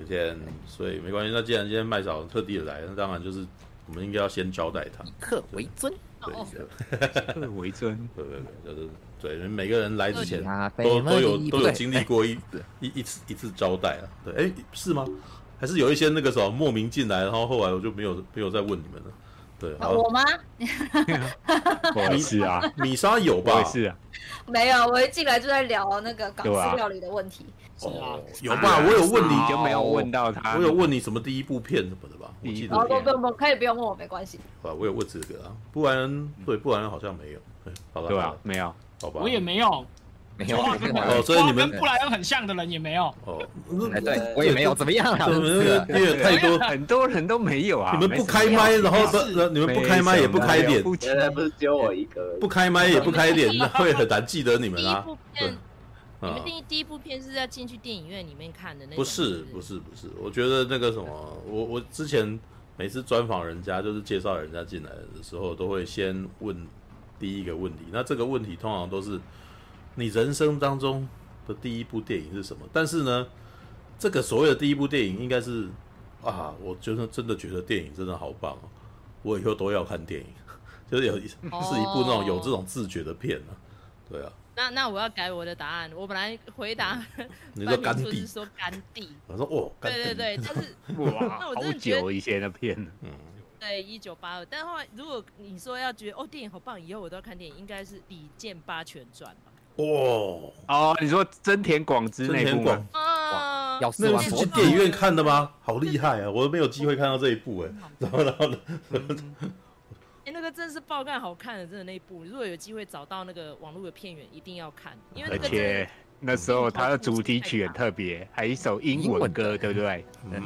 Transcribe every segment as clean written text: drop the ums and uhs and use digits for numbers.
所以没关系。那既然今天麦嫂特地来，那当然就是我们应该要先交代他， 以客为尊。 对， 以客为尊。 对，就是对每个人来之前都有经历过一次招待啊。对，是吗？还是有一些那个什么莫名进来，然后后来我就没有再问你们了。对， 我吗？ 我也是啊， 米莎有吧？ 我也是啊， 没有，我一进来就在聊那个港式料理的问题。 有吧？我有问你就没有问到他。 我有问你什么第一部片什么的吧？我记得。 不，可以不用问我，没关系。 我有问这个啊，不然好像没有。好吧， 对啊，没有， 好吧， 我也没有。 所以你们跟布莱恩很像的人也没有。 对，我也没有，怎么样啊？ 因为太多， 很多人都没有啊。 你们不开麦，然后你们不开麦也不开脸， 原来不是只有我一个， 不开麦也不开脸，那会很难记得你们啊。 你们第一部片是要进去电影院里面看的那种？ 不是，我觉得那个什么，我之前每次专访人家，就是介绍人家进来的时候，都会先问第一个问题。那这个问题通常都是你人生当中的第一部电影是什么？但是呢，这个所谓的第一部电影应该是我真的觉得电影真的好棒哦，我以后都要看电影，就是是一部那种有这种自觉的片啊，对啊。 那我要改我的答案，我本来回答你说甘地， 是说甘地， 我说甘地， 对，但是哇，好久以前的片， 对，1982，但后来如果你说要觉得电影好棒，以后我都要看电影，应该是《李健八拳传》吧？ 你说真田广之那部吗？ 要那是去电影院看的吗？好厉害啊！我都没有机会看到这一部然后呢？ 那个真是爆干好看的，真的那一部，如果有机会找到那个网络的片源，一定要看，因为那个而且那时候它的主题曲很特别，还一首英文歌，对不对？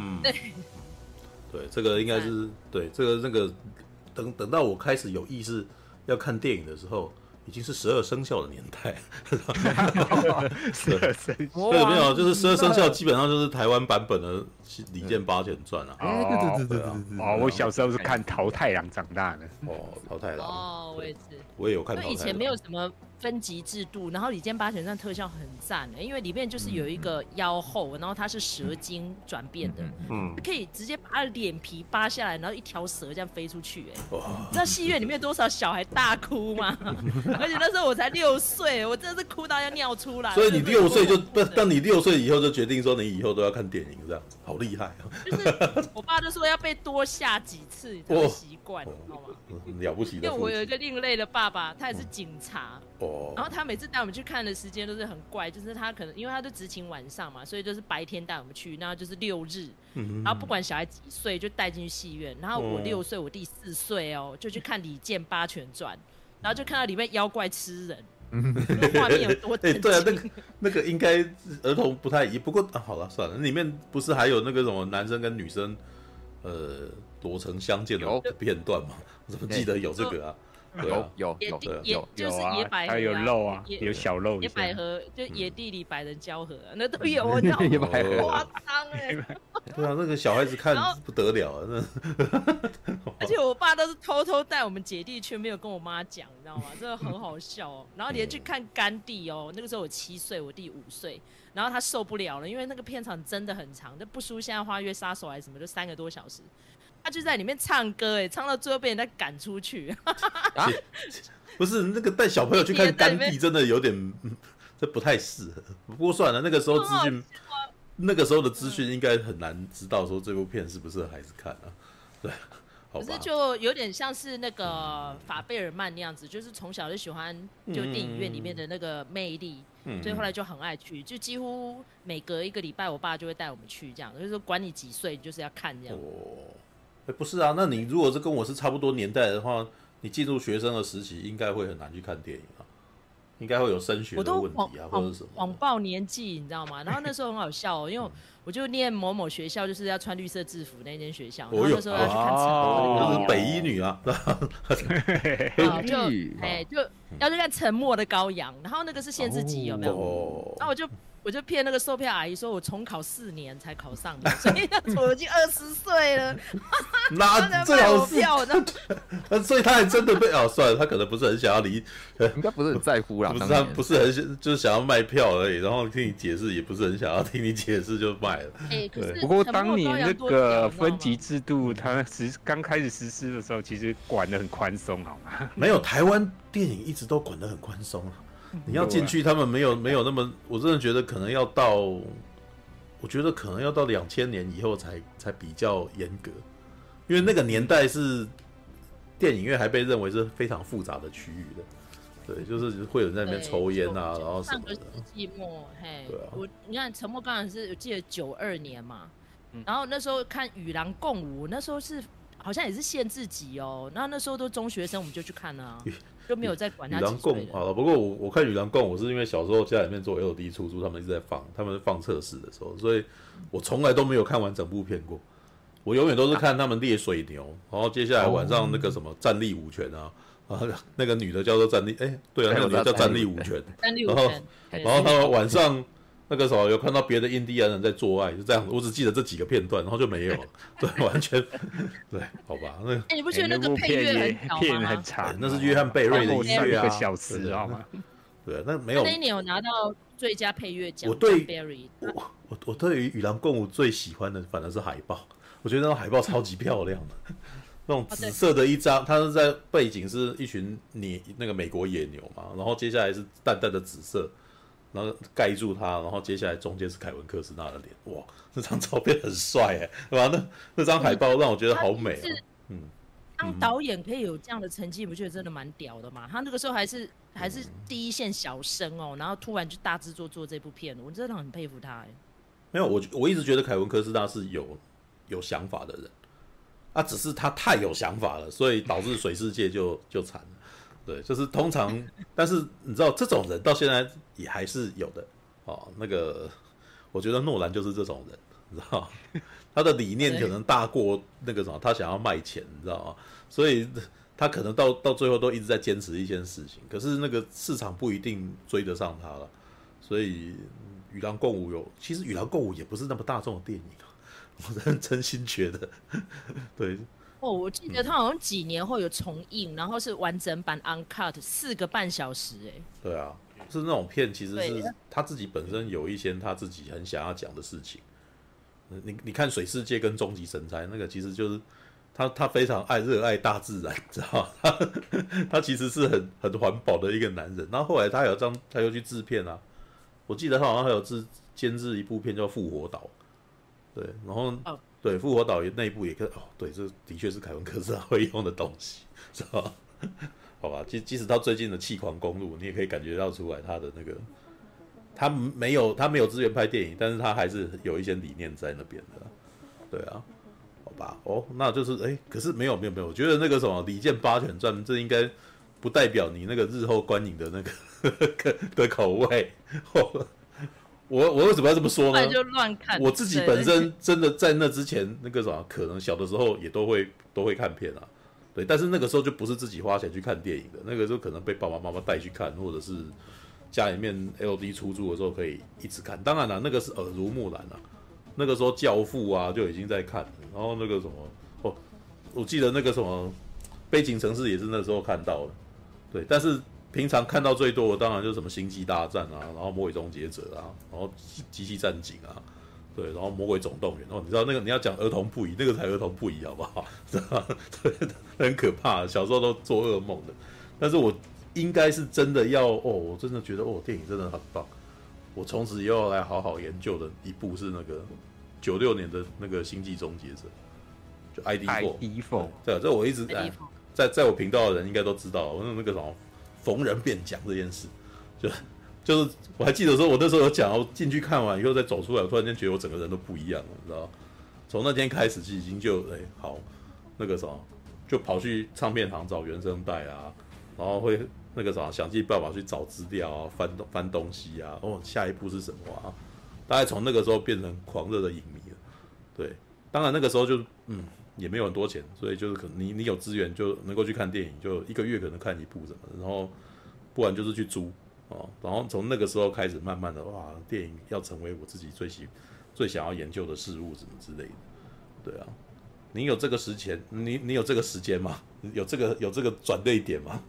对，这个应该是对这个那个等到我开始有意识要看电影的时候，已经是12生肖的年代。 12生肖对，没有，就是12生肖基本上就是台湾版本的《李健八拳传》啊。 我小时候是看《桃太郎》长大的。 桃太郎。 我也是。 我也有看桃太郎。 以前没有什么分级制度，然后《李健八拳传》特效很赞因为里面就是有一个妖后，然后它是蛇精转变的，可以直接把他的脸皮扒下来，然后一条蛇这样飞出去你知道戏院里面多少小孩大哭吗？而且那时候我才6岁，我真的是哭到要尿出来。 所以你6岁就当你6岁以后就决定说你以后都要看电影，这样好厉害就是我爸就说要被多下几次你才会习惯，你知道吗？ 了不起的。 因为我有一个另类的爸爸，他也是警察。然后他每次带我们去看的时间都是很怪，就是他可能因为他都执勤晚上嘛，所以就是白天带我们去，然后就是6日，然后不管小孩几岁就带进去戏院。然后我6岁，我弟4岁就去看《李健八拳传》，然后就看到里面妖怪吃人，画面有多震惊。 对啊，那个应该儿童不太宜，不过好了算了，里面不是还有那个什么男生跟女生裸成相见的片段吗？我怎么记得有这个啊？ 有， 就是野百合， 还有肉啊，有小肉。 野百合就野地里百人交合，那都有，你知道吗？夸张对啊，那个小孩子看不得了啊， 而且我爸都是偷偷带我们姐弟去，没有跟我妈讲，你知道吗？真的很好笑然后连去看甘地那个时候我7岁，我弟5岁，然后他受不了了，因为那个片场真的很长，就不输现在《花月杀手》还是什么，就3个多小时。他就在里面唱歌唱到最后被人家赶出去。 不是那个带小朋友去看甘地，真的有点这不太适合。不过算了，那个时候资讯，那个时候的资讯应该很难知道说这部片适不适合孩子看啊。对，好吧。 可是就有点像是那个法贝尔曼那样子，就是从小就喜欢就电影院里面的那个魅力，所以后来就很爱去，就几乎每隔1个礼拜，我爸就会带我们去，这样就是说管你几岁，你就是要看这样。 不是啊，那你如果是跟我是差不多年代的话，你进入学生的时期，应该会很难去看电影啊，应该会有升学的问题啊，或者什么。 谎报年纪，你知道吗？然后那时候很好笑因为我就念某某学校，就是要穿绿色制服那间学校，然后那时候要去看沉默的羔羊， 是北一女啊， 就要去看沉默的羔羊，然后那个是限制级有没有？然后我就我就骗那个售票阿姨说，我重考4年才考上的，所以那时候我已经20岁了。 那最好是，所以他还真的被算了，他可能不是很想要离， 应该不是很在乎啦， 不是他不是很就是想要卖票而已，然后听你解释也不是很想要听你解释就卖了。 可是不过当年那个分级制度，它刚开始实施的时候，其实管得很宽松，好吗？ 没有，台湾电影一直都管得很宽松啊。你要进去，他们没有那么，我真的觉得可能要到，我觉得可能要到2000年以后才比较严格，因为那个年代是电影院还被认为是非常复杂的区域的，对，就是会有人在那边抽烟啊，然后什么的。 上个世纪末，嘿， 对啊， 你看陈默刚才是我记得92年嘛，然后那时候看《与狼共舞》，那时候是好像也是限制级哦，然后那时候都中学生，我们就去看了啊。就没有在管他几岁了。 与狼共好了，不过我看《与狼共舞》是因为小时候家里面做 LD 出租，他们一直在放，他们放测试的时候，所以我从来都没有看完整部片过。我永远都是看他们猎水牛，然后接下来晚上那个什么站立舞拳啊，那个女的叫做站立，对啊，那个女的叫站立舞拳，然后他们晚上那个时候有看到别的印第安人在做爱，就这样，我只记得这几个片段，然后就没有了。对，完全对，好吧。 你不觉得那个配乐很长？ 那是约翰贝瑞的音乐啊， 一个小时，知道吗？ 对，那没有。 那一年有拿到最佳配乐奖。 我对于《与狼共舞》最喜欢的反而是海报，我觉得那种海报超级漂亮的，那种紫色的一张，它是在背景是一群那个美国野牛嘛，然后接下来是淡淡的紫色。然后盖住他，然后接下来中间是凯文·科斯纳的脸，哇，那张照片很帅对吧？那张海报让我觉得好美当导演可以有这样的成绩，你不觉得真的蛮屌的吗？他那个时候还是第一线小生哦，然后突然就大制作做这部片，我真的很佩服他没有，我一直觉得凯文·科斯纳是有想法的人，只是他太有想法了，所以导致水世界就惨了。对，就是通常，但是你知道这种人到现在也还是有的那个，我觉得诺兰就是这种人，你知道，他的理念可能大过那个什么，他想要卖钱，你知道吗？所以他可能到最后都一直在坚持一件事情，可是那个市场不一定追得上他了，所以《与狼共舞》其实《与狼共舞》也不是那么大众的电影，我真心觉得，对。 我记得他好像几年后有重映，然后是完整版 uncut 4个半小时对啊，是那种片，其实是他自己本身有一些他自己很想要讲的事情。你看《水世界》跟《终极神猜》那个，其实就是他非常热爱大自然，知道吗？他其实是很环保的一个男人。然后后来他又去制片啊，我记得他好像还有监制一部片叫《复活岛》，对，然后。对，复活岛那一部也对，这的确是凯文·科斯纳会用的东西，是吧？好吧，即使到最近的《气狂公路》，你也可以感觉到出来他的那个，他没有资源拍电影，但是他还是有一些理念在那边的，对啊，好吧，那就是可是没有，我觉得那个什么《李健八拳传》，这应该不代表你那个日后观影的那个的口味。我为什么要这么说呢？ 就乱看。 我自己本身真的在那之前，那个啥，可能小的时候也都会看片啊，对。但是那个时候就不是自己花钱去看电影的，那个时候可能被爸爸妈妈带去看，或者是家里面 LD 出租的时候可以一直看。当然了，那个是耳濡目染啊。那个时候《教父》啊就已经在看了，然后那个什么我记得那个什么《悲情城市》也是那时候看到的，对。但是平常看到最多的当然就是什么《星际大战》啊，然后《魔鬼终结者》啊，然后《机器战警》啊，对，然后《魔鬼总动员》。你知道那个你要讲儿童不宜，那个才儿童不宜，好不好？对，很可怕，小时候都做噩梦的。但是我应该是真的要我真的觉得电影真的很棒。我从此以后来好好研究的一部是那个96年的那个《星际终结者》，就 ID4。对，这我一直在我频道的人应该都知道，我那个什么。逢人便讲这件事，就是我还记得说，我那时候有讲，我进去看完以后再走出来，我突然间觉得我整个人都不一样了，你知道？从那天开始就已经好那个什么，就跑去唱片行找原声带啊，然后会那个啥想尽办法去找资料啊，翻东西啊，下一步是什么啊？大概从那个时候变成狂热的影迷了。对，当然那个时候就也没有很多钱，所以就是可能你有资源就能够去看电影，就一个月可能看一部什么，然后不然就是去租， 然后从那个时候开始，慢慢的哇，电影要成为我自己最想要研究的事物，什么之类的。对啊，你有这个时间，你有这个时间吗？有这个转捩点吗？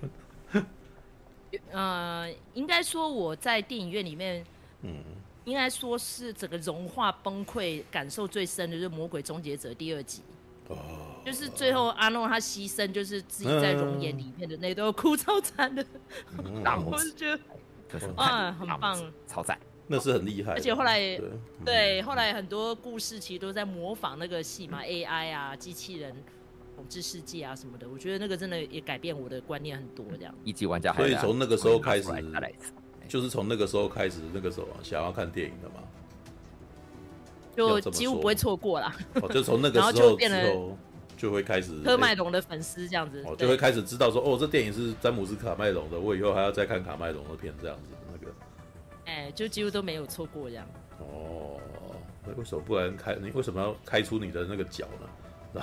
应该说我在电影院里面，应该说是整个融化崩溃感受最深的就是《魔鬼终结者》第2集。就是最后阿诺他牺牲，就是自己在熔岩里面的那段哭超惨的，我就觉得很棒， 超赞。 那是很厉害的， 而且后来对后来很多故事其实都在模仿那个戏嘛，AI 啊，机器人统治世界啊什么的，我觉得那个真的也改变我的观念很多，这样。 一级玩家， 所以从那个时候开始，就是从那个时候开始，那个时候想要看电影的嘛， 就几乎不会错过啦。 就从那个时候之后，就会开始科麦隆的粉丝这样子， 就会开始知道说，这电影是詹姆斯卡麦隆的，我以后还要再看卡麦隆的片这样子，那个。 就几乎都没有错过这样。 为什么不然你为什么要开出你的那个脚呢？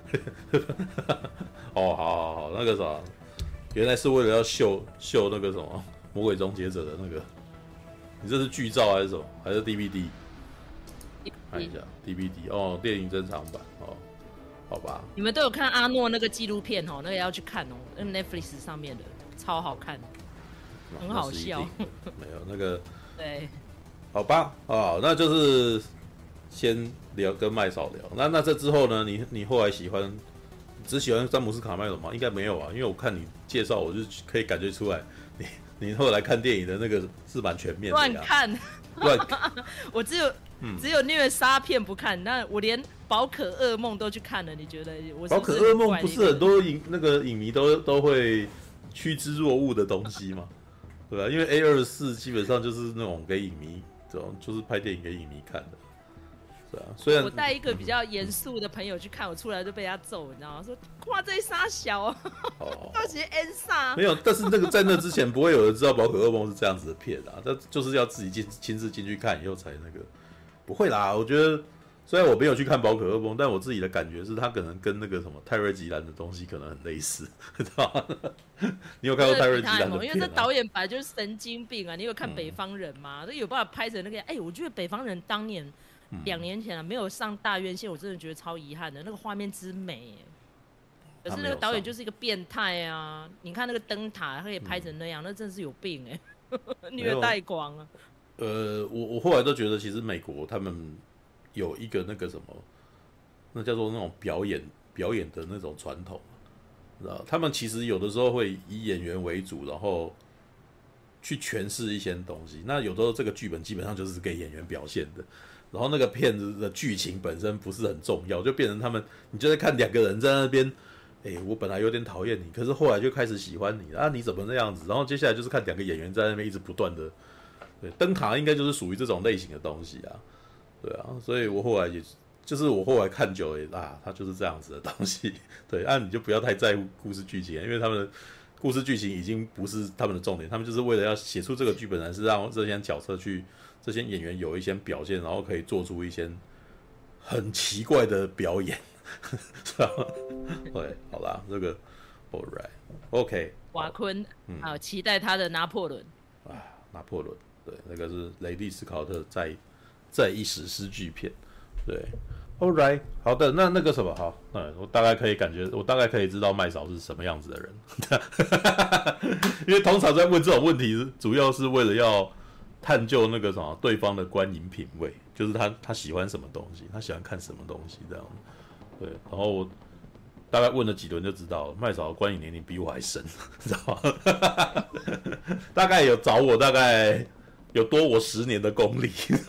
好，那个啥，原来是为了要秀那个什么《魔鬼终结者》的那个，你这是剧照还是什么？还是 DVD？ 看一下 DVD 电影珍藏版好吧。 你们都有看阿诺那个纪录片那个也要去看那 Netflix 上面的，超好看，很好笑。 没有那个。 对， 好吧，那就是先聊跟麦嫂聊。那这之后呢？你后来只喜欢詹姆斯卡麦隆吗？应该没有啊，因为我看你介绍，我就可以感觉出来，你后来看电影的那个是蛮全面的。 乱看，我只有虐杀片不看，那我连宝可噩梦都去看了。你觉得我是宝可噩梦不是很多影迷都会趋之若鹜的东西吗？对吧？因为 A24基本上就是那种给影迷，这种就是拍电影给影迷看的，对啊。虽然我带一个比较严肃的朋友去看，我出来就被他揍，你知道吗？说哇这杀小，到底 N 杀没有，但是那个在那之前不会有人知道宝可噩梦是这样子的片啊，那就是要自己亲自进去看以后才那个，不会啦。我觉得虽然我没有去看宝可噩梦，但我自己的感觉是它可能跟那个什么泰瑞吉兰的东西可能很类似，知道吗？你有看过泰瑞吉兰的片？ 因为这导演本来就是神经病啊！你有看《北方人》吗？这有办法拍成那个？我觉得《北方人》当年2年前没有上大院线，我真的觉得超遗憾的。那个画面之美，可是那个导演就是一个变态啊！你看那个灯塔，他可以拍成那样，那真的是有病虐待狂啊！ 我后来都觉得，其实美国他们有一个那个什么，那叫做那种表演的那种传统，知道？他们其实有的时候会以演员为主，然后去诠释一些东西。那有的时候这个剧本基本上就是给演员表现的，然后那个片子的剧情本身不是很重要，就变成你就在看2个人在那边，我本来有点讨厌你，可是后来就开始喜欢你啊，你怎么那样子？然后接下来就是看2个演员在那边一直不断的，对，灯塔应该就是属于这种类型的东西啊。对啊，所以我后来我后来看久了它就是这样子的东西。对，你就不要太在乎故事剧情，因为他们的故事剧情已经不是他们的重点，他们就是为了要写出这个剧本，还是让这些角色这些演员有一些表现，然后可以做出一些很奇怪的表演，是吧？对，好啦，这个 all right OK。 瓦昆，期待他的拿破仑。 拿破仑，对，那个是雷利斯考特在一史诗巨片，对 ，All right， 好的，那个什么好，我大概可以知道麦嫂是什么样子的人，因为通常在问这种问题，主要是为了要探究那个什么对方的观影品味，就是他喜欢什么东西，他喜欢看什么东西这样，对，然后我大概问了几轮就知道了，麦嫂的观影年龄比我还深，知道吗？大概有找我大概。有多我10年的功力，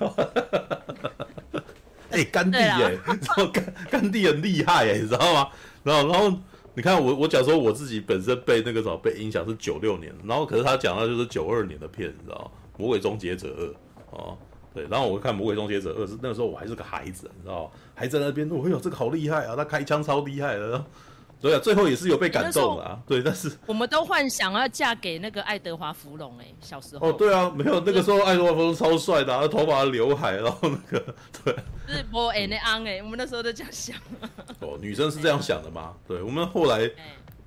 甘地甘地很厉害你知道吗？然后你看我讲说我自己本身被那个什么被影响是96年，然后可是他讲到就是92年的片，你知道吗？魔鬼终结者2对，然后我看魔鬼终结者2是那个时候我还是个孩子，你知道吗？还在那边这个好厉害啊，他开枪超厉害的。对啊，最后也是有被感动啊。对，但是我们都幻想要嫁给那个爱德华福隆小时候。 对啊，没有那个时候爱德华福隆超帅的，头发刘海，然后那个对， 就是没安我们那时候都这样想。 女生是这样想的吗？对，我们后来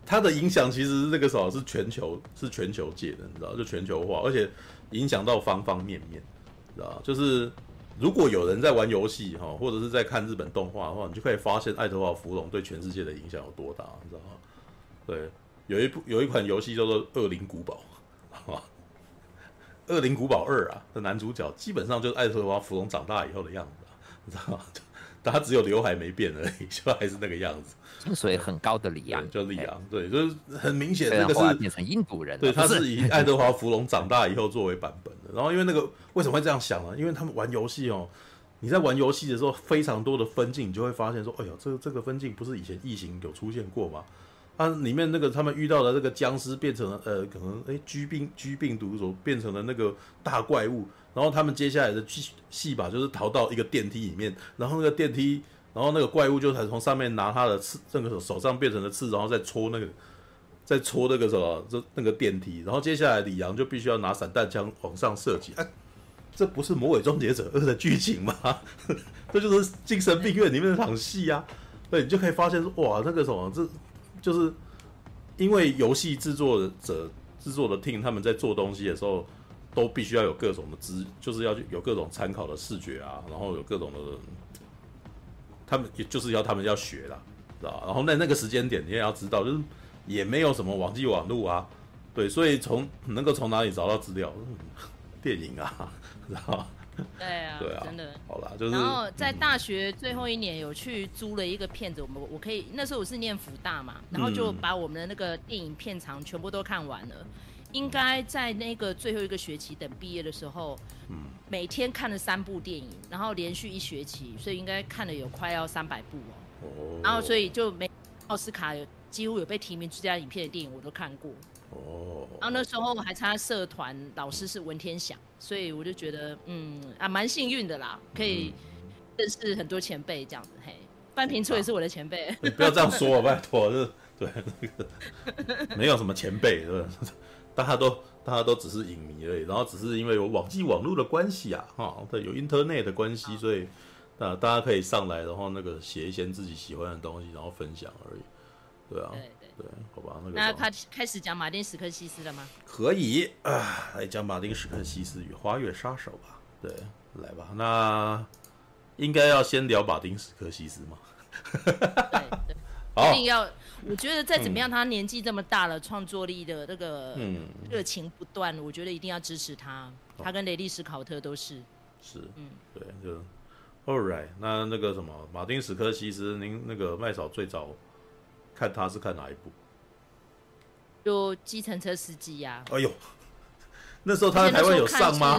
它的影响其实那个时候是全球界的，你知道，就全球化，而且影响到方方面面，知道，就是如果有人在玩游戏哈，或者是在看日本动画的话，你就可以发现爱德华福隆对全世界的影响有多大，你知道吗？对，有一款游戏叫做《恶灵古堡》，《恶灵古堡2》的男主角基本上就是爱德华福隆长大以后的样子，你知道吗？他只有刘海没变而已，就还是那个样子。 薪水很高的里昂， 就里昂，对，就是很明显，这个是变成印度人了。 对，他是以爱德华福隆长大以后作为版本的。然后因为那个为什么会这样想呢？因为他们玩游戏哦，你在玩游戏的时候，非常多的分镜，你就会发现说，哎呦，这个分镜不是以前异形有出现过吗？啊，里面那个他们遇到的这个僵尸变成了可能G 病毒所变成了那个大怪物，然后他们接下来的戏吧，就是逃到一个电梯里面，然后那个电梯，然后那个怪物就才从上面拿他的刺，那个手上变成了刺，然后再戳那个什么那个电梯，然后接下来李阳就必须要拿散弹枪往上射击，这不是《魔鬼终结者2》的剧情吗？这就是精神病院里面的场戏啊！对，你就可以发现说，哇，那个什么，这就是因为游戏制作的 team 他们在做东西的时候，都必须要有各种的就是要有各种参考的视觉啊，然后有各种的，他们也就是要他们要学啦，知道？然后那个时间点你也要知道，就是也没有什么网际网路啊，对，所以能够从哪里找到资料？电影啊，知道？ 对啊， 对啊， 真的。 好啦，就是。 然后在大学最后一年有去租了一个片子，我可以那时候我是念辅大嘛，然后就把我们的那个电影片长全部都看完了。应该在那个最后一个学期等毕业的时候，每天看了3部电影，然后连续1学期，所以应该看了有快要300部哦。然后所以就奥斯卡几乎有被提名最佳影片的电影我都看过。然后那时候还参加社团，老师是文天祥，所以我就觉得蛮幸运的啦，可以认识很多前辈这样子。嘿，范平初也是我的前辈。 你不要这样说，拜托，对那个没有什么前辈，对吧？大家都只是影迷而已，然后只是因为有网际网络的关系啊，对，有 Internet 的关系，所以大家可以上来，然后那个写一些自己喜欢的东西，然后分享而已，对啊。对，好吧， 那他开始讲马丁·史克西斯了吗？ 可以啊，来讲马丁·史克西斯与《花月杀手》吧。对，来吧，那应该要先聊马丁·史克西斯嘛。 对，一定要。我觉得再怎么样，他年纪这么大了，创作力的那个热情不断，我觉得一定要支持他。他跟雷利·史考特都是。 对，就 All right， 那个什么，马丁·史克西斯，您那个麦嫂最早看他是看哪一部？ 就计程车司机呀。 哎呦，那时候他在台湾有上吗？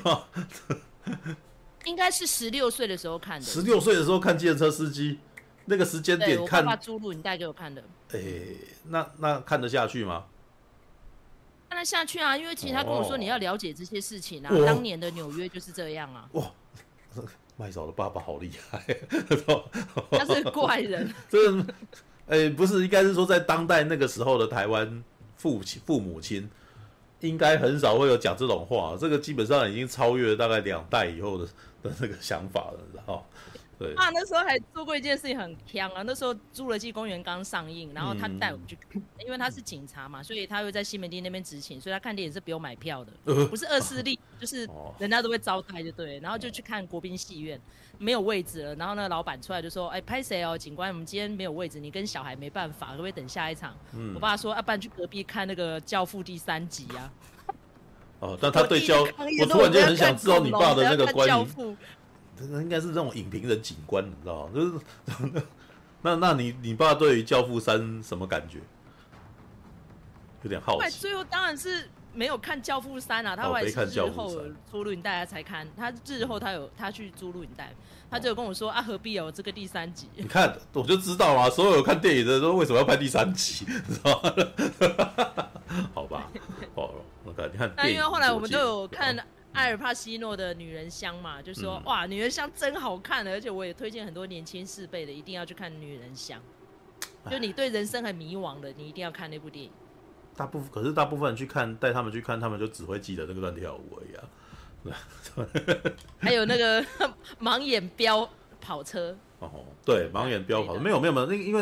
应该是16岁的时候看的。 16岁的时候看计程车司机，那个时间点看， 我爸爸租录影带给我看的。 那看得下去吗？ 看得下去啊，因为其实他跟我说你要了解这些事情啊，当年的纽约就是这样啊。哇， 麦嫂的爸爸好厉害， 他是怪人。 真的。不是，应该是说在当代那个时候的台湾父母亲，应该很少会有讲这种话。这个基本上已经超越了大概2代以后的那个想法了，然后对。 那时候还做过一件事情很鏘啊！那时候《侏罗纪公园》刚上映，然后他带我们去看，因为他是警察嘛，所以他会在西门町那边执勤，所以他看电影是不用买票的，不是2势力，就是人家都会招待就对。然后就去看国宾戏院。没有位置了，然后那个老板出来就说：“拍谁哦，警官，我们今天没有位置，你跟小孩没办法，可不可以等下一场？”我爸说：“不然去隔壁看那个《教父》第3集啊。” 但他对我突然间很想知道你爸的那个观影，应该是那种影评人警官，你知道吗？就是那你爸对于《教父3》什么感觉？有点好奇。 最后当然是。没有看《教父3》啊，他后来是日后租录影带才看。他日后他去租录影带，他就有跟我说何必有这个第3集？ 你看，我就知道啊，所有看电影的都为什么要拍第3集，知道吗？好吧，你看。 那因为后来我们都有看艾尔帕西诺的《女人香》嘛，就说哇，《女人香》真好看，而且我也推荐很多年轻世辈的一定要去看《女人香》。就你对人生很迷惘的，你一定要看那部电影。 可是大部分人去看，带他们去看，他们就只会记得那个乱跳舞而已啊。 还有那个盲眼飙跑车。 对，盲眼飙跑车没有，因为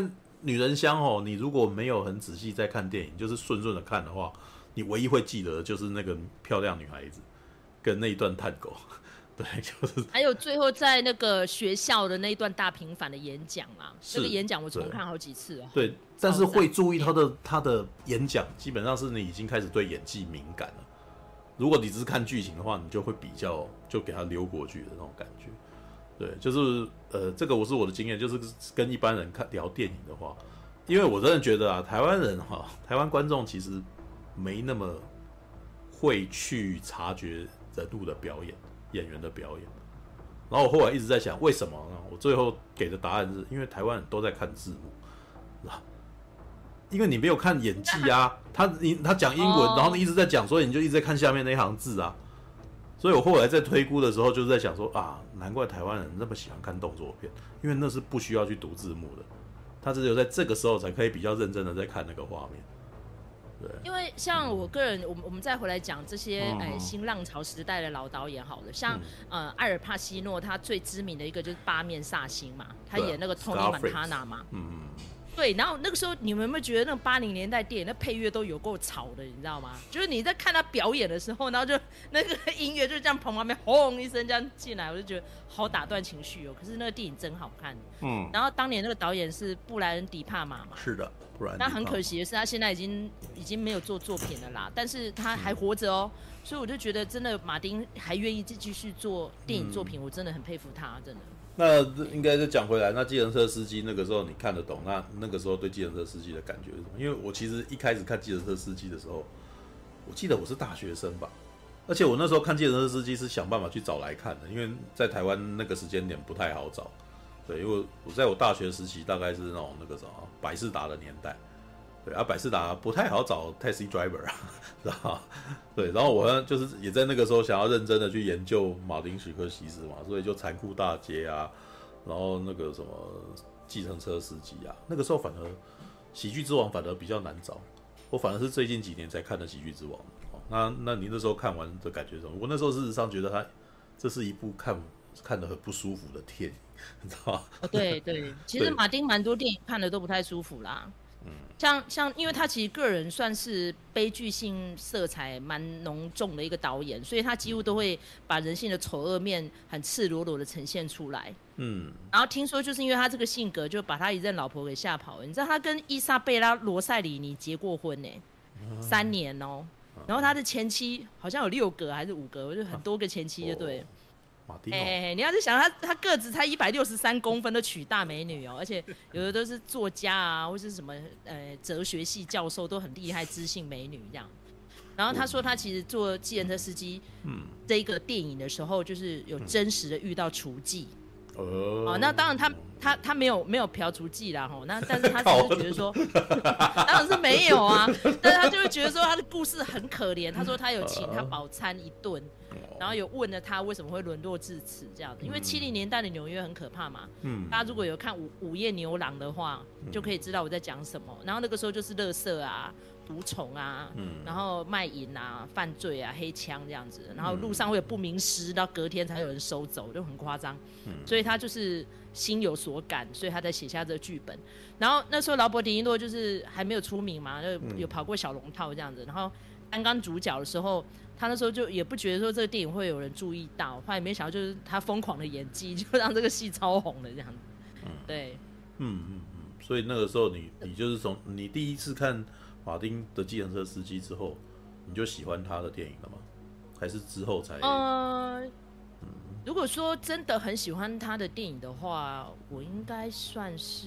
女人香哦，你如果没有很仔细在看电影，就是顺的看的话，你唯一会记得的就是那个漂亮女孩子跟那一段探狗。对，就是还有最后在那个学校的那一段大平反的演讲啦，这个演讲我重看好几次哦。 对，但是会注意他的演讲，基本上是你已经开始对演技敏感了。如果你只是看剧情的话，你就会比较就给他溜过去的那种感觉。对，就是这个是我的经验，就是跟一般人聊电影的话，因为我真的觉得啊，台湾观众其实没那么会去察觉人物的表演。演员的表演，然后我后来一直在想，为什么呢？我最后给的答案是因为台湾人都在看字幕，因为你没有看演技啊，他讲英文，然后你一直在讲，所以你就一直在看下面那一行字啊。所以我后来在推估的时候，就是在想说啊，难怪台湾人那么喜欢看动作片，因为那是不需要去读字幕的，他只有在这个时候才可以比较认真的在看那个画面。 因为像我个人，我们再回来讲这些新浪潮时代的老导演好了，像艾尔帕西诺，他最知名的一个就是八面煞星嘛，他演那个 Tony Montana 嘛，对，然后那个时候你们有没有觉得那种80年代电影那配乐都有够吵的，你知道吗？就是你在看他表演的时候，然后就那个音乐就这样从旁边轰一声这样进来，我就觉得好打断情绪哦。可是那个电影真好看，然后当年那个导演是布莱恩·迪帕玛嘛， 是的，布莱恩。 但很可惜的是，他现在已经没有做作品了啦，但是他还活着哦，所以我就觉得真的马丁还愿意继续做电影作品，我真的很佩服他，真的。 那应该就讲回来，那计程车司机那个时候你看得懂，那个时候对计程车司机的感觉是什么？因为我其实一开始看计程车司机的时候，我记得我是大学生吧，而且我那时候看计程车司机是想办法去找来看的，因为在台湾那个时间点不太好找。对，因为我在我大学时期大概是那种那个什么百事达的年代，对啊，百事达不太好找 taxi driver 啊，知道？对，然后我就是也在那个时候想要认真的去研究马丁·许克西斯嘛，所以就残酷大街啊，然后那个什么计程车司机啊，那个时候反而喜剧之王反而比较难找，我反而是最近几年才看的喜剧之王。那你那时候看完的感觉是什么？我那时候事实上觉得这是一部看得很不舒服的电影，你知道吗？ 对对，其实马丁蛮多电影看的都不太舒服啦。像因为他其实个人算是悲剧性色彩蛮浓重的一个导演，所以他几乎都会把人性的丑恶面很赤裸裸的呈现出来。然后听说就是因为他这个性格，就把他一任老婆给吓跑了。你知道他跟伊莎贝拉·罗塞里尼结过婚呢，3年哦。然后他的前妻好像有6个还是5个，就很多个前妻就对了。 马丁你要是想他个子才163公分，都娶大美女哦，而且有的都是作家啊，或是什么哲学系教授，都很厉害，知性美女这样。然后他说他其实做计程车司机这一个电影的时候，就是有真实的遇到厨妓。那当然他没有嫖厨妓啦吼，但是他只是觉得说，当然是没有啊，但是他就会觉得说他的故事很可怜。他说他有请他饱餐1顿。然后有问了他为什么会沦落至此这样子，因为70年代的纽约很可怕嘛。大家如果有看午夜牛郎的话，就可以知道我在讲什么。然后那个时候就是垃圾啊、毒虫啊，然后卖淫啊、犯罪啊、黑枪这样子。然后路上会有不明尸，到隔天才有人收走，就很夸张。所以他就是心有所感，所以他才写下这个剧本。然后那时候劳勃·迪尼洛就是还没有出名嘛，就有跑过小龙套这样子。然后刚主角的时候，他那时候就也不觉得说这个电影会有人注意到，后来没想到就是他疯狂的演技，就让这个戏超红了这样子。对， 所以那个时候你就是从你第一次看马丁的计程车司机之后，你就喜欢他的电影了吗？还是之后才？ 如果说真的很喜欢他的电影的话，我应该算是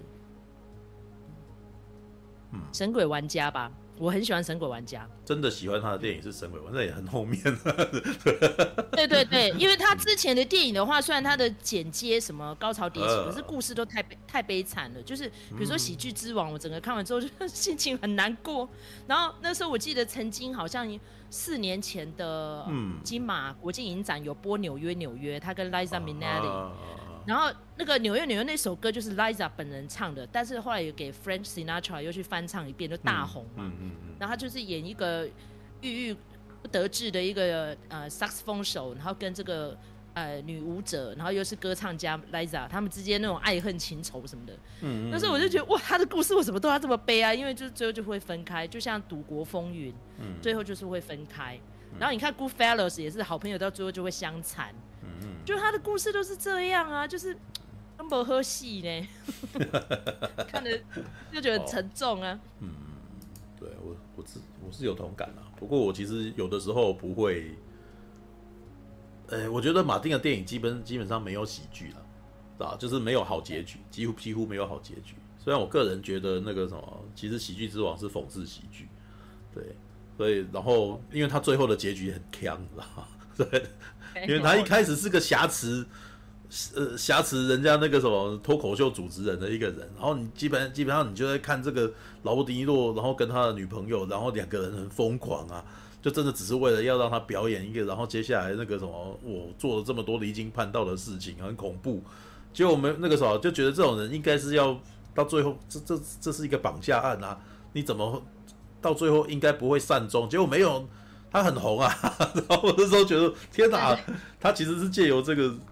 神鬼玩家吧。我很喜欢神鬼玩家， 真的喜欢他的电影是神鬼玩家，也很后面对对对，因为他之前的电影的话，虽然他的剪接什么高潮迭起，可是故事都太悲惨了。就是比如说《喜剧之王》，我整个看完之后就心情很难过。然后那时候我记得曾经好像4年前的金马国际影展有播纽约，他跟 Liza Minnelli。然后那个纽约那首歌就是 Liza 本人唱的，但是后来有给 Frank Sinatra 又去翻唱一遍，就大红嘛。然后他就是演一个郁郁不得志的一个萨克斯风手，然后跟这个女舞者，然后又是歌唱家 Liza， 他们之间那种爱恨情仇什么的。但是我就觉得哇，他的故事为什么都要这么悲啊？因为就最后就会分开，就像《赌国风云》，最后就是会分开。然后你看《Goodfellas》也是好朋友到最后就会相残，就他的故事都是这样啊，就是根本喝戏呢，看着就觉得很沉重啊。 对我是有同感啊，不过我其实有的时候不会。我觉得马丁的电影基本上没有喜剧了，就是没有好结局，几乎没有好结局。虽然我个人觉得那个什么，其实《喜剧之王》是讽刺喜剧，对，所以然后因为他最后的结局很鏘，你知道吗？对，因为他一开始是个挟持人家那个什么脱口秀主持人的一个人，然后你基本上你就在看这个劳迪诺，然后跟他的女朋友，然后两个人很疯狂啊。就真的只是为了要让他表演一个，然后接下来那个什么，我做了这么多离经叛道的事情，很恐怖。结果我们那个时候就觉得这种人应该是要到最后，这是一个绑架案啊，你怎么到最后应该不会善终？结果没有，他很红啊。然后我那时候觉得天哪，他其实是借由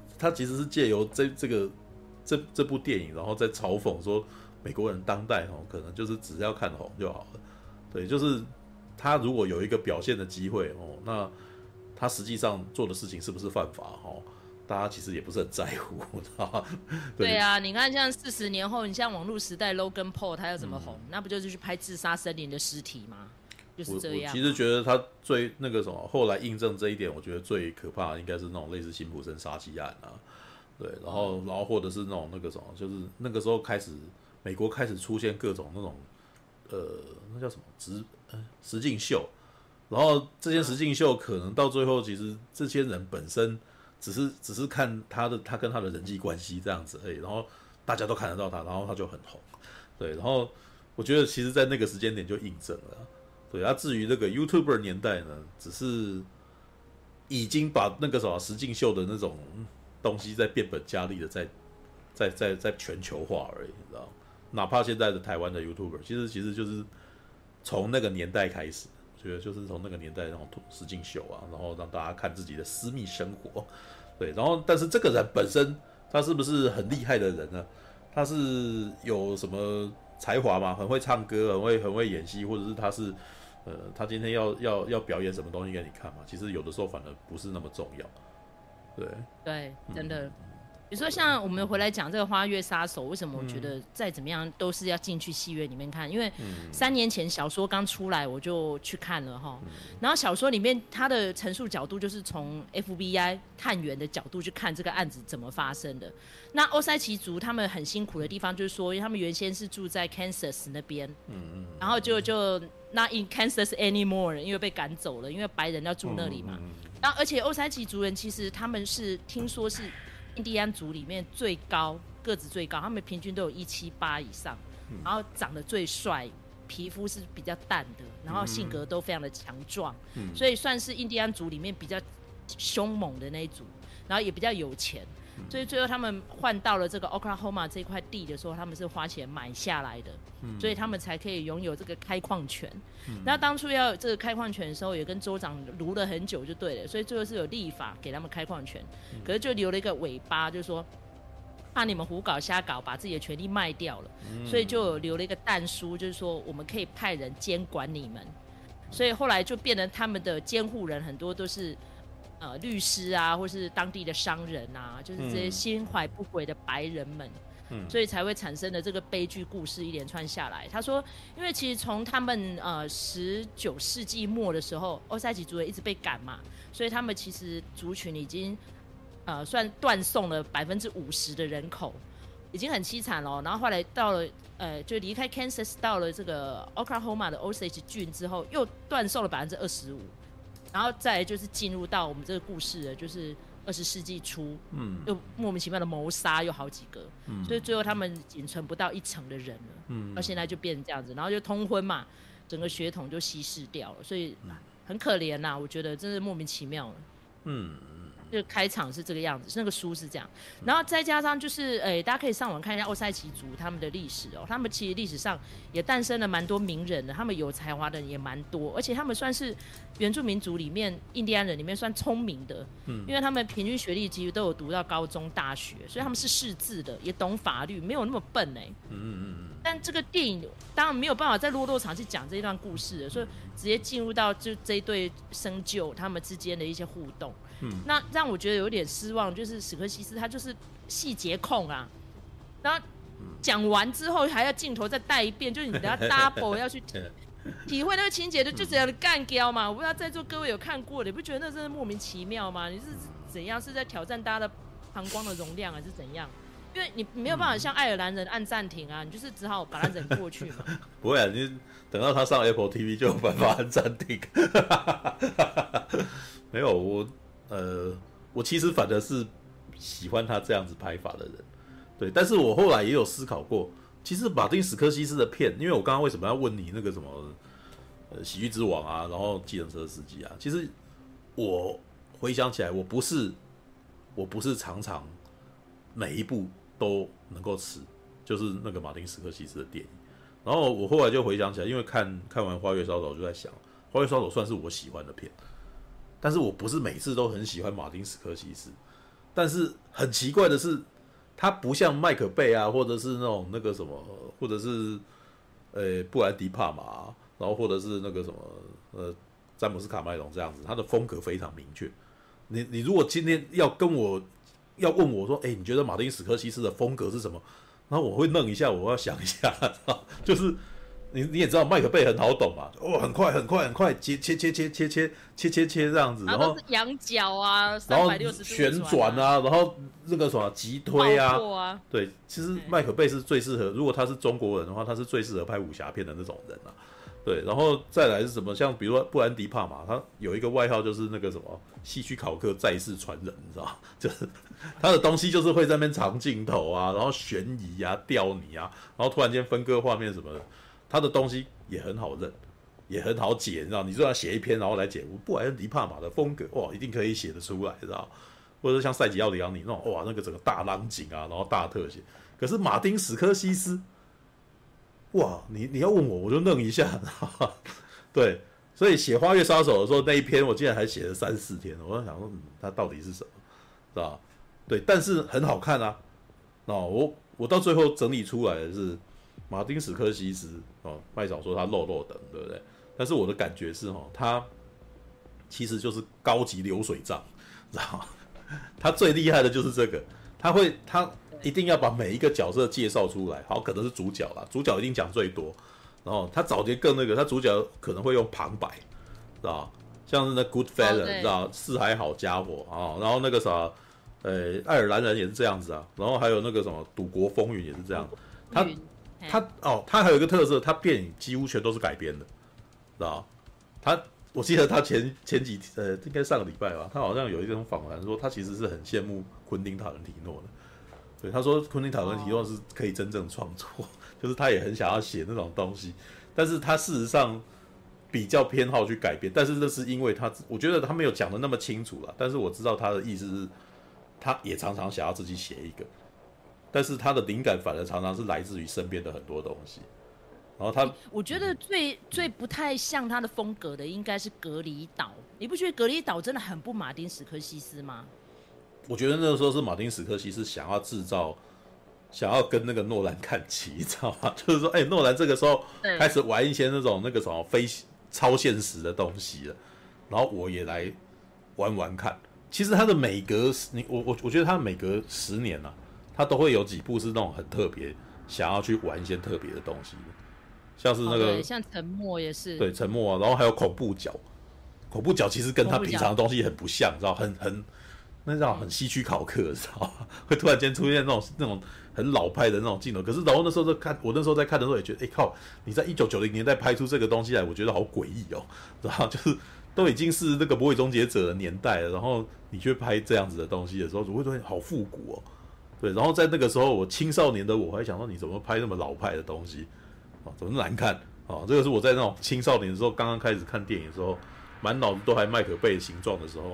这部电影，然后再嘲讽说美国人当代可能就是只要看红就好了，对，就是。他如果有一个表现的机会那他实际上做的事情是不是犯法大家其实也不是很在乎，知道吗？ 对啊，你看像40年后，你像网络时代 Logan Paul 他要怎么红？那不就是去拍自杀森林的尸体吗？就是这样。 我其实觉得他最那个什么，后来印证这一点，我觉得最可怕的应该是那种类似辛普森杀妻案啊，对，然后或者是那个什么，就是那个时候开始美国开始出现各种那种那叫什么实境秀，然后这些实境秀可能到最后，其实这些人本身只是看他跟他的人际关系这样子而已，然后大家都看得到他，然后他就很红，对，然后我觉得其实在那个时间点就印证了，对，至于那个 YouTuber 年代呢，只是已经把那个什么实境秀的那种东西在变本加厉的在全球化而已，你知道吗？哪怕现在的台湾的 YouTuber， 其实就是从那个年代开始，我觉得就是从那个年代然后实境秀啊，然后让大家看自己的私密生活，对，然后但是这个人本身他是不是很厉害的人呢？他是有什么才华吗？很会唱歌，很会演戏，或者是他今天要表演什么东西给你看嘛？其实有的时候反而不是那么重要， 对，真的。比如说像我们回来讲这个《花月杀手》，为什么我觉得再怎么样都是要进去戏院里面看？因为3年前小说刚出来我就去看了哈，然后小说里面它的陈述角度就是从 FBI 探员的角度去看这个案子怎么发生的。那欧塞奇族他们很辛苦的地方就是说，他们原先是住在 Kansas 那边，然后就 not in Kansas anymore， 因为被赶走了，因为白人要住那里嘛。然后而且欧塞奇族人其实他们是听说是印第安族里面个子最高，他们平均都有178以上，然后长得最帅，皮肤是比较淡的，然后性格都非常的强壮，所以算是印第安族里面比较凶猛的那一族，然后也比较有钱，所以最后他们换到了这个 Oklahoma 这块地的时候，他们是花钱买下来的，所以他们才可以拥有这个开矿权。那当初要有这个开矿权的时候，也跟州长撸了很久就对了，所以最后是有立法给他们开矿权，可是就留了一个尾巴，就是说怕你们胡搞瞎搞，把自己的权利卖掉了，所以就有留了一个但书，就是说我们可以派人监管你们，所以后来就变成他们的监护人很多都是律师啊，或是当地的商人啊，就是这些心怀不轨的白人们，所以才会产生了这个悲剧故事一连串下来。他说，因为其实从他们19世纪末的时候，欧塞奇族人一直被赶嘛，所以他们其实族群已经算断送了50%的人口，已经很凄惨了。然后后来到了就离开 Kansas 到了这个 Oklahoma 的 Osage 郡之后，又断送了25%。然后再来就是进入到我们这个故事了，就是20世纪初，又莫名其妙的谋杀又好几个，所以最后他们仅存不到1成的人了，到现在就变成这样子，然后就通婚嘛，整个血统就稀释掉了，所以很可怜呐，我觉得真是莫名其妙了。 就开场是这个样子，那个书是这样，然后再加上就是大家可以上网看一下欧塞奇族他们的历史哦，他们其实历史上也诞生了蛮多名人的，他们有才华的人也蛮多，而且他们算是原住民族里面印第安人里面算聪明的，因为他们平均学历几乎都有读到高中大学，所以他们是识字的，也懂法律，没有那么笨但这个电影当然没有办法在落落场去讲这一段故事了，所以直接进入到就这一对生就他们之间的一些互动。那让我觉得有点失望，就是史柯西斯他就是细节控啊，然后讲完之后还要镜头再带一遍，就是你等下 double 要去体会那个情节的，就只要干掉嘛。我不知道在座各位有看过的，你不觉得那真的莫名其妙吗？你是怎样是在挑战大家的膀胱的容量，还是怎样？因为你没有办法像爱尔兰人按暂停啊，你就是只好把它忍过去嘛。 不会啊，你等到他上 Apple TV 就有办法按暂停。没有我其实反而是喜欢他这样子拍法的人，对。但是我后来也有思考过，其实马丁·史柯西斯的片，因为我刚刚为什么要问你那个什么喜剧之王啊，然后计程车司机啊，其实我回想起来，我不是常常每一部都能够吃，就是那个马丁·史柯西斯的电影。然后我后来就回想起来，因为看完《花月烧手》，我就在想，《花月烧手》算是我喜欢的片，但是我不是每次都很喜欢马丁·史柯西斯。但是很奇怪的是，他不像麦可贝啊，或者是那个什么，或者是布兰迪·帕马啊，然后或者是那个什么詹姆斯·卡麦隆这样子，他的风格非常明确。你如果今天要问我说，你觉得马丁·史柯西斯的风格是什么？然后我会愣一下，我要想一下，就是你也知道麦可贝很好懂嘛，很快切这样子，然后都是仰角啊， 然后 360度旋转啊，然后那个什么急推啊，对，其实麦可贝是最适合，如果他是中国人的话，他是最适合拍武侠片的那种人啊。对，然后再来是什么？像比如说布兰迪·帕马，他有一个外号就是那个什么希区考克在世传人，你知道吗？就是他的东西就是会在那边长镜头啊，然后悬疑啊、吊你啊，然后突然间分割画面什么的，他的东西也很好认，也很好解，你知道？你就要写一篇然后来解布兰迪·帕马的风格，哇，一定可以写得出来，知道？或者像赛吉奥里昂尼那种，哇，那个整个大浪景啊，然后大特写。可是马丁·史柯西斯。哇，你要问我，我就愣一下，对，所以写《花月杀手》的时候，那一篇我竟然还写了3-4天，我在想说，它到底是什么，是吧？对，但是很好看啊。我到最后整理出来的是马丁·史柯西斯麦嫂说他漏等，对不对？但是我的感觉是他其实就是高级流水账，知道吗？他最厉害的就是这个，他一定要把每一个角色介绍出来，好，可能是主角啦，主角一定讲最多。然后他早年更那个，他主角可能会用旁白，知道？像是那 Goodfellas， 知道？是还好家伙啊。然后那个啥，爱尔兰人也是这样子啊。然后还有那个什么赌国风云也是这样。他还有一个特色，他电影几乎全都是改编的，知道？我记得他前几应该上个礼拜吧，他好像有一种访谈说，他其实是很羡慕昆汀塔伦提诺的。对，他说昆汀塔伦提诺是可以真正创作，就是他也很想要写那种东西，但是他事实上比较偏好去改编，但是这是因为我觉得他没有讲的那么清楚啦，但是我知道他的意思是，他也常常想要自己写一个，但是他的灵感反而常常是来自于身边的很多东西，然后我觉得最不太像他的风格的应该是格里岛，你不觉得格里岛真的很不马丁·史柯西斯吗？ 我觉得那个时候是马丁·史柯西斯想要跟那个诺兰看齐，你知道吗？就是说，诺兰这个时候开始玩一些那个什么非超现实的东西了，然后我也来玩看。其实他的每隔我觉得他每隔10年啊，他都会有几部是那种很特别，想要去玩一些特别的东西的，像是那个像沉默也是， 对沉默啊，然后还有恐怖角其实跟他平常的东西很不像，你知道，那种很希区考克，知道吗？会突然间出现那种很老派的那种镜头。可是然后我那时候在看的时候也觉得，靠！你在1990年代拍出这个东西来，我觉得好诡异哦，知道吗？就是都已经是那个《魔鬼终结者》的年代了，然后你去拍这样子的东西的时候，我会觉得好复古哦。对，然后在那个时候，我青少年的我还想说，你怎么拍那么老派的东西啊？怎么那么难看啊？这个是我在那种青少年的时候，刚刚开始看电影的时候，满脑子都还麦可贝形状的时候。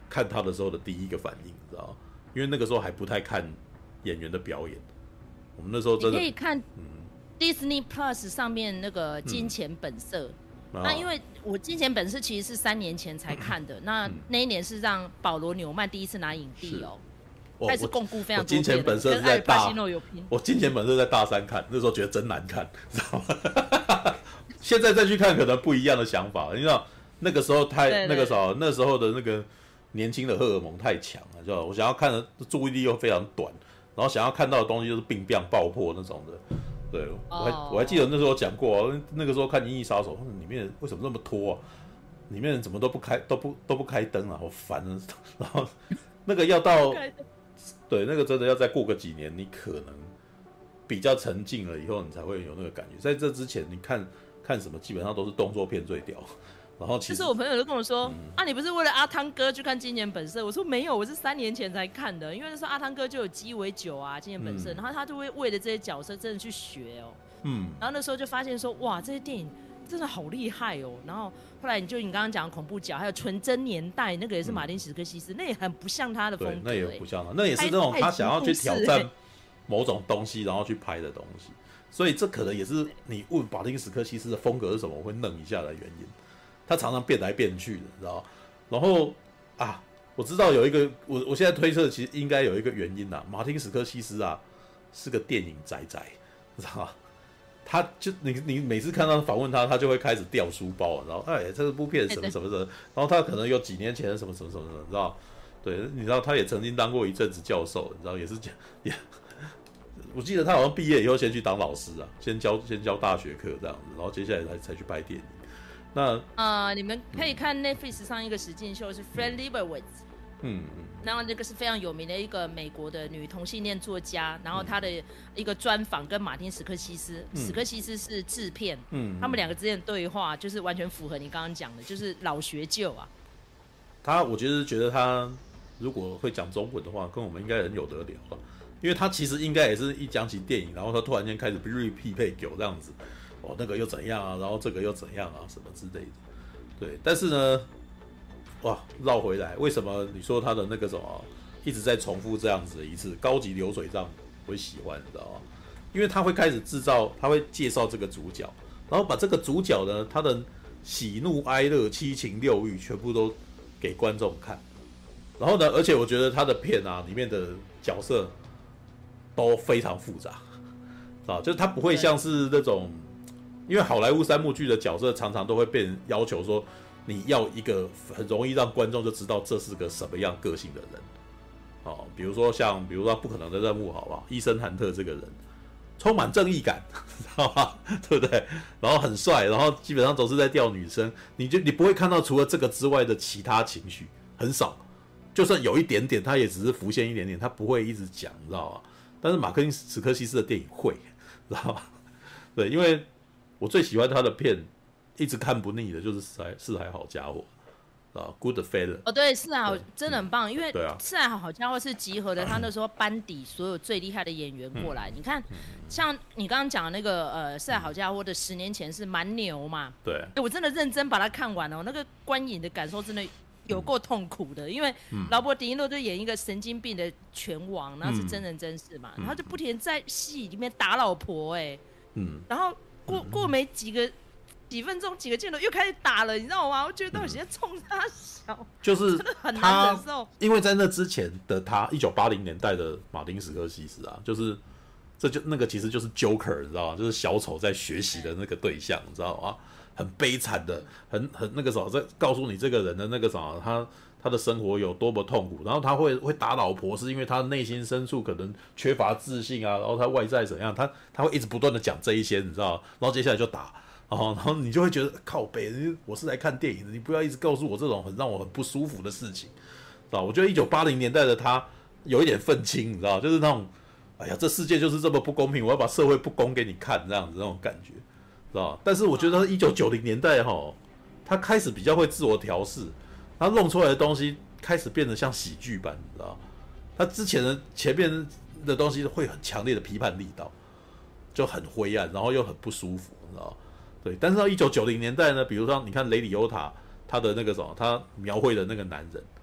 看他的时候的第一个反应，你知道吗？因为那个时候还不太看演员的表演，我们那时候真的你可以看Disney Plus 上面那个《金钱本色》那因为我《金钱本色》其实是3年前才看的，那一年是让保罗纽曼第一次拿影帝哦。还是共估非常多金钱本色是在大， 我金钱本色在大3看，那时候觉得真难看，知道吗？现在再去看可能不一样的想法，你知道那个时候那时候的那个年轻的荷尔蒙太强了，知道我想要看的注意力又非常短，然后想要看到的东西就是病变爆破那种的。对，我还记得那时候讲过，那个时候看《银翼杀手》，里面为什么那么拖啊？里面怎么都不开灯啊，好烦啊！然后那个要到。对，那个真的要再过个几年，你可能比较沉静了以后，你才会有那个感觉。在这之前，你看什么，基本上都是动作片最屌。然后其实我朋友都跟我说，你不是为了阿汤哥去看《金钱本色》？我说没有，我是3年前才看的，因为那时候阿汤哥就有鸡尾酒啊，《金钱本色》然后他就会为了这些角色真的去学哦。然后那时候就发现说，哇，这些电影真的好厉害哦。然后后来你刚刚讲的恐怖角，还有纯真年代那个也是马丁史科西斯，那也很不像他的风格， 那也不像他，那也是那种他想要去挑战某种东西，然后去拍的东西。所以这可能也是你问马丁史科西斯的风格是什么，我会愣一下的原因。他常常变来变去的，你知道？然后我知道有一个，我现在推测其实应该有一个原因啦。马丁史科西斯是个电影宅宅，你知道吗？他就你每次看到访问他就会开始掉书包，然后这部片什么什么的，然后他可能有几年前什么什么什么的，你知道？对，你知道他也曾经当过一阵子教授，你知道也是我记得他好像毕业以后先去当老师啊，先教大学课这样子，然后接下来才去拍电影。那你们可以看 Netflix 上一个实境秀是 Fred Lebowitz。然后那个是非常有名的一个美国的女同性恋作家，然后她的一个专访跟马丁史科西斯，史科西斯是制片，他们2个之间的对话就是完全符合你刚刚讲的，就是老学究啊。 我觉得他如果会讲中文的话，跟我们应该很有得聊吧，因为他其实应该也是一讲起电影，然后他突然间开始匹配狗这样子，那个又怎样啊，然后这个又怎样啊，什么之类的。对，但是呢。绕回来，为什么你说他的那个什么一直在重复这样子的一次高级流水账会喜欢，你知道吗？因为他会开始他会介绍这个主角，然后把这个主角呢，他的喜怒哀乐、七情六欲全部都给观众看。然后呢，而且我觉得他的片里面的角色都非常复杂，就是他不会像是那种，因为好莱坞3部剧的角色常常都会被人要求说。你要一个很容易让观众就知道这是个什么样个性的人，比如说不可能的任务，好不好？伊森·韩特这个人充满正义感，知道吗？对不对？然后很帅，然后基本上都是在钓女生，你不会看到除了这个之外的其他情绪很少，就算有一点点，他也只是浮现一点点，他不会一直讲，你知道吗？但是马丁·史科西斯的电影会，知道吗？对，因为我最喜欢他的片。一直看不腻的就是四海好家伙，Goodfellas。 对，四海好真的很棒，因为四海好家伙是集合了他那时候班底所有最厉害的演员过来。你看，像你刚刚讲的那个四海好家伙的10年前是蛮牛嘛， 对， 我真的认真把它看完了，那个观影的感受真的有够痛苦的，因为劳勃·迪尼洛就演一个神经病的拳王，那是真人真事嘛，然后就不停在戏里面打老婆，然后过没几分钟几个镜头又开始打了，你知道吗？我觉得到底在冲他笑， 就是很难忍受。 因为在那之前的他，1980年代的马丁史科西斯就是那个其实就是 Joker， 你知道吗？就是小丑在学习的那个对象，你知道吗？很悲惨的，很那个什么，在告诉你这个人的那个什么，他的生活有多么痛苦，然后他会打老婆，是因为他内心深处可能缺乏自信啊，然后他外在怎样，他会一直不断的讲这一些，你知道吗？然后接下来就打。然后你就会觉得靠北，我是来看电影的，你不要一直告诉我这种让我很不舒服的事情，知道？我觉得1980年代的他有一点愤青，你知道，就是那种，哎呀，这世界就是这么不公平，我要把社会不公给你看，这样子那种感觉，知道？但是我觉得1990年代他开始比较会自我调试，他弄出来的东西开始变得像喜剧般，你知道？他之前的前面的东西会很强烈的批判力道，就很灰暗，然后又很不舒服，你知道？对，但是到1990年代呢，比如说你看雷里欧塔他的那个什么，他描绘的那个男人，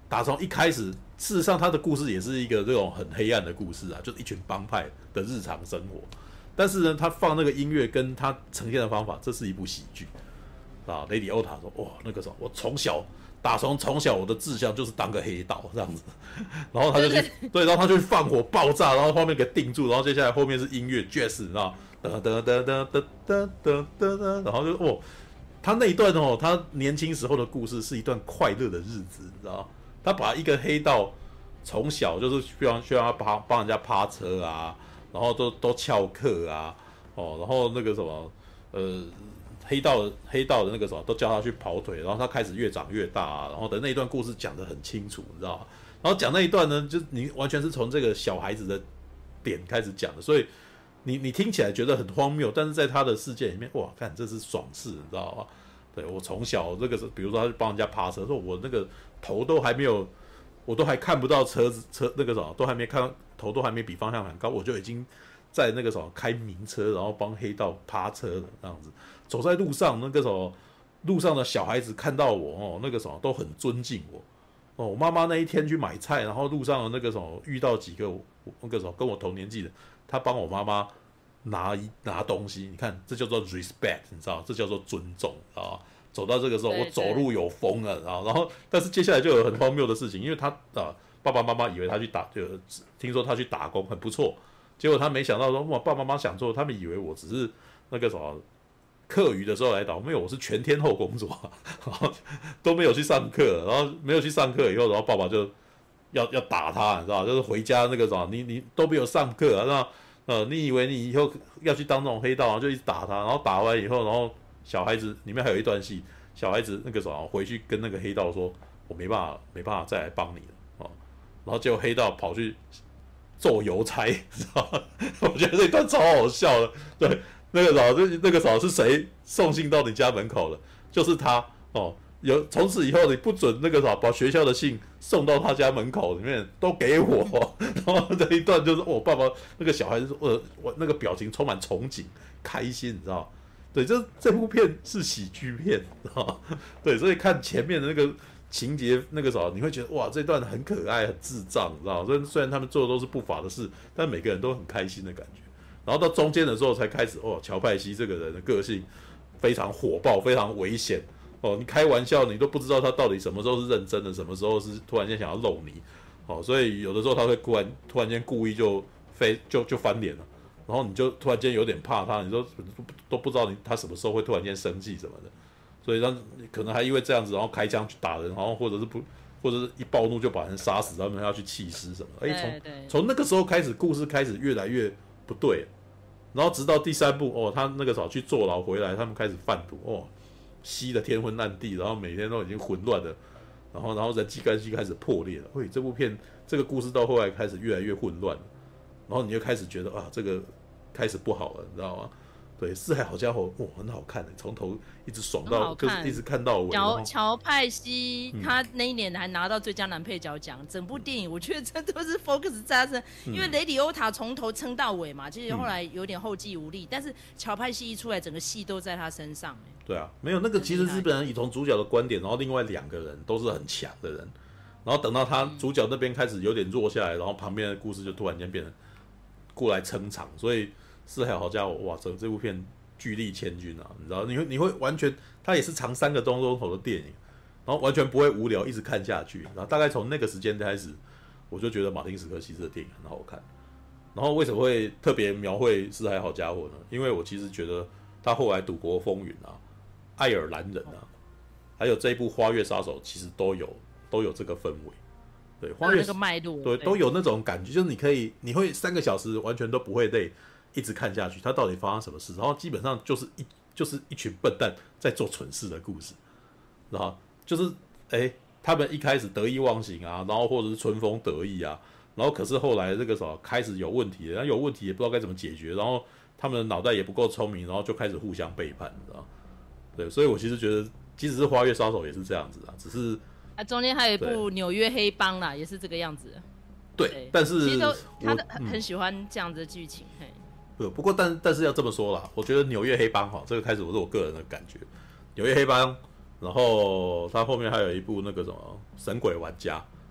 打从一开始，事实上他的故事也是一个这种很黑暗的故事啊，就是一群帮派的日常生活。但是呢，他放那个音乐跟他呈现的方法，这是一部喜剧啊。雷迪欧塔说：“哇，那个时候我从小我的志向就是当个黑道这样子。”然后他就去对，然后他就去放火爆炸，然后画面给定住，然后接下来后面是音乐 jazz， 你知道，噔噔噔噔噔噔噔噔，然后就哦，他那一段哦，他年轻时候的故事是一段快乐的日子，你知道，他把一个黑道从小就是需要他帮人家趴车啊。然后都翘课啊，哦，然后那个什么，黑道的那个什么，都叫他去跑腿，然后他开始越长越大啊，然后的那一段故事讲得很清楚，你知道吗？然后讲那一段呢，就你完全是从这个小孩子的点开始讲的，所以你听起来觉得很荒谬，但是在他的世界里面，哇，看这是爽事，你知道吗？对我从小这个，比如说他去帮人家趴车，说我那个头都还没有，我都还看不到车那个什么，都还没看。头都还没比方向盘高，我就已经在那个什么开名车，然后帮黑道趴车了，这样子走在路上，那个什么路上的小孩子看到我哦，那个什么都很尊敬我哦。我妈妈那一天去买菜，然后路上的那个什么遇到几个那个什么跟我同年纪的，他帮我妈妈拿东西，你看这叫做 respect， 你知道，这叫做尊重啊。走到这个时候，我走路有风了，然后但是接下来就有很荒谬的事情，因为他爸爸妈妈以为他去听说他去打工很不错，结果他没想到说，哇，爸爸妈妈想做，他们以为我只是那个什么课余的时候来打工，没有，我是全天候工作，然后都没有去上课，然后没有去上课以后，然后爸爸就要打他，你知道，就是回家那个什么，你都没有上课啊，那你以为你以后要去当那种黑道，然后就一直打他，然后打完以后，然后小孩子里面还有一段戏，小孩子那个什么回去跟那个黑道说，我没办法再来帮你了。然后结果黑道跑去做邮差，知道吗？我觉得这段超好笑的。对，那个时候是谁送信到你家门口的？就是他哦。从此以后你不准那个把学校的信送到他家门口里面，都给我。然后这一段就是我爸爸那个小孩子，我那个表情充满憧憬、开心，你知道吗？对，这部片是喜剧片，知道吗？对，所以看前面的那个。情节那个你会觉得哇，这段很可爱、很智障，你知道吗？虽然他们做的都是不法的事，但每个人都很开心的感觉。然后到中间的时候才开始，乔派西这个人的个性非常火爆、非常危险。你开玩笑，你都不知道他到底什么时候是认真的，什么时候是突然间想要露你。所以有的时候他会突然间故意就翻脸了，然后你就突然间有点怕他，你都不知道他什么时候会突然间生气什么的。所以他可能还因为这样子，然后开枪去打人，然后或者是一暴怒就把人杀死，他们要去弃尸什么的。从那个时候开始，故事开始越来越不对，然后直到第3部他那个时候去坐牢回来，他们开始贩毒吸得天昏暗地，然后每天都已经混乱了，然后人际关系开始破裂了。这部片这个故事到后来开始越来越混乱了，然后你就开始觉得这个开始不好了，你知道吗？对，四海好家伙，很好看的，从头一直爽到，就是一直看到尾。 乔派西他那一年还拿到最佳男配角奖，整部电影我觉得这都是 focus 在他身，因为雷迪欧塔从头撑到尾嘛，其实后来有点后继无力，但是乔派西一出来，整个戏都在他身上。 对啊，没有那个，其实日本人以从主角的观点，然后另外2个人都是很强的人，然后等到他主角那边开始有点弱下来，然后旁边的故事就突然间变成过来撑场，所以。四海好家伙，哇！这部片巨力千钧啊，你知道，你会完全，它也是长3个多钟头的电影，然后完全不会无聊，一直看下去。然后大概从那个时间开始，我就觉得马丁·史柯西斯的电影很好看。然后为什么会特别描绘四海好家伙呢？因为我其实觉得他后来《赌国风云》啊、爱尔兰人啊，还有这一部《花月杀手》，其实都有这个氛围。对，花月那个脉络， 对，都有那种感觉，就是你会3个小时完全都不会累。一直看下去，他到底发生什么事？然后基本上就是一群笨蛋在做蠢事的故事，然后就是他们一开始得意忘形啊，然后或者是春风得意啊，然后可是后来这个开始有问题了，然后有问题也不知道该怎么解决，然后他们的脑袋也不够聪明，然后就开始互相背叛，你知道？对，所以我其实觉得，即使是《花月杀手》也是这样子啊，只是中间还有一部《纽约黑帮》啦，也是这个样子。 对，但是其实他很喜欢这样子的剧情。 不过但是要这么说啦，我觉得纽约黑帮这个开始我个人的感觉，纽约黑帮，然后他后面还有一部那个什么神鬼玩家，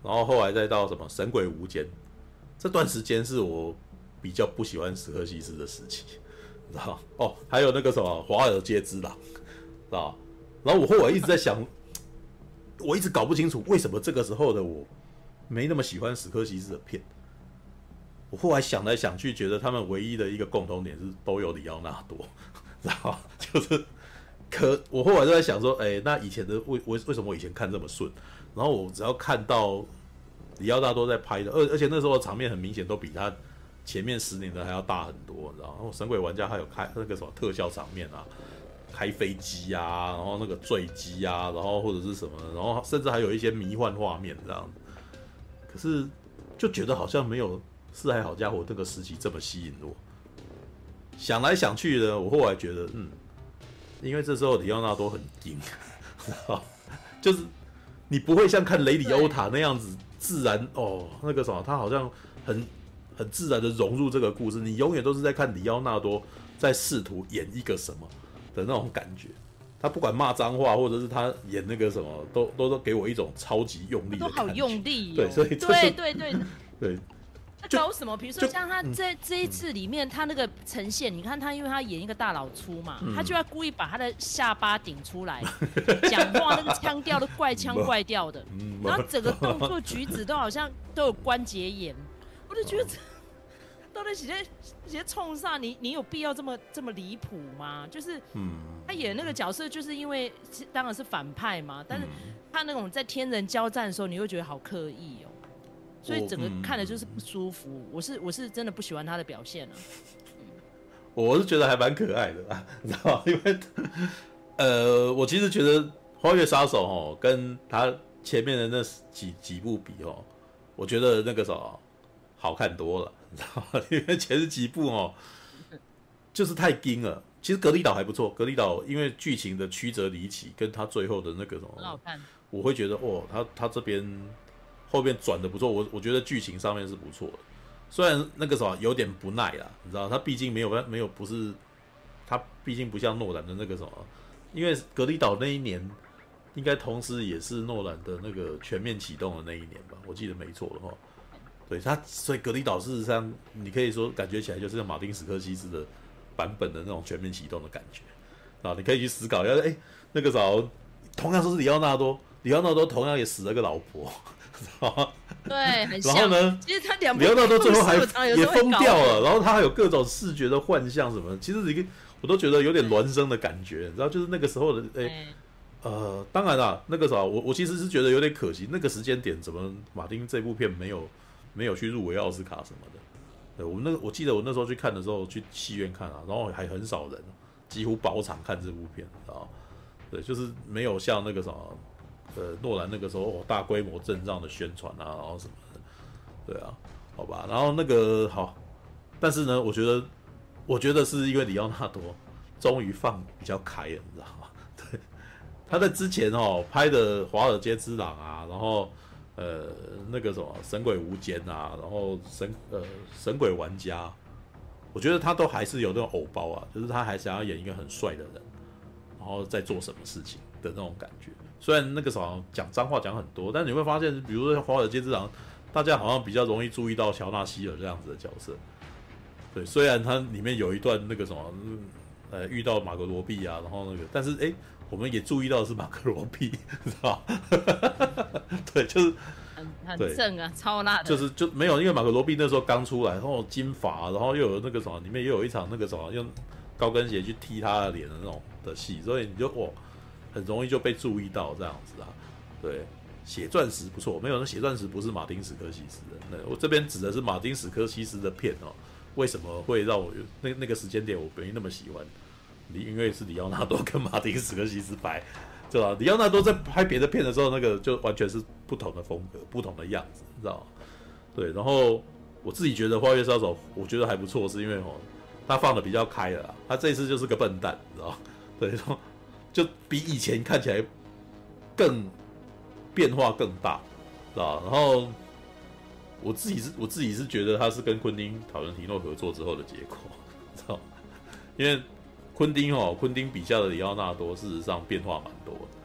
然后后来再到什么《神鬼无间》，这段时间是我比较不喜欢史克西斯的时期，你知道哦，还有那个什么《华尔街之狼》，知道？然后我后来一直在想，我一直搞不清楚为什么这个时候的我没那么喜欢史克西斯的片。我后来想来想去，觉得他们唯一的一个共同点是都有里奥纳多，知道？就是我后来就在想说，那以前的为什么我以前看这么顺？然后我只要看到里奥纳多在拍的，而且那时候的场面很明显都比他前面10年的还要大很多，你知道？然后神鬼玩家还有开那个什么特效场面啊，开飞机啊，然后那个坠机啊，然后或者是什么，然后甚至还有一些迷幻画面这样子。可是就觉得好像没有《四海好家伙》那个时期这么吸引我。想来想去呢，我后来觉得，因为这时候里奥纳多很硬，就是你不会像看雷里欧塔那样子自然那个什么，他好像很自然的融入这个故事。你永远都是在看里奥纳多在试图演一个什么的那种感觉。他不管骂脏话，或者是他演那个什么，都给我一种超级用力的感觉。 都好用力对，所以对。 他搞什么？比如说像他这一次里面，他那个呈现，你看他，因为他演一个大老粗嘛，他就要故意把他的下巴顶出来，讲话那个腔调都怪腔怪调的，然后整个动作举止都好像都有关节炎，我就觉得到底直接冲上你有必要这么离谱吗？就是他演那个角色，就是因为当然是反派嘛，但是他那种在天人交战的时候，你会觉得好刻意哦。所以整个看的就是不舒服，我是真的不喜欢他的表现啊。 我是觉得还蛮可爱的啦，你知道吗？因为我其实觉得《花月杀手》跟他前面的那几部比我觉得那个好看多了，你知道吗？因为前几部就是太硬了。其实《格里岛》还不错，《格里岛》因为剧情的曲折离奇，跟他最后的那个很好看， 我会觉得他这边。后面转的不错，我觉得剧情上面是不错的，虽然那个有点不耐啦，你知道，他毕竟没有不是，他毕竟不像诺兰的那个什么，因为格里岛那一年应该同时也是诺兰的那个全面启动的那一年吧，我记得没错的话，对他，所以格里岛事实上你可以说感觉起来就是像马丁史科西斯的版本的那种全面启动的感觉，啊，你可以去思考一下，那个同样是里奥纳多同样也死了个老婆。 对，很像。 然后呢？ 其实他两部里奥纳多最后还也疯掉了，然后他还有各种视觉的幻象什么，其实我都觉得有点孪生的感觉，你知道，就是那个时候的当然啦，那个我其实是觉得有点可惜，那个时间点怎么马丁这部片没有去入围奥斯卡什么的。对，我记得我那时候去看的时候去戏院看啊，然后还很少人，几乎包场看这部片啊。对，就是没有像那个诺兰那个时候大规模阵仗的宣传啊，然后什么的，对啊，好吧，然后那个好，但是呢，我觉得是因为里奥纳多终于放比较开了，你知道吗？对，他在之前拍的《华尔街之狼》啊，然后那个什么《神鬼无间》啊，然后神鬼玩家，我觉得他都还是有那种偶包啊，就是他还想要演一个很帅的人，然后在做什么事情的那种感觉。虽然那个讲脏话讲很多，但你会发现，比如说《华尔街之狼》，大家好像比较容易注意到乔纳希尔这样子的角色。对，虽然他里面有一段那个遇到马格罗毕啊，然后那个，但是我们也注意到的是马格罗毕，知道吧？对，就是很正啊，超辣的。就没有，因为马格罗毕那时候刚出来，然后金发，然后又有那个里面又有一场那个用高跟鞋去踢他的脸的那种的戏，所以你就很容易就被注意到这样子啊。对，血钻石不错，没有，那血钻石不是马丁史科西斯的，我这边指的是马丁史科西斯的片为什么会让我那个时间点我没那么喜欢？因为是里奥纳多跟马丁史科西斯拍，对吧？里奥纳多在拍别的片的时候，那个就完全是不同的风格、不同的样子，你知道吗？对，然后我自己觉得《花月杀手》我觉得还不错，是因为他放的比较开了啦，他这一次就是个笨蛋，你知道吗？对，就比以前看起来更变化更大，知道吧？然后我自己是觉得他是跟昆汀·塔伦提诺合作之后的结果，知道吗？因为昆汀笔下的里奥纳多事实上变化蛮多的，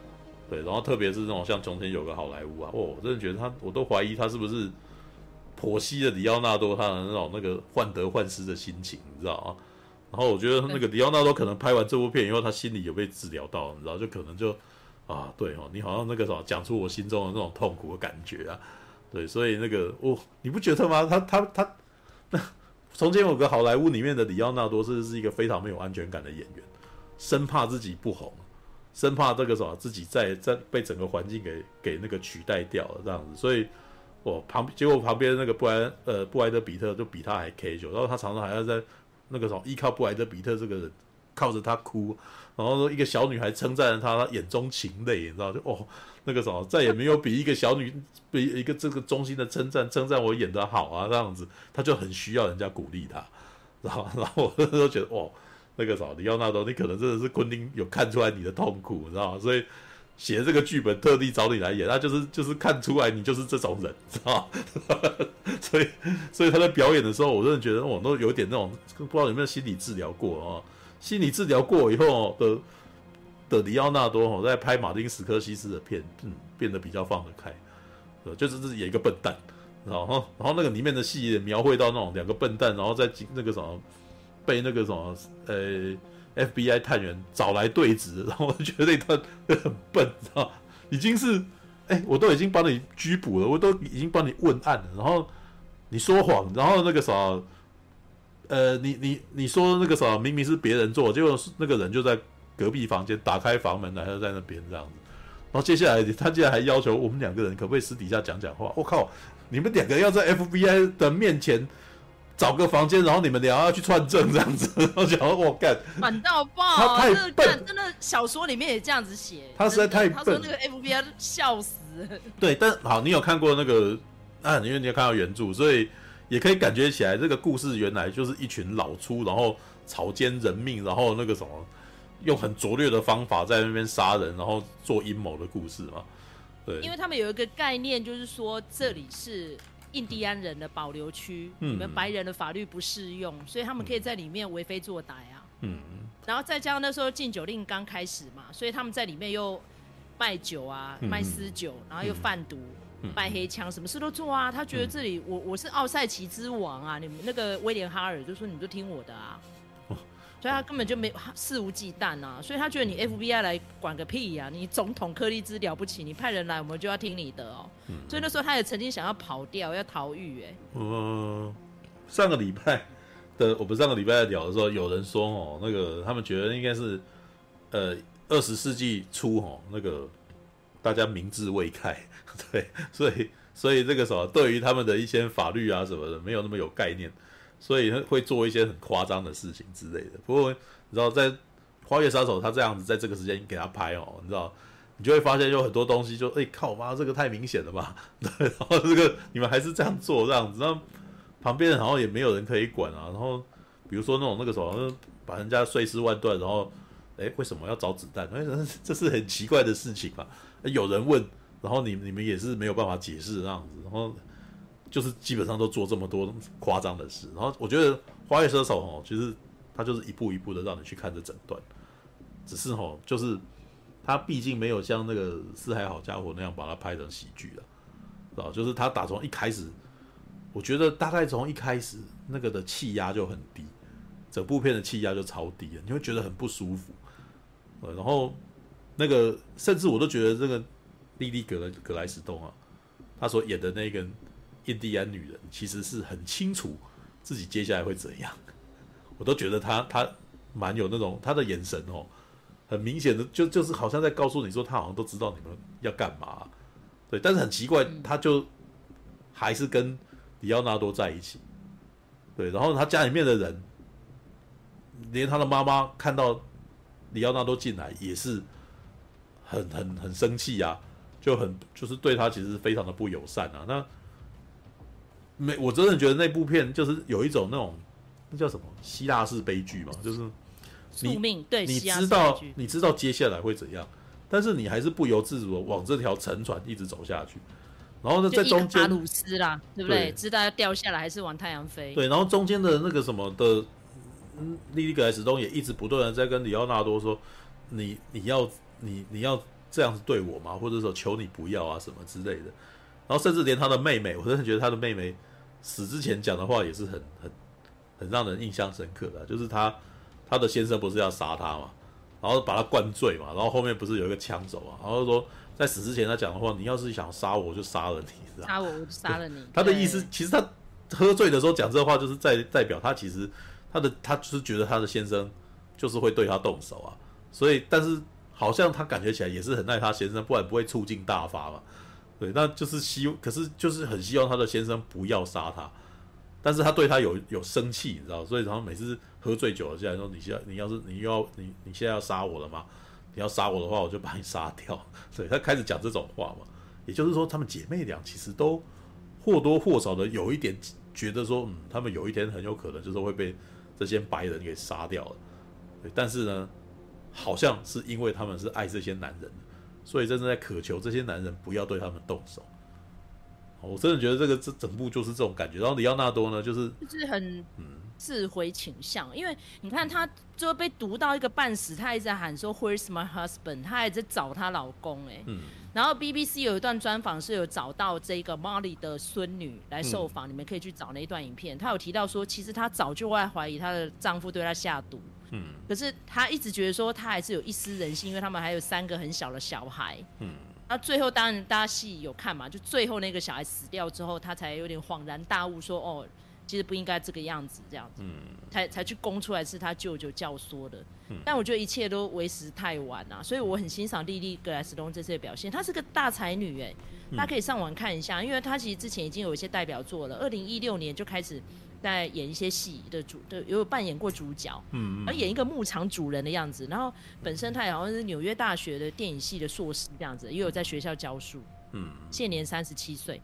对，然后特别是那种像从前有个好莱坞啊，我真的觉得我都怀疑他是不是剖析了里奥纳多他的那个患得患失的心情，你知道吗？然后我觉得那个里奥纳多可能拍完这部片以后，他心里有被治疗到，你知道，就可能就对哦，你好像那个什么讲出我心中的那种痛苦的感觉啊，对，所以那个你不觉得吗？他那从前有个好莱坞里面的里奥纳多是一个非常没有安全感的演员，生怕自己不红，生怕这个什么自己在被整个环境给那个取代掉了这样子，所以结果旁边那个布莱德比特就比他还 casual， 然后他常常还要在那个什么依靠布莱德比特这个人靠着他哭，然后一个小女孩称赞他眼中噙泪，你知道就那个什么再也没有比一个比一个这个衷心的称赞我演得好啊这样子，他就很需要人家鼓励他，然后我那时候觉得那个什么里奥纳多，你可能真的是昆汀有看出来你的痛苦，你知道吗？所以写这个剧本特地找你来演，他就是看出来你就是这种人，知道吗？所以他在表演的时候，我真的觉得都有点那种不知道有没有心理治疗过心理治疗过以后的里奥纳多在拍马丁斯科西斯的片，变得比较放得开，就是演一个笨蛋，然后那个里面的戏也描绘到那种两个笨蛋，然后在那个什么被那个什么FBI 探员找来对质，然后我觉得那段很笨，知道吗？已经是我都已经帮你拘捕了，我都已经帮你问案了，然后你说谎，然后那个啥你说那个啥明明是别人做，结果那个人就在隔壁房间打开房门来，他就在那边这样子，然后接下来他竟然还要求我们两个人可不可以私底下讲话？我靠，你们两个要在 FBI 的面前找个房间，然后你们俩要去串证这样子，然后讲干满到爆， 他太笨， 真的小说里面也这样子写， 他实在太笨， 他说那个 FBI 笑死了。 对，但好，你有看过那个因为你有看到原著，所以也可以感觉起来这个故事原来就是一群老粗，然后草菅人命，然后那个什么用很拙劣的方法在那边杀人，然后做阴谋的故事嘛。对， 因为他们有一个概念，就是说这里是印第安人的保留区，你们白人的法律不适用，所以他们可以在里面为非作歹啊。然后再加上那时候禁酒令刚开始嘛，所以他们在里面又卖酒啊，卖私酒，然后又贩毒。卖黑枪，什么事都做啊！他觉得这里我是奥赛奇之王啊！你们那个威廉哈尔就说你就听我的啊，所以他根本就没肆无忌惮啊！所以他觉得你 FBI 来管个屁啊！你总统柯立芝了不起，你派人来我们就要听你的哦。所以那时候他也曾经想要跑掉，要逃狱上个礼拜在聊的时候，有人说那个他们觉得应该是20世纪初那个大家民智未开。对，所以这个什么，对于他们的一些法律啊什么的，没有那么有概念，所以会做一些很夸张的事情之类的。不过你知道，在《花月杀手》他这样子在这个时间给他拍你知道，你就会发现有很多东西就靠妈，这个太明显了吧？对，然后这个你们还是这样做这样子，然后旁边好像也没有人可以管啊。然后比如说那个什么，把人家碎尸万段，然后为什么要找子弹？这是很奇怪的事情嘛。有人问。然后你们也是没有办法解释这样子，然后就是基本上都做这么多夸张的事。然后我觉得《花月杀手》其实他就是一步一步的让你去看这整段，只是就是他毕竟没有像那个《四海好家伙》那样把它拍成喜剧了，知道？就是他打从一开始，我觉得大概从一开始那个的气压就很低，整部片的气压就超低了，你会觉得很不舒服。然后那个甚至我都觉得这个。莉莉格莱斯东啊，他所演的那个印第安女人，其实是很清楚自己接下来会怎样。我都觉得他蛮有那种他的眼神很明显的就是好像在告诉你说，他好像都知道你们要干嘛。对，但是很奇怪，他就还是跟里奥纳多在一起。对，然后他家里面的人，连他的妈妈看到里奥纳多进来也是很生气啊。就是对他其实非常的不友善啊。我真的觉得那部片就是有一种那叫什么希腊式悲剧嘛，就是宿命，对， 你知道接下来会怎样，但是你还是不由自主的往这条沉船一直走下去。然后呢，在中间， 巴鲁斯啦，对不对？知道要掉下来还是往太阳飞？ 对，然后中间的那个什么的，莉莉格莱斯东也一直不断的在跟里奥纳多说，你要这样子对我吗？或者说求你不要啊什么之类的。然后甚至连他的妹妹，我真的觉得他的妹妹死之前讲的话也是很让人印象深刻的，就是他的先生不是要杀他嘛，然后把他灌醉嘛，然后后面不是有一个枪手嘛，然后说在死之前他讲的话，你要是想杀我，我就杀了你， 杀我就杀了你。 他的意思其实他喝醉的时候讲这话，就是代表他其实他就是觉得他的先生就是会对他动手啊，所以但是好像他感觉起来也是很爱他先生，不然不会触境大发嘛。对，那就是可是就是很希望他的先生不要杀他，但是他对他有生气，你知道，所以然后每次喝醉酒了下来说，你现在要杀我了吗？你要杀我的话，我就把你杀掉。对，他开始讲这种话嘛，也就是说，她们姐妹俩其实都或多或少的有一点觉得说，他们有一天很有可能就是会被这些白人给杀掉了。对，但是呢，好像是因为他们是爱这些男人的，所以真的在渴求这些男人不要对他们动手。我真的觉得这整部就是这种感觉。然后里奥纳多呢，就是很自毁倾向，因为你看他最后被毒到一个半死，他一直在喊说 Where's my husband， 他还在找她老公然后 BBC 有一段专访是有找到这个 Molly 的孙女来受访，你们可以去找那一段影片。她有提到说，其实她早就在怀疑她的丈夫对她下毒，可是她一直觉得说她还是有一丝人性，因为他们还有3个很小的小孩，那最后当然大家戏有看嘛，就最后那个小孩死掉之后，她才有点恍然大悟说，哦，其实不应该这个样子，这样子，才去供出来是他舅舅教唆的。但我觉得一切都为时太晚啊，所以我很欣赏莉莉·格莱斯东这次的表现。她是个大才女大家可以上网看一下，因为她其实之前已经有一些代表作了，2016年就开始在演一些戏的有扮演过主角，而演一个牧场主人的样子。然后本身她也好像是纽约大学的电影系的硕士这样子，也有在学校教书。现年37岁。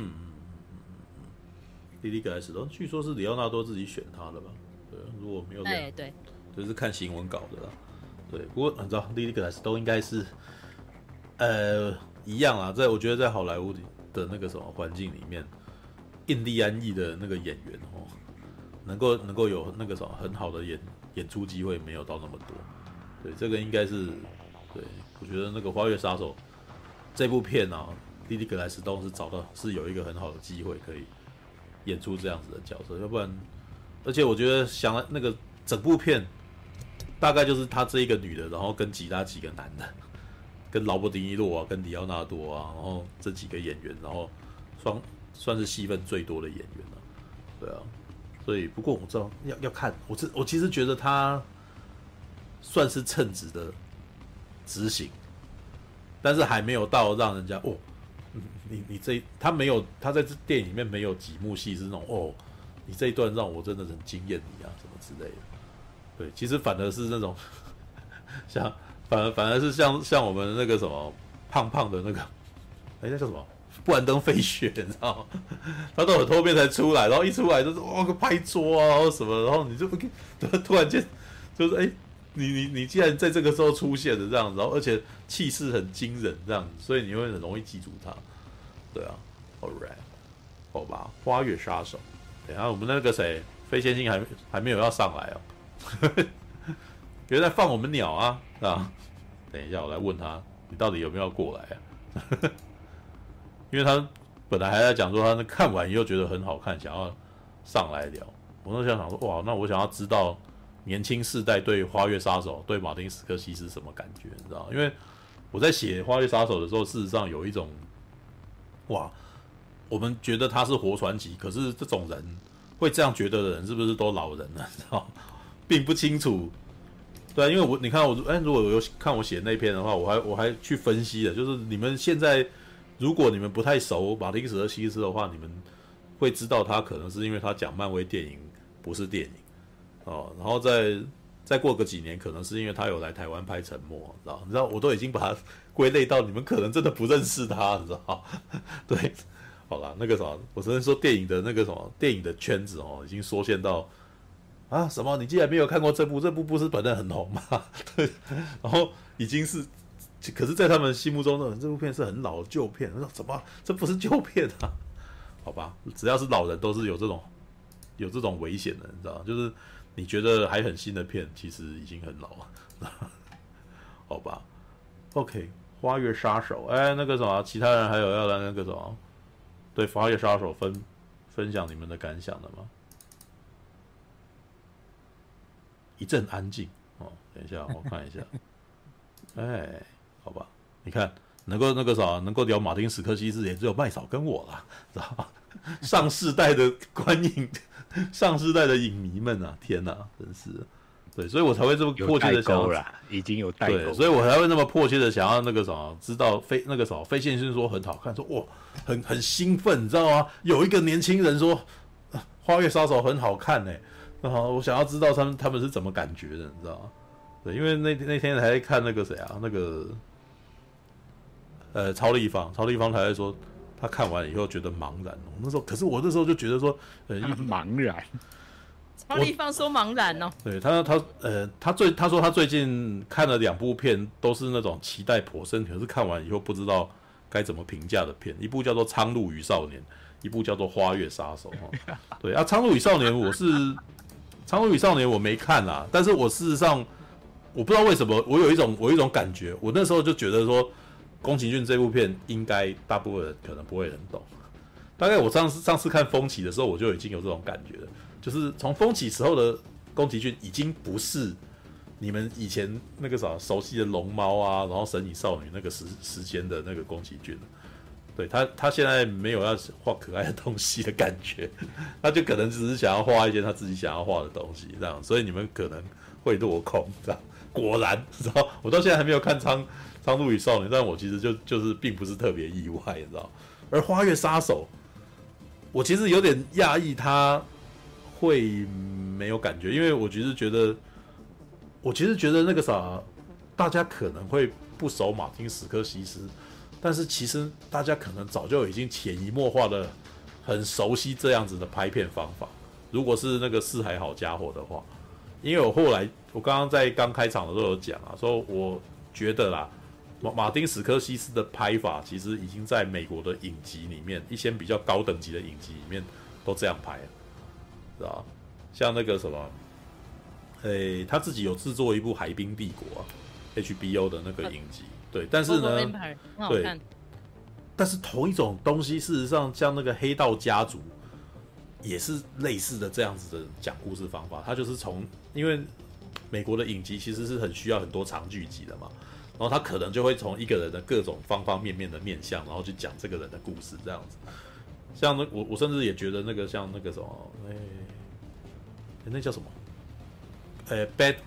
莉莉·格莱斯东据说是里奥纳多自己选他的吧？对，如果没有对， 就是看新闻稿的啦。对，不过你知道莉莉·格莱斯东应该是一样啊，我觉得在好莱坞的那个什么环境里面，印第安裔的那个演员能够有那个什么很好的演出机会没有到那么多。对，这个应该是对，我觉得那个《花月杀手》这部片啊，莉莉·格莱斯东是有一个很好的机会可以演出这样子的角色，要不然，而且我觉得想那个整部片大概就是他这一个女的，然后跟几个男的，跟劳勃·迪尼洛啊，跟里奥纳多啊，然后这几个演员，然后算是戏份最多的演员了，对啊，所以不过我知道要看，我其实觉得他算是称职的执行，但是还没有到让人家他在这电影里面没有几幕戏是那种你这一段让我真的很惊艳你啊什么之类的。对，其实反而是那种反而是像我们那个什么胖胖的那个，那叫什么布兰登·费雪，你知道吗？他到很后面才出来，然后一出来就是个拍桌啊或什么，然后你就突然间就是你既然在这个时候出现的这样子，然后而且气势很惊人这样子，所以你会很容易记住他。对啊 ，Alright， 好吧，花月杀手。等一下我们那个谁，飞仙星还没有要上来原来放我们鸟啊！等一下我来问他，你到底有没有要过来啊？因为他本来还在讲说他看完以后觉得很好看，想要上来聊。我那时候想说，哇，那我想要知道年轻世代对花月杀手、对马丁·史克西是什么感觉，你知道？因为我在写花月杀手的时候，事实上有一种，哇，我们觉得他是活传奇，可是这种人会这样觉得的人，是不是都老人了？你知道，并不清楚。对啊，因为你看如果有看我写那篇的话，我还去分析的，就是你们现在如果你们不太熟马丁·史克西斯的话，你们会知道他可能是因为他讲漫威电影不是电影然后再过个几年，可能是因为他有来台湾拍《沉默》，你知道，我都已经把他归类到你们可能真的不认识他，你知道？对，好啦，那个什么，我只能说电影的那个什么电影的圈子已经缩限到什么？你既然没有看过这部不是本来很红吗？对，然后已经是，可是，在他们心目中呢，这部片是很老的旧片。我说怎么这不是旧片啊？好吧，只要是老人都是有这种危险的，你知道，就是你觉得还很新的片，其实已经很老了，好吧 ？OK， 花月杀手，那个什么，其他人还有要来那个什么，对花月杀手分享你们的感想的吗？一阵安静哦，等一下我看一下，好吧，你看能够那个啥，能够聊马丁·史科西斯也只有麦嫂跟我啦，知道吧？上世代的观影，上世代的影迷们啊，天哪，真是。对，所以我才会这么迫切的想要已经有代沟， 对，所以我才会那么迫切的想要那个什么，知道那个什么非线性说很好看，说哇很兴奋，你知道吗？有一个年轻人说《花月杀手》很好看呢，然后我想要知道他们是怎么感觉的，你知道吗？对，因为那天还在看那个谁啊，那个超立方才会说他看完以后觉得茫然。可是我那时候就觉得说茫然。 超立方说茫然哦， 对他说他最近看了2部片，都是那种期待颇深，可是看完以后不知道该怎么评价的片。一部叫做《苍鹭与少年》，一部叫做《花月杀手》。对啊，《苍鹭与少年》我没看啦，但是我事实上我不知道为什么，我有一种感觉，我那时候就觉得说，宫崎骏这部片应该大部分人可能不会很懂。大概我上次看《风起》的时候，我就已经有这种感觉了。就是从风起时候的宫崎骏已经不是你们以前那个啥熟悉的龙猫啊，然后神隐少女那个时间的那个宫崎骏了。对他现在没有要画可爱的东西的感觉，他就可能只是想要画一些他自己想要画的东西这样，所以你们可能会落空这样。果然，知道我到现在还没有看苍鹭与少年，但我其实就是并不是特别意外，你知道。而花月杀手，我其实有点讶异他会没有感觉，因为我其实觉得那个啥，大家可能会不熟马丁·史科西斯，但是其实大家可能早就已经潜移默化的很熟悉这样子的拍片方法。如果是那个四海好家伙的话，因为我刚刚在刚开场的时候有讲啊，说我觉得啦，马丁·史科西斯的拍法其实已经在美国的影集里面，一些比较高等级的影集里面都这样拍了。知道，像那个什么，他自己有制作一部《海滨帝国》啊 ，HBO 的那个影集，对，但是呢，对，但是同一种东西，事实上像那个《黑道家族》也是类似的这样子的讲故事方法，它就是因为美国的影集其实是很需要很多长剧集的嘛，然后他可能就会从一个人的各种方方面面的面向，然后去讲这个人的故事这样子。像我甚至也觉得那个像那个什么，那叫什么？Bad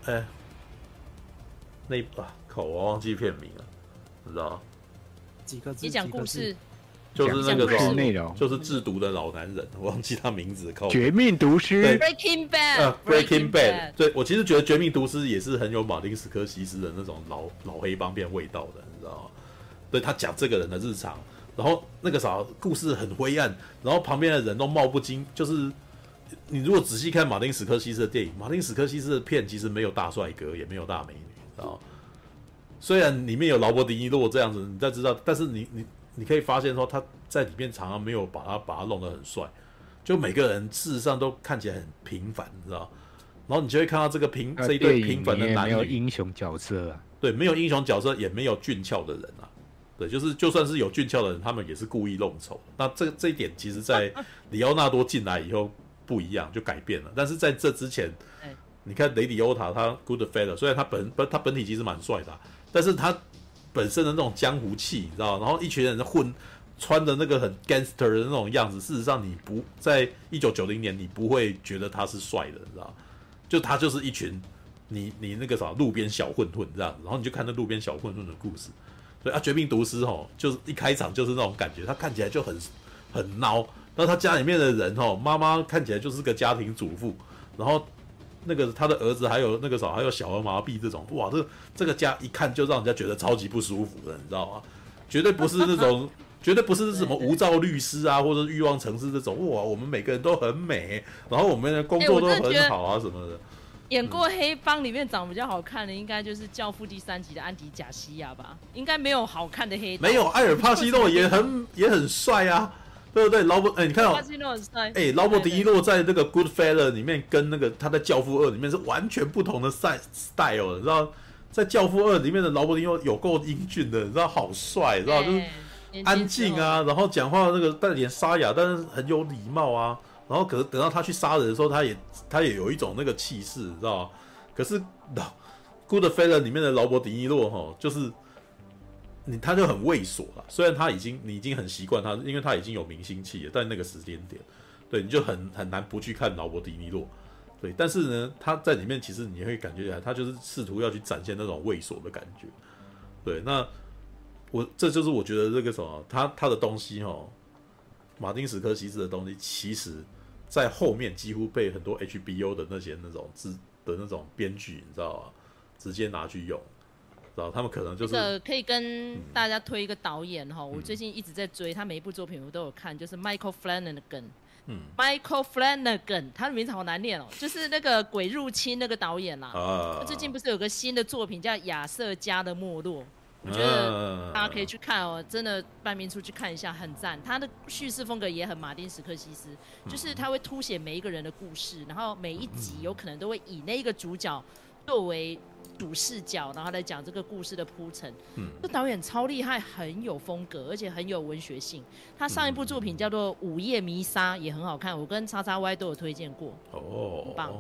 我忘记片名了，你知道吗？ 几个字？ 你讲故事， 就是那个什么内容， 就是制毒的老男人，我忘记他名字。 绝命毒师 ，Breaking Bad，Breaking Bad。对，我其实觉得绝命毒师也是很有马丁·史科西斯的那种老黑帮片味道的，你知道吗？对，他讲这个人的日常。然后那个啥，故事很灰暗，然后旁边的人都貌不惊。就是你如果仔细看马丁·史科西斯的电影，马丁·史科西斯的片其实没有大帅哥，也没有大美女，知道吗？虽然里面有劳勃·迪尼洛这样子，你再知道，但是你可以发现说他在里面常常没有把他弄得很帅，就每个人事实上都看起来很平凡，你知道？然后你就会看到这一对平凡的男女， 没有英雄角色啊， 对，没有英雄角色，也没有俊俏的人啊。对，就算是有俊俏的人，他们也是故意弄丑。那这一点，其实在里奥纳多进来以后不一样，就改变了。但是在这之前，你看雷迪欧塔他 Goodfellas， 虽然他本体其实蛮帅的，但是他本身的那种江湖气，你知道，然后一群人穿的那个很 gangster 的那种样子，事实上你不在1990年，你不会觉得他是帅的，你知道，就他就是一群你那个啥路边小混混这样子，然后你就看那路边小混混的故事。对啊，绝命毒师就是一开场就是那种感觉，他看起来就很孬，然后他家里面的人妈妈看起来就是个家庭主妇，然后那个他的儿子还有那个啥，还有小儿麻痹这种，哇，这个家一看就让人家觉得超级不舒服的，你知道吗？绝对不是那种，绝对不是什么无照律师啊，或者欲望城市这种，哇，我们每个人都很美，然后我们的工作都很好啊什么的。 演过黑帮里面长比较好看的，应该就是《教父》第3集的安迪·贾西亚吧？应该没有好看的黑道。 没有，艾尔帕西诺也很帅啊，对不对？你看帕西诺很帅。 劳勃·迪尼洛在那个《Goodfellas》里面跟那个他在《教父2》里面是完全不同的style，你知道？ 在《教父2》里面的劳勃迪尼洛有够英俊的，你知道好帅，你知道就是安静啊，然后讲话那个带点沙哑，但是很有礼貌啊。然后可是等到他去杀人的时候，他也有一种那个气势，你知道吗？可是《Goodfellas》里面的劳勃迪尼洛就是他就很畏缩了。虽然你已经很习惯他，因为他已经有明星气了，但那个时间点，对你就很难不去看劳勃迪尼洛。对，但是呢，他在里面其实你会感觉起来，他就是试图要去展现那种畏缩的感觉。对，那这就是我觉得这个什么，他的东西马丁史科西斯的东西，其实在后面几乎被很多 HBO 的那种编剧，你知道吗？直接拿去用，知道他们可能就是这个可以跟大家推一个导演我最近一直在追他每一部作品我都有看，就是 Michael Flanagan。Michael Flanagan， 他的名字好难念就是那个《鬼入侵》那个导演啦。他最近不是有个新的作品叫《亚瑟家的没落》，我觉得大家可以去看真的半明处去看一下，很赞。他的叙事风格也很马丁史科西斯，就是他会凸显每一个人的故事，然后每一集有可能都会以那一个主角作为主视角，然后来讲这个故事的铺陈。这导演超厉害，很有风格，而且很有文学性。他上一部作品叫做《午夜弥撒》，也很好看，我跟XXY都有推荐过。很棒。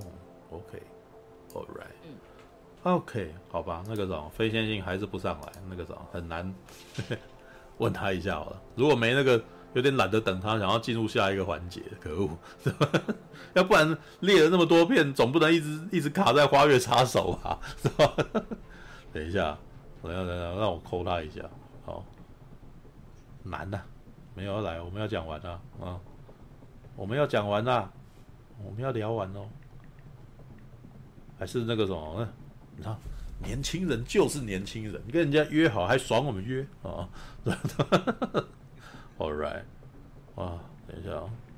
OK，All right。OK， 好吧，那个什么非线性还是不上来，那个什么很难问他一下好了。如果没那个，有点懒得等他，想要进入下一个环节，可恶！要不然列了那么多片，总不能一直卡在花月杀手吧？是吧？等一下，让我扣他一下。好，难呐，没有要来，我们要讲完了啊！我们要讲完啦，我们要聊完哦。还是那个什么，你看，年轻人就是年轻人，你跟人家约好还爽我们约啊？All right， 哇，等一下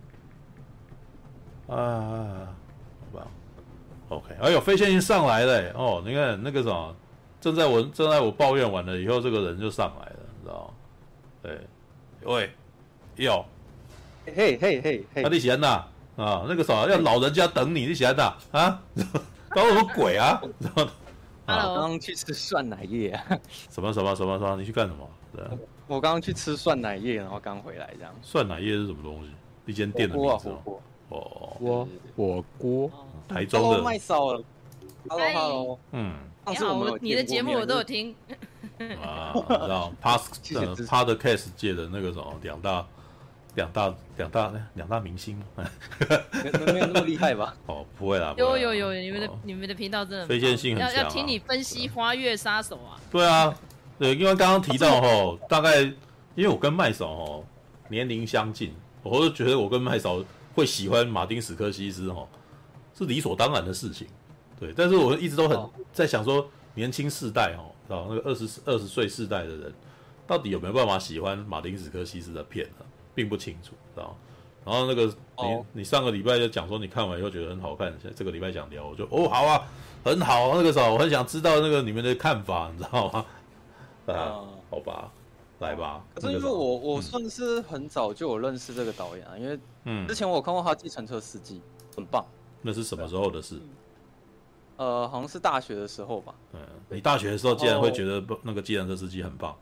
好吧 ，OK， 哎呦，飞线已经上来了哦，你看那个什么，正在我抱怨完了以后，这个人就上来了，你知道吗？对，喂，哟， 嘿， 你喜欢哪啊？那个啥，要老人家等你，你喜欢哪啊？搞什么鬼啊？ 我刚刚去吃涮奶叶啊！ 什么？你去干什么？对啊， 我刚刚去吃涮奶叶，然后刚回来这样。 涮奶叶是什么东西？一间店的名字火锅。 台中的卖烧了。Hello， 你好，你的节目我都有听。 你知道 Podcast 界的那个什么两大明星， 没有那么厉害吧？ 不会啦。 有，你们的频道真的非线性很强要听你分析《花月杀手》啊。 对啊，对，因为刚刚提到大概因为我跟麦嫂年龄相近，我就觉得我跟麦嫂会喜欢马丁史科西斯是理所当然的事情。对，但是我一直都很在想说，年轻世代知道那个20岁世代的人，到底有没有办法喜欢马丁史科西斯的片呢？并不清楚，知道？然后那个你上个礼拜就讲说你看完以后觉得很好看，现在这个礼拜想聊，我就好啊，很好，那个啥，我很想知道那个你们的看法，你知道吗？好吧，来吧。 可是因为我算是很早就有认识这个导演啊，因为之前我有看过他《计程车司机》，很棒。 那是什么时候的事？ 好像是大学的时候吧。 你大学的时候竟然会觉得那个计程车司机很棒？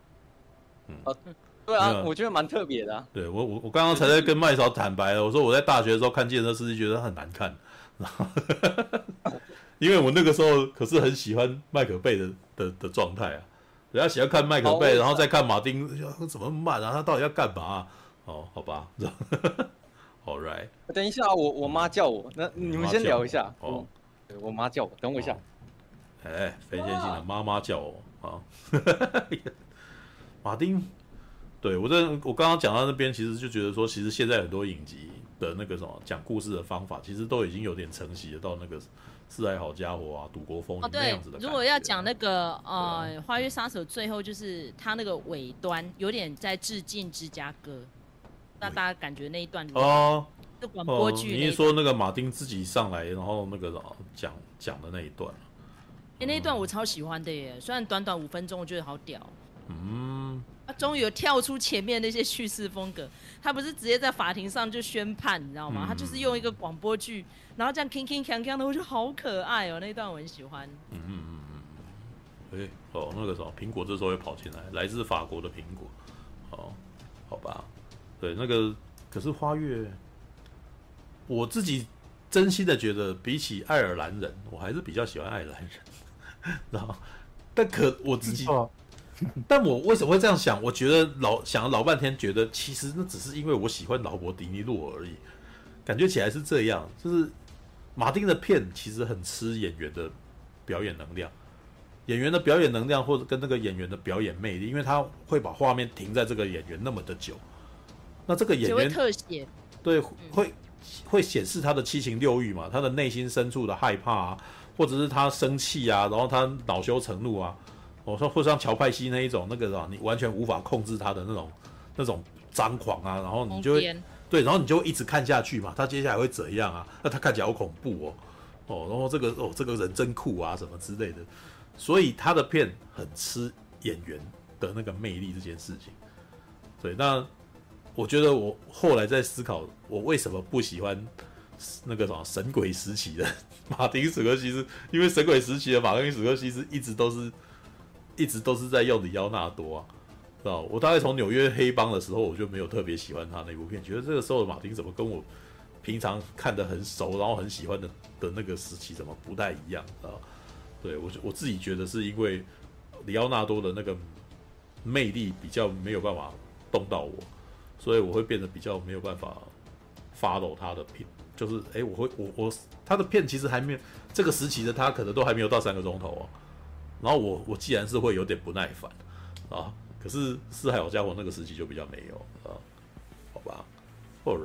对啊，我觉得蛮特别的啊。 对，我刚刚才在跟麦嫂坦白了，我说我在大学的时候看计程车司机觉得很难看，因为我那个时候可是很喜欢麦可贝的状态啊。人家喜欢看麦可贝，然后再看马丁，怎么慢啊？他到底要干嘛？好吧，All right。 等一下，我妈叫我，那你们先聊一下。我妈叫我，等我一下。 非线性的妈妈叫我啊。马丁。对我刚刚讲到那边，其实就觉得说，其实现在很多影集的那个什么讲故事的方法，其实都已经有点承袭到那个《四海好家伙》啊，《赌国风云》那样子的。 如果要讲那个《花月杀手》，最后就是他那个尾端有点在致敬芝加哥，那大家感觉那一段是广播剧。 你是说那个马丁自己上来，然后那个讲的那一段？ 那一段我超喜欢的耶，虽然短短5分钟，我觉得好屌。他终于有跳出前面那些叙事风格，他不是直接在法庭上就宣判，你知道吗？他就是用一个广播剧，然后这样铿铿锵锵的，我觉得好可爱哦，那一段我很喜欢。 那个什么苹果这时候会跑进来，来自法国的苹果，好吧，对，那个可是花月，我自己真心的觉得，比起爱尔兰人，我还是比较喜欢爱尔兰人，知道吗？但我自己，但我为什么会这样想？我觉得想了老半天，觉得其实那只是因为我喜欢劳勃迪尼洛而已，感觉起来是这样。就是马丁的片其实很吃演员的表演能量，演员的表演能量或者跟那个演员的表演魅力，因为他会把画面停在这个演员那么的久，那这个演员特写， 对，会显示他的七情六欲嘛，他的内心深处的害怕啊，或者是他生气啊，然后他恼羞成怒啊，或像乔派西那一种那个你完全无法控制他的那种张狂啊，然后你就会对，然后你就会一直看下去嘛，他接下来会怎样啊？那他看起来好恐怖然后这个人真酷啊什么之类的，所以他的片很吃演员的那个魅力这件事情。对，那我觉得我后来在思考，我为什么不喜欢那个什么神鬼时期的马丁史柯西斯，因为神鬼时期的马丁史柯西斯一直都是在用里奥纳多啊，知道？我大概从纽约黑帮的时候，我就没有特别喜欢他那部片，觉得这个时候的马丁怎么跟我平常看得很熟，然后很喜欢的那个时期怎么不太一样啊？对，我自己觉得是因为里奥纳多的那个魅力比较没有办法动到我，所以我会变得比较没有办法 follow 他的片，就是他的片其实还没有这个时期的他可能都还没有到3个钟头然后我既然是会有点不耐烦啊，可是四海有家伙那个时期就比较没有好吧 ，All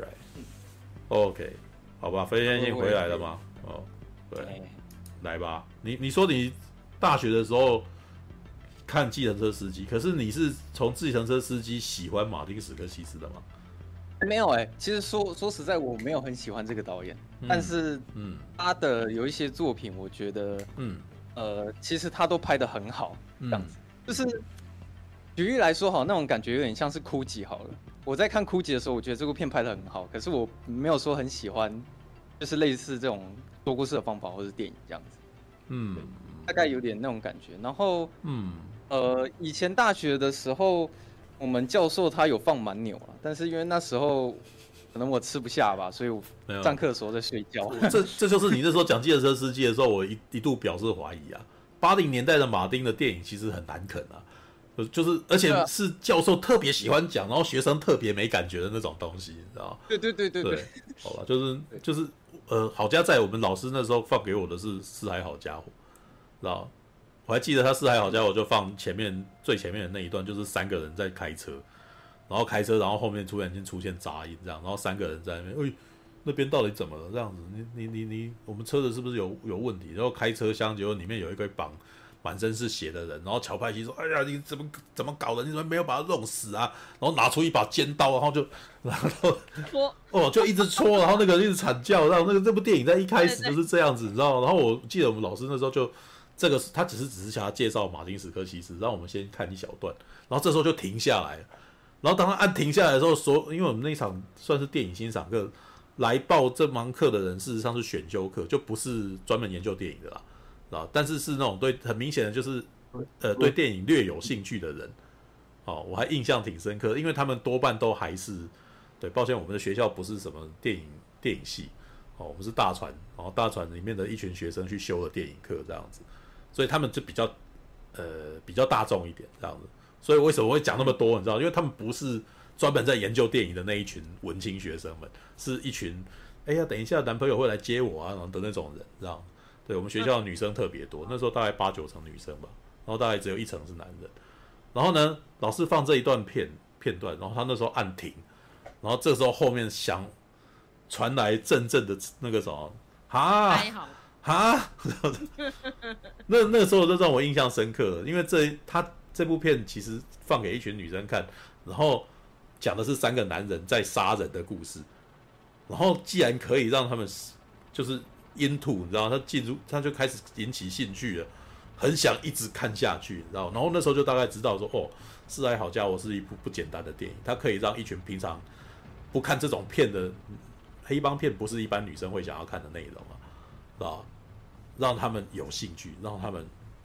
right，OK， 好吧，飞先回来了吗？对，来吧，你说你大学的时候看计程车司机，可是你是从计程车司机喜欢马丁史柯西斯的吗？ 没有其实说实在，我没有很喜欢这个导演，但是他的有一些作品，我觉得其实他都拍得很好，这样子，就是举例来说，那种感觉有点像是哭泣好了。我在看哭泣的时候，我觉得这部片拍得很好，可是我没有说很喜欢，就是类似这种说故事的方法或是电影这样子，大概有点那种感觉。然后以前大学的时候，我们教授他有放蛮牛但是因为那时候可能我吃不下吧，所以我上课的时候在睡觉。 这就是你那时候讲计程车司机的时候，我一度表示怀疑啊。80年代的马丁的电影其实很难啃就是而且是教授特别喜欢讲，然后学生特别没感觉的那种东西，你知道吗？ 对， 好吧，就是好家在我们老师那时候放给我的是《四海好家伙》，知道吗？我还记得他《四海好家伙》就放最前面的那一段，就是3个人在开车，然后后面突然间出现杂音，这样，然后3个人在那边，那边到底怎么了？这样子，你我们车子是不是有问题？然后开车厢，结果里面有一个满身是血的人，然后乔派西说：“哎呀，你怎么搞的？你怎么没有把他弄死啊？”然后拿出一把尖刀，然后就一直戳，然后那个人一直惨叫，然后这部电影在一开始就是这样子，你知道？然后我记得我们老师那时候就这个他只是想要介绍马丁史柯西斯，让我们先看一小段，然后这时候就停下来，然后当他按停下来的时候，因为我们那一场算是电影欣赏课，来报这门课的人事实上是选修课，就不是专门研究电影的啦。但是是那种很明显的就是对电影略有兴趣的人我还印象挺深刻的，因为他们多半都还是对，抱歉我们的学校不是什么电影系我们是大传，然后大传里面的一群学生去修了电影课这样子，所以他们就比较大众一点这样子，所以为什么会讲那么多你知道，因为他们不是专门在研究电影的那一群文青学生们，是一群等一下男朋友会来接我啊的那种人这样。对，我们学校的女生特别多，那时候大概8-9成女生吧，然后大概只有1成是男人。然后呢，老师放这一段片段，然后他那时候按停，然后这时候后面传来阵阵的那个什么那个时候就让我印象深刻了，因为这部片其实放给一群女生看，然后讲的是3个男人在杀人的故事，然后既然可以让他们就是into， 你知道，他就开始引起兴趣了，很想一直看下去，你知道。然后那时候就大概知道说，四海好家伙是一部不简单的电影，它可以让一群平常不看这种片的黑帮片，不是一般女生会想要看的内容知道，让他们有兴趣，让他们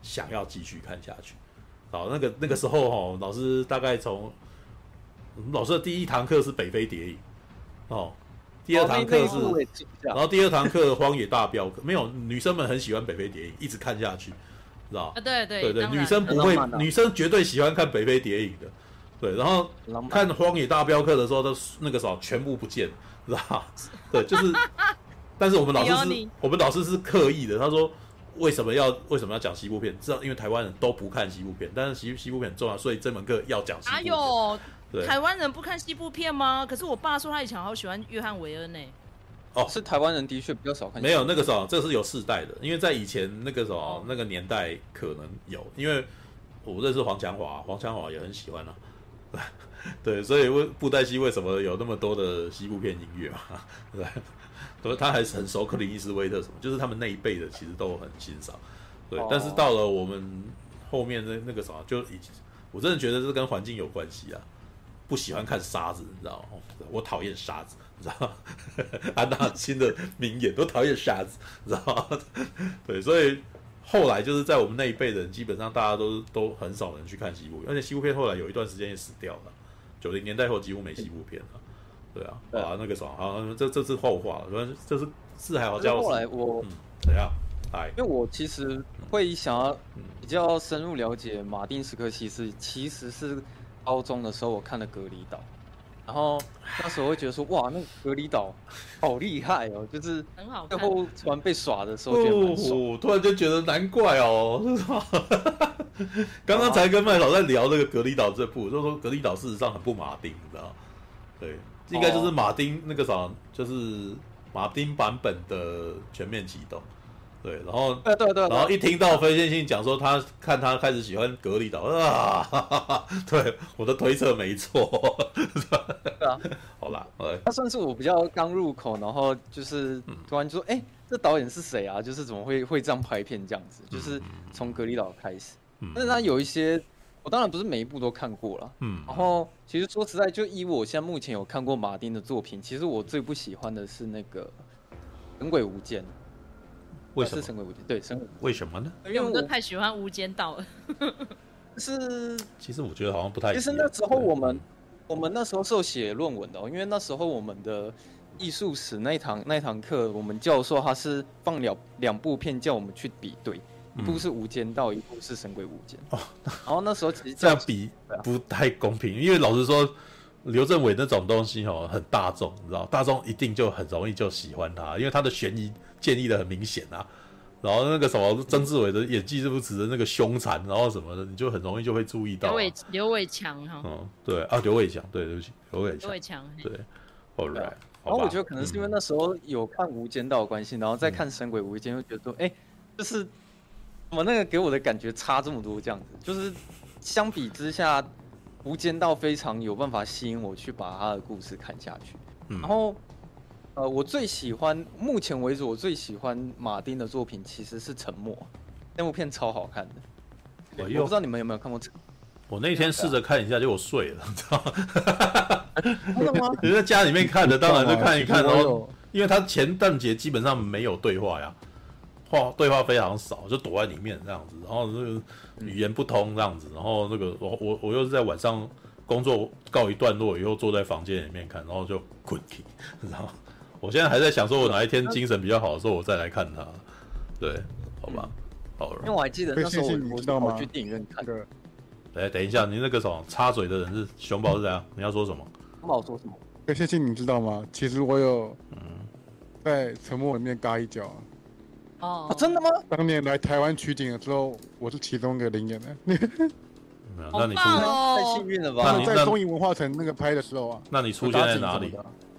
想要继续看下去。好，那个时候哈，老师大概从老师的第一堂课是北非谍影哦，第二堂课是，然后第二堂课荒野大镖客，没有女生们很喜欢北非谍影，一直看下去，知道？对，女生不会，女生绝对喜欢看北非谍影的。对，然后看荒野大镖客的时候，都那个时候全部不见，知道？对，就是，但是我们老师是刻意的，他说为什么要讲西部片？知道，因为台湾人都不看西部片，但是西部片很重要，所以这门课要讲西部片。 哪有？台湾人不看西部片吗？可是我爸说他以前好喜欢约翰韦恩呢。 哦，是台湾人的确比较少看。 没有那个时候，这是有世代的，因为在以前那个时候那个年代可能有，因为我认识黄强华也很喜欢啊。对，所以布袋戏为什么有那么多的西部片音乐嘛？对，他还是很熟克林伊斯威特什么，就是他们那一辈的其实都很欣赏。对，但是到了我们后面那个啥，我真的觉得这跟环境有关系啊。不喜欢看沙子，你知道吗？我讨厌沙子，你知道吗？安纳新的名言，都讨厌沙子，你知道吗？对，所以后来就是在我们那一辈的人，基本上大家都很少人去看西部片，而且西部片后来有一段时间也死掉了，90年代后几乎没西部片了。对啊，那个什么，好，这是后话了，反正这是还好教。 后来我怎样？ 因为我其实会想要比较深入了解马丁·史科西斯，其实是高中的时候我看了《隔离岛》，然后那时候会觉得说，哇，那个《隔离岛》好厉害哦，就是很好看。 最后突然被耍的时候，觉得蛮爽。 突然就觉得难怪哦，刚刚才跟麦老在聊那个《隔离岛》这部，就是说《隔离岛》事实上很不马丁，你知道？对，应该就是马丁那个啥，就是马丁版本的《全面启动》。对，然后然后一听到飞线性讲说他开始喜欢隔离岛啊，对，我的推测没错。 对啊， 好啦， 他算是我比较刚入口，然后就是突然就说，这导演是谁啊？就是怎么会这样拍片这样子？就是从隔离岛开始，但是他有一些，我当然不是每一部都看过了，然后其实说实在，就以我现在目前有看过马丁的作品，其实我最不喜欢的是那个《神鬼无间》。 为什么？ 是神鬼无间，对，神鬼。 为什么呢？ 因为我们都太喜欢《无间道》了。 其实我觉得好像不太。 其实那时候我们那时候是有写论文的因为那时候我们的艺术史那堂课，我们教授他是放两部片叫我们去比对，一部是《无间道》，一部是《神鬼无间》。然后那时候其实这样比不太公平，因为老实说，刘镇伟那种东西很大众，你知道，大众一定就很容易就喜欢他，因为他的悬疑建立的很明显啊。然后那个什么曾志伟的演技是不是指的那个凶残，然后什么的，你就很容易就会注意到。 刘伟强哈。 对啊，刘伟强，对不起，刘伟强，对。后来， 然后我觉得可能是因为那时候有看《无间道》的关系，然后再看《神鬼无间》，就觉得说，就是我那个给我的感觉差这么多，这样子，就是相比之下，《无间道》非常有办法吸引我去把他的故事看下去。然后，我最喜欢，目前为止我最喜欢马丁的作品其实是《沉默》，那部片超好看的。我不知道你们有没有看过《沉默》？ 我那天试着看一下，结果睡了，你知道吗？ 真的吗？ 你在家里面看的，当然就看一看，然后因为他前半节基本上没有对话呀，对话非常少，就躲在里面这样子，然后那个语言不通这样子，然后那个我又是在晚上工作告一段落以后，坐在房间里面看，然后就困起，你知道吗？我现在还在想说，我哪一天精神比较好的时候，我再来看它。对，好吧，好了。 因为我还记得那时候我跑去电影院看。 等一下，你那个什么插嘴的人是熊宝是怎样？你要说什么？ 熊宝说什么？ 谢谢，你知道吗？其实我有在沉默里面嘎一脚。 真的吗？ 当年来台湾取景的时候，我是其中一个灵演的。 那你太幸运了吧？ 在中影文化城那个拍的时候啊。 那你出现在哪里？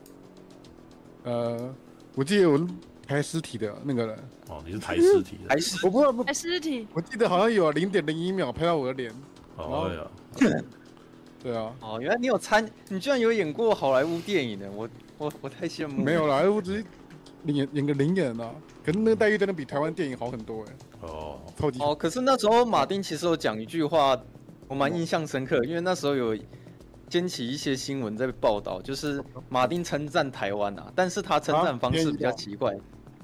我记得我抬尸体的那个人。 你是抬尸体的。 我不知道。 抬尸体。 我记得好像有0.01秒拍到我的脸。对啊。 原来你居然有演过好莱坞电影的，我太羡慕了。 没有啦，我只是演个灵演啊。可是那个待遇真的比台湾电影好很多超级。 可是那时候马丁其实有讲一句话，我蛮印象深刻，因为那时候有掀起一些新闻在报道，就是马丁称赞台湾啊，但是他称赞方式比较奇怪。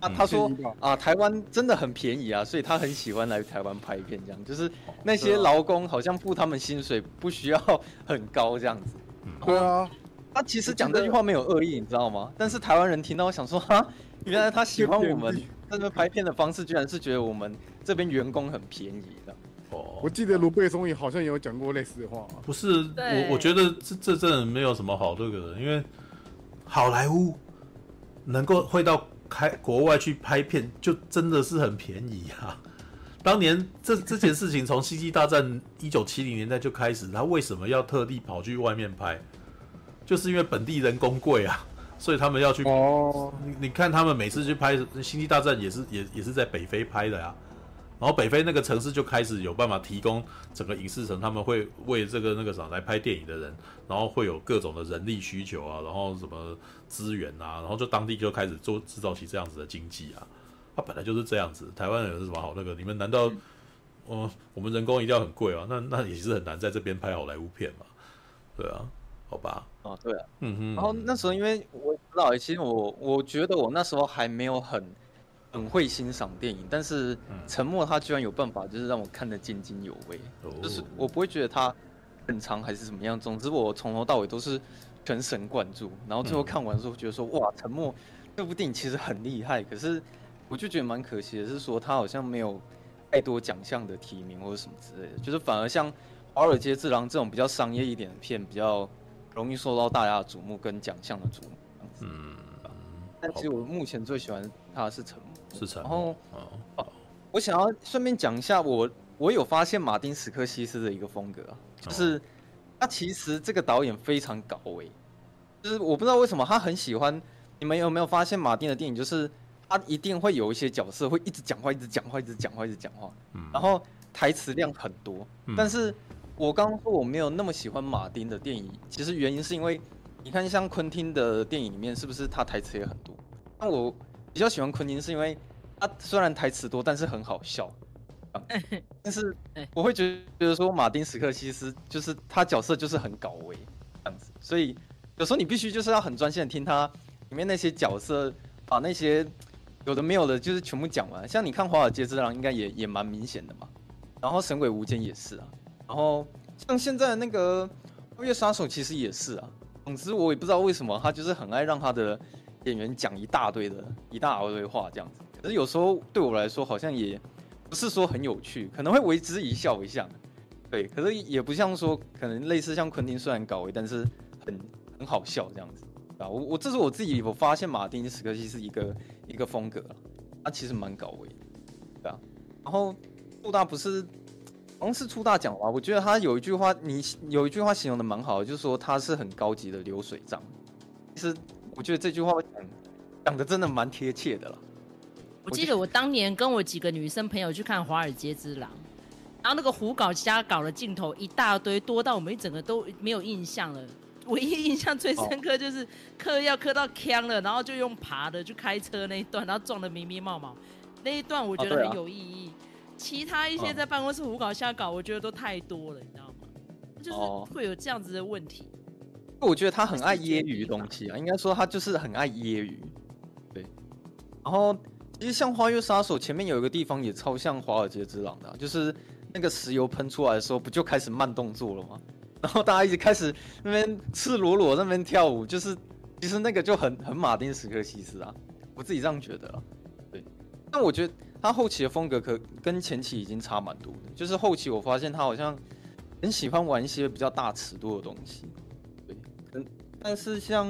他说台湾真的很便宜啊，所以他很喜欢来台湾拍片，这样就是那些劳工好像付他们薪水不需要很高这样子。 对啊， 他其实讲这句话没有恶意，你知道吗？但是台湾人听到想说哈，原来他喜欢我们在这边拍片的方式，居然是觉得我们这边员工很便宜的。 我记得卢贝松也好像有讲过类似的话。 不是，我觉得这真的没有什么好这个的，因为好莱坞能够会到国外去拍片，就真的是很便宜啊。当年这件事情从《星际大战》1970年代就开始，他为什么要特地跑去外面拍？就是因为本地人工贵啊，所以他们要去。你看他们每次去拍《星际大战》也是在北非拍的呀。然后北非那个城市就开始有办法提供整个影视城，他们会为这个那个啥来拍电影的人，然后会有各种的人力需求啊，然后什么资源啊，然后就当地就开始制造起这样子的经济啊。它本来就是这样子，台湾人有什么好那个？你们难道我们人工一定要很贵啊？那也是很难在这边拍好莱坞片嘛？对啊，好吧。 对啊，然后那时候因为我不知道，其实我觉得我那时候还没有很会欣赏电影，但是沉默他居然有办法，就是让我看得津津有味。就是我不会觉得他很长还是怎么样，总之我从头到尾都是全神贯注。然后最后看完之后觉得说，哇，沉默这部电影其实很厉害，可是我就觉得蛮可惜的，是说他好像没有太多奖项的提名或者什么之类的，就是反而像《华尔街之狼》这种比较商业一点的片，比较容易受到大家的瞩目跟奖项的瞩目。但其实我目前最喜欢他是沉默。然后，我想要顺便讲一下，我有发现马丁·史克西斯的一个风格啊，就是他其实这个导演非常搞味，就是我不知道为什么他很喜欢。你们有没有发现马丁的电影，就是他一定会有一些角色会一直讲话，一直讲话，一直讲话，一直讲话，然后台词量很多。但是我刚刚说我没有那么喜欢马丁的电影，其实原因是因为你看像昆汀的电影里面，是不是他台词也很多？那我比较喜欢昆汀，是因为他虽然台词多，但是很好笑。但是我会觉得说，马丁·史克西斯就是他角色就是很搞味这样子，所以有时候你必须就是要很专心的听他里面那些角色，把那些有的没有的，就是全部讲完。像你看《华尔街之狼》，应该也蛮明显的嘛。然后《神鬼无间》也是啊。然后像现在的那个《花月杀手》其实也是啊。总之我也不知道为什么他就是很爱让他的演员讲一大堆话这样子，可是有时候对我来说好像也不是说很有趣，可能会为之一笑一下，对，可是也不像说可能类似像昆汀虽然搞味，但是很好笑这样子啊。我这是我自己有发现马丁·史克西斯一个风格啊，他其实蛮搞味的，对啊。然后杜大不是好像是初大讲话，我觉得他有一句话形容的蛮好的，就是说他是很高级的流水账，其实。我觉得这句话讲的真的蛮贴切的了。 我记得我当年跟我几个女生朋友去看《华尔街之狼》，然后那个胡搞瞎搞的镜头一大堆，多到我们一整个都没有印象了。唯一印象最深刻就是刻到呛了，然后就用爬的去开车那一段，然后撞得迷迷冒冒，那一段我觉得很有意义。其他一些在办公室胡搞瞎搞，我觉得都太多了，你知道吗？就是会有这样子的问题。 我觉得他很爱揶揄东西啊，应该说他就是很爱揶揄，对。然后其实像《花月杀手》前面有一个地方也超像《华尔街之狼》的啊，就是那个石油喷出来的时候，不就开始慢动作了吗？然后大家一直开始那边赤裸裸那边跳舞，就是其实那个就很马丁·史克西斯啊，我自己这样觉得啊，对。但我觉得他后期的风格跟前期已经差蛮多的，就是后期我发现他好像很喜欢玩一些比较大尺度的东西。但是像，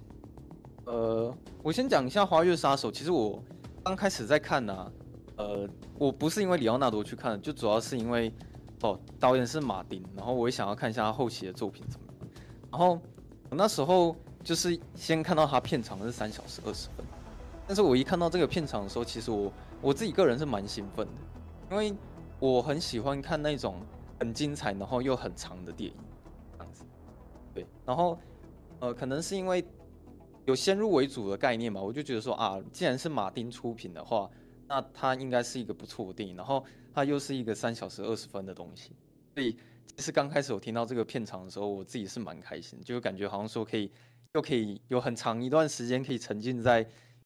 我先讲一下《花月杀手》。其实我刚开始在看啊，我不是因为里奥纳多去看的，就主要是因为导演是马丁，然后我也想要看一下他后期的作品怎么样。然后我那时候就是先看到他片长是3小时20分，但是我一看到这个片长的时候，其实我自己个人是蛮兴奋的，因为我很喜欢看那种很精彩然后又很长的电影，这样子。对，然后。可能是因为有先入为主的概念嘛，我就觉得说啊，既然是马丁出品的话，那它应该是一个不错的电影，然后它又是一个3小时20分的东西，所以其实刚开始我听到这个片长的时候，我自己是蛮开心，就感觉好像说可以有很长一段时间可以沉浸在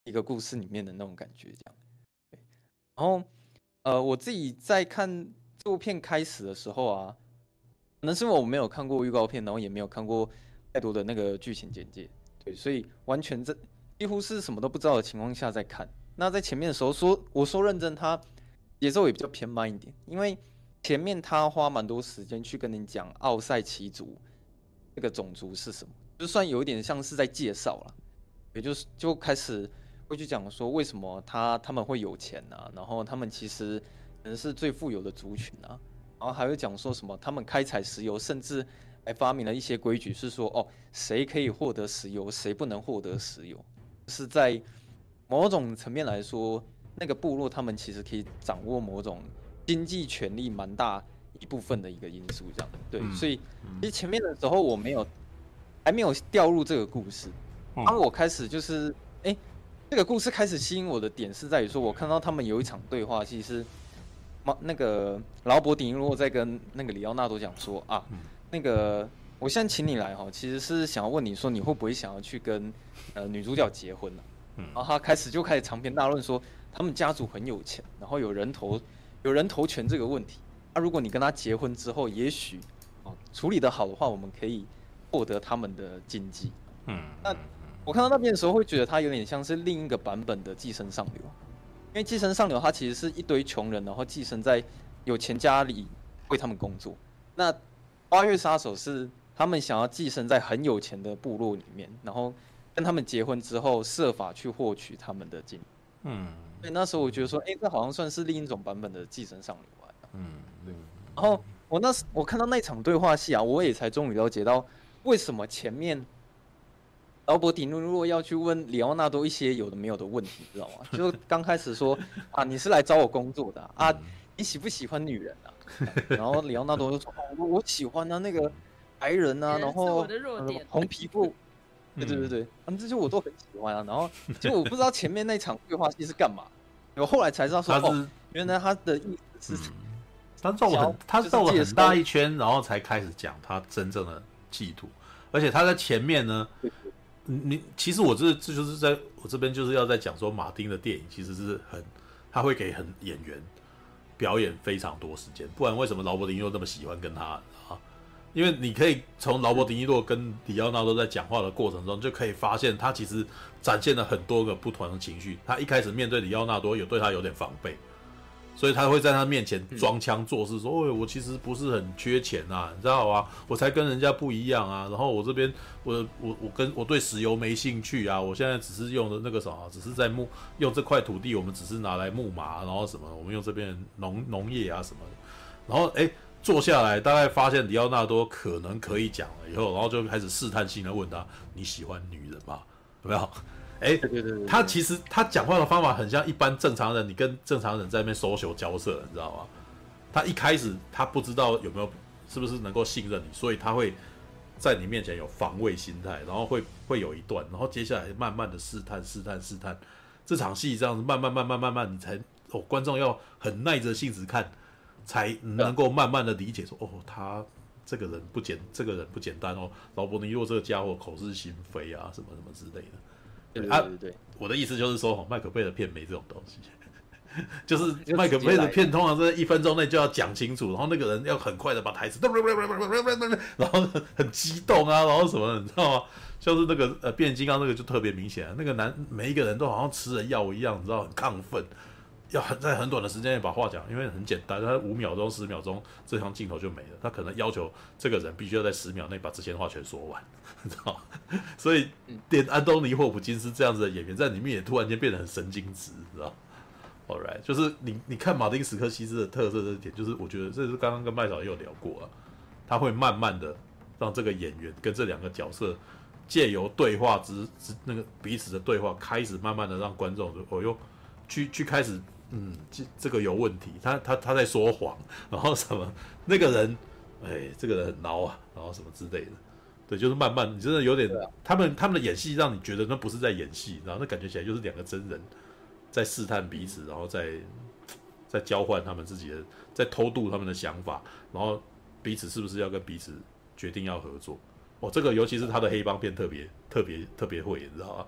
一个故事里面的那种感觉这样。然后我自己在看这部片开始的时候啊，可能是因为我没有看过预告片，然后也没有看过太多的那个剧情简介，对，所以完全几乎是什么都不知道的情况下在看。那在前面的时候我说认真，它节奏也比较偏慢一点，因为前面他花蛮多时间去跟你讲奥赛奇族这个种族是什么，就算有一点像是在介绍啦，也就开始会去讲说为什么他们会有钱啊，然后他们其实可能是最富有的族群啊，然后还会讲说什么他们开采石油，甚至还发明了一些规矩，是说哦谁可以获得石油，谁不能获得石油，是在某种层面来说，那个部落他们其实可以掌握某种经济权力蛮大一部分的一个因素，这样对，所以其实前面的时候我还没有掉入这个故事，当我开始就是这个故事开始吸引我的点是在于说，我看到他们有一场对话，其实那个劳勃·迪尼洛在跟那个里奥纳多讲说啊，那个我现在请你来哈，其实是想要问你说你会不会想要去跟女主角结婚呢？然后他开始长篇大论说他们家族很有钱，然后有人头权这个问题。如果你跟他结婚之后，也许处理得好的话，我们可以获得他们的经济。那我看到那边的时候，会觉得他有点像是另一个版本的寄生上流，因为寄生上流他其实是一堆穷人，然后寄生在有钱家里为他们工作。那花月杀手是他们想要寄生在很有钱的部落里面，然后跟他们结婚之后，设法去获取他们的经济。所以那时候我觉得说，这好像算是另一种版本的寄生上流啊。对。然后我看到那场对话戏啊，我也才终于了解到为什么前面劳勃·迪尼洛要去问里奥纳多一些有的没有的问题，你知道吗？就刚开始说啊，你是来找我工作的啊，你喜不喜欢女人啊？然后里奥纳多就说，我喜欢啊，那个白人啊，然后红皮肤。对，这些我都很喜欢啊。然后结果我不知道前面那场对话戏是干嘛，我后来才知道说，原来他的意思是， 他绕了很大一圈，然后才开始讲他真正的企图。而且他在前面呢，其实这就是在我这边就是要在讲说，马丁的电影其实是他会给演员表演非常多时间，不然为什么劳勃·迪尼洛那么喜欢跟他啊？因为你可以从劳勃·迪尼洛跟里奥纳多在讲话的过程中，就可以发现他其实展现了很多个不同的情绪。他一开始面对里奥纳多对他有点防备，所以他会在他面前装腔作势说：“我其实不是很缺钱啊，你知道吗？我才跟人家不一样啊。然后我这边我对石油没兴趣啊，我现在只是用的那个什么，只是在用这块土地，我们只是拿来牧马，然后什么，我们用这边农业啊什么的。然后坐下来，大概发现里奥纳多可能可以讲了以后，然后就开始试探性的问他：你喜欢女人吗？有没有？对，他其实他讲话的方法很像一般正常人，你跟正常人在那边social交涉，你知道吗？他一开始他不知道有没有是不是能够信任你，所以他会在你面前有防卫心态，然后会有一段，然后接下来慢慢的试探。这场戏这样子慢慢，你才观众要很耐着性子看。才能够慢慢的理解说，他这个人不简单哦，劳勃·尼洛这个家伙口是心非啊，什么什么之类的。对，我的意思就是说，麦可贝的片没这种东西，就是麦可贝的片通常在1分钟内就要讲清楚，然后那个人要很快的把台词，然后很激动啊，然后什么的，你知道吗？像是那个变形金刚那个就特别明显，那个每一个人都好像吃了药一样，你知道，很亢奋。要在很短的时间内把话讲，因为很简单，他5秒钟、10秒钟，这条镜头就没了。他可能要求这个人必须要在10秒内把这些话全说完，你知道吗？所以连安东尼·霍普金斯这样子的演员在里面也突然间变得很神经质，你知道 ？All right， 就是你看马丁·史科西斯的特色这一点，就是我觉得这是刚刚跟麦嫂也有聊过啊，他会慢慢的让这个演员跟这2个角色借由对话那个彼此的对话，开始慢慢的让观众去开始。这个有问题，他在说谎，然后什么那个人，这个人很孬啊，然后什么之类的，对，就是慢慢，你真的有点，他们的演戏让你觉得那不是在演戏，然后那感觉起来就是2个真人在试探彼此，然后在交换他们自己的，在偷渡他们的想法，然后彼此是不是要跟彼此决定要合作？这个尤其是他的黑帮片特别会，你知道吗？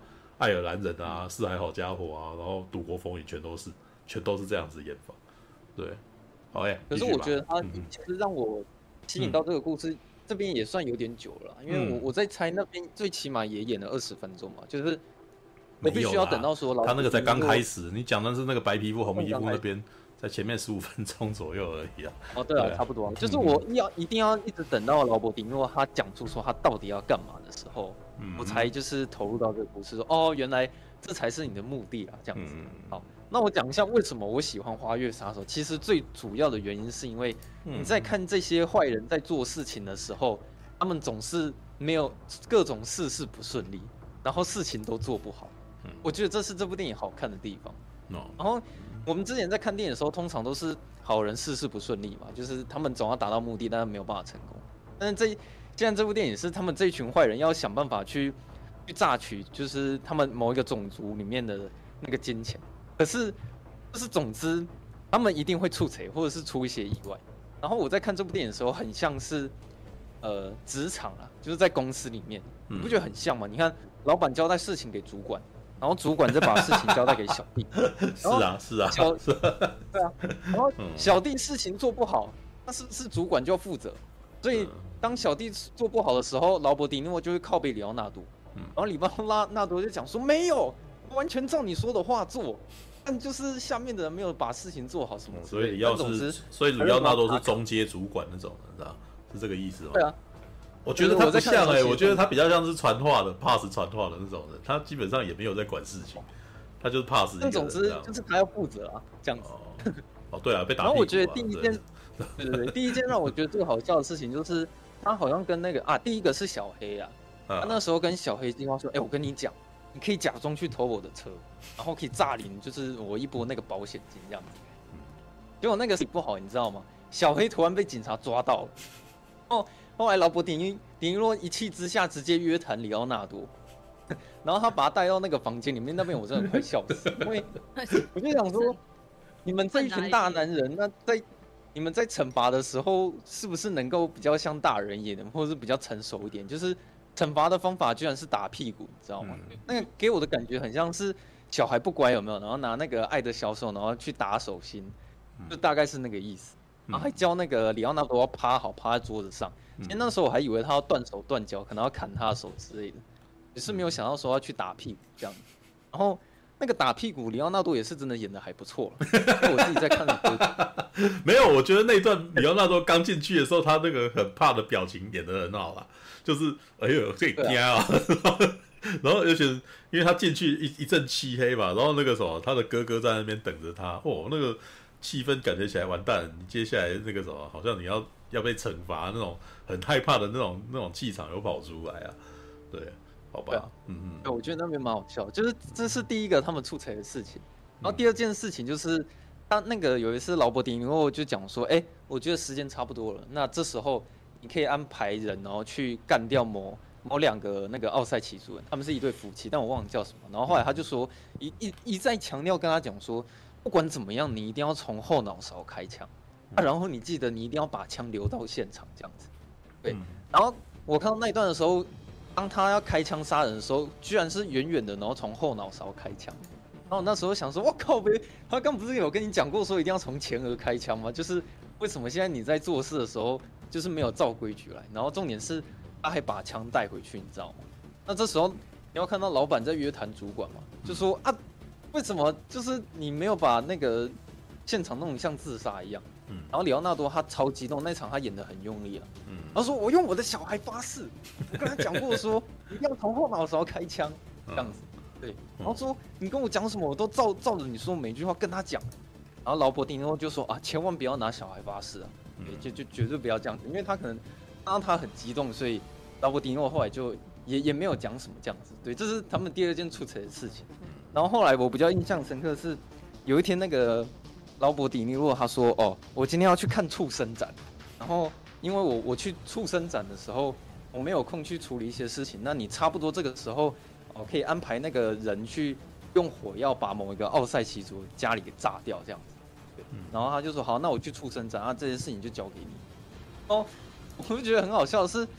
爱尔兰人啊，四海好家伙啊，然后赌国风云全都是这样子演法。对，好可是我觉得他其实让我吸引到这个故事。这边也算有点久了，因为我在猜那边最起码也演了20分钟嘛，就是我必须要等到说他那个才刚开始，你讲的是那个白皮肤红皮肤那边，在前面15分钟左右而已啊。 哦，对啊，差不多啊，就是我一定要一直等到劳勃迪尼洛他讲出说他到底要干嘛的时候，我才就是投入到这个故事，说哦，原来这才是你的目的啊，这样子。好。那我讲一下为什么我喜欢《花月杀手》。其实最主要的原因是因为你在看这些坏人在做事情的时候，他们总是没有各种事事不顺利，然后事情都做不好。我觉得这是这部电影好看的地方。然后我们之前在看电影的时候，通常都是好人事事不顺利嘛，就是他们总要达到目的，但是没有办法成功。但是既然这部电影是他们这一群坏人要想办法去榨取，就是他们某一个种族里面的那个金钱。可是，就是总之，他们一定会出错，或者是出一些意外。然后我在看这部电影的时候，很像是，职场啊，就是在公司里面，你不觉得很像吗？你看，老板交代事情给主管，然后主管再把事情交代给小弟。 是啊， 对啊。然后小弟事情做不好，那是主管就要负责。所以当小弟做不好的时候，劳勃迪尼洛就会靠背里奥纳多，然后里奥纳多就讲说没有。完全照你说的话做，但就是下面的人没有把事情做好什么之类的。 所以里奥纳多是中阶主管那种的，知道是这个意思吗？ 对啊， 我觉得他不像我觉得他比较像是传话的 pass 传话的那种人，他基本上也没有在管事情，他就是 pass 一个人。 总之就是他要负责啊，这样子。 哦，对啊，被打。 然后我觉得第一件让我觉得最好笑的事情就是他好像跟那个第一个是小黑啊，他那时候跟小黑计划说，我跟你讲。你可以假装去偷我的车，然后可以诈领，就是我一波那个保险金这样子。结果那个是不好，你知道吗？小黑突然被警察抓到了。后来劳勃迪尼洛一气之下直接约谈里奥纳多，然后他把他带到那个房间里面，那边我真的快笑死，因为我就想说，你们这一群大男人，那你们在惩罚的时候，是不是能够比较像大人一点，或者是比较成熟一点？就是惩罚的方法居然是打屁股，你知道吗？那个给我的感觉很像是小孩不乖有没有？然后拿那个爱的小手，然后去打手心，就大概是那个意思。然后还教那个里奥纳多要趴好，趴在桌子上。因为那时候我还以为他要断手断脚，可能要砍他的手之类的，只是没有想到说要去打屁股这样。然后那个打屁股，里奥纳多也是真的演的还不错了。我自己在看的时候， 没有，我觉得那段里奥纳多刚进去的时候，他那个很怕的表情演得很好啦。就是哎呦，这惊啊！然后而且因为他进去一阵漆黑嘛，然后那个什么，他的哥哥在那边等着他，那个气氛感觉起来完蛋，你接下来那个什么，好像你要被惩罚那种很害怕的那种气场有跑出来啊，对，好吧， 我觉得那边蛮好笑，就是这是第一个他们出彩的事情，然后第二件事情就是他那个有一次劳勃迪尼洛就讲说，我觉得时间差不多了，那这时候。你可以安排人，然后去干掉某2个那个奥赛奇族人，他们是一对夫妻，但我忘了叫什么。然后后来他就说，一再强调跟他讲说，不管怎么样，你一定要从后脑勺开枪，然后你记得你一定要把枪留到现场这样子。对，然后我看到那一段的时候，当他要开枪杀人的时候，居然是远远的，然后从后脑勺开枪。然后我那时候想说，我靠呗，他刚不是有跟你讲过说一定要从前额开枪吗？就是为什么现在你在做事的时候？就是没有照规矩来，然后重点是他还把枪带回去，你知道吗？那这时候你要看到老板在约谈主管嘛，就说为什么就是你没有把那个现场弄得像自杀一样？然后里奥纳多他超激动，那场他演得很用力啊。他说我用我的小孩发誓，我跟他讲过说一定要从后脑勺开枪这样子，对。然后说你跟我讲什么，我都照着你说每句话跟他讲。然后劳勃迪尼洛就说千万不要拿小孩发誓啊。就绝对不要这样子，因为他可能当他很激动，所以劳勃迪尼洛后来就也没有讲什么这样子。对，这是他们第二件出彩的事情。然后后来我比较印象深刻的是，有一天那个劳勃迪尼洛他说：“我今天要去看畜生展。”然后因为我去畜生展的时候，我没有空去处理一些事情。那你差不多这个时候可以安排那个人去用火药把某一个奥赛奇族家里给炸掉这样子。然后他就说好，那我去畜生展这件事情就交给你。我就觉得很好笑的是，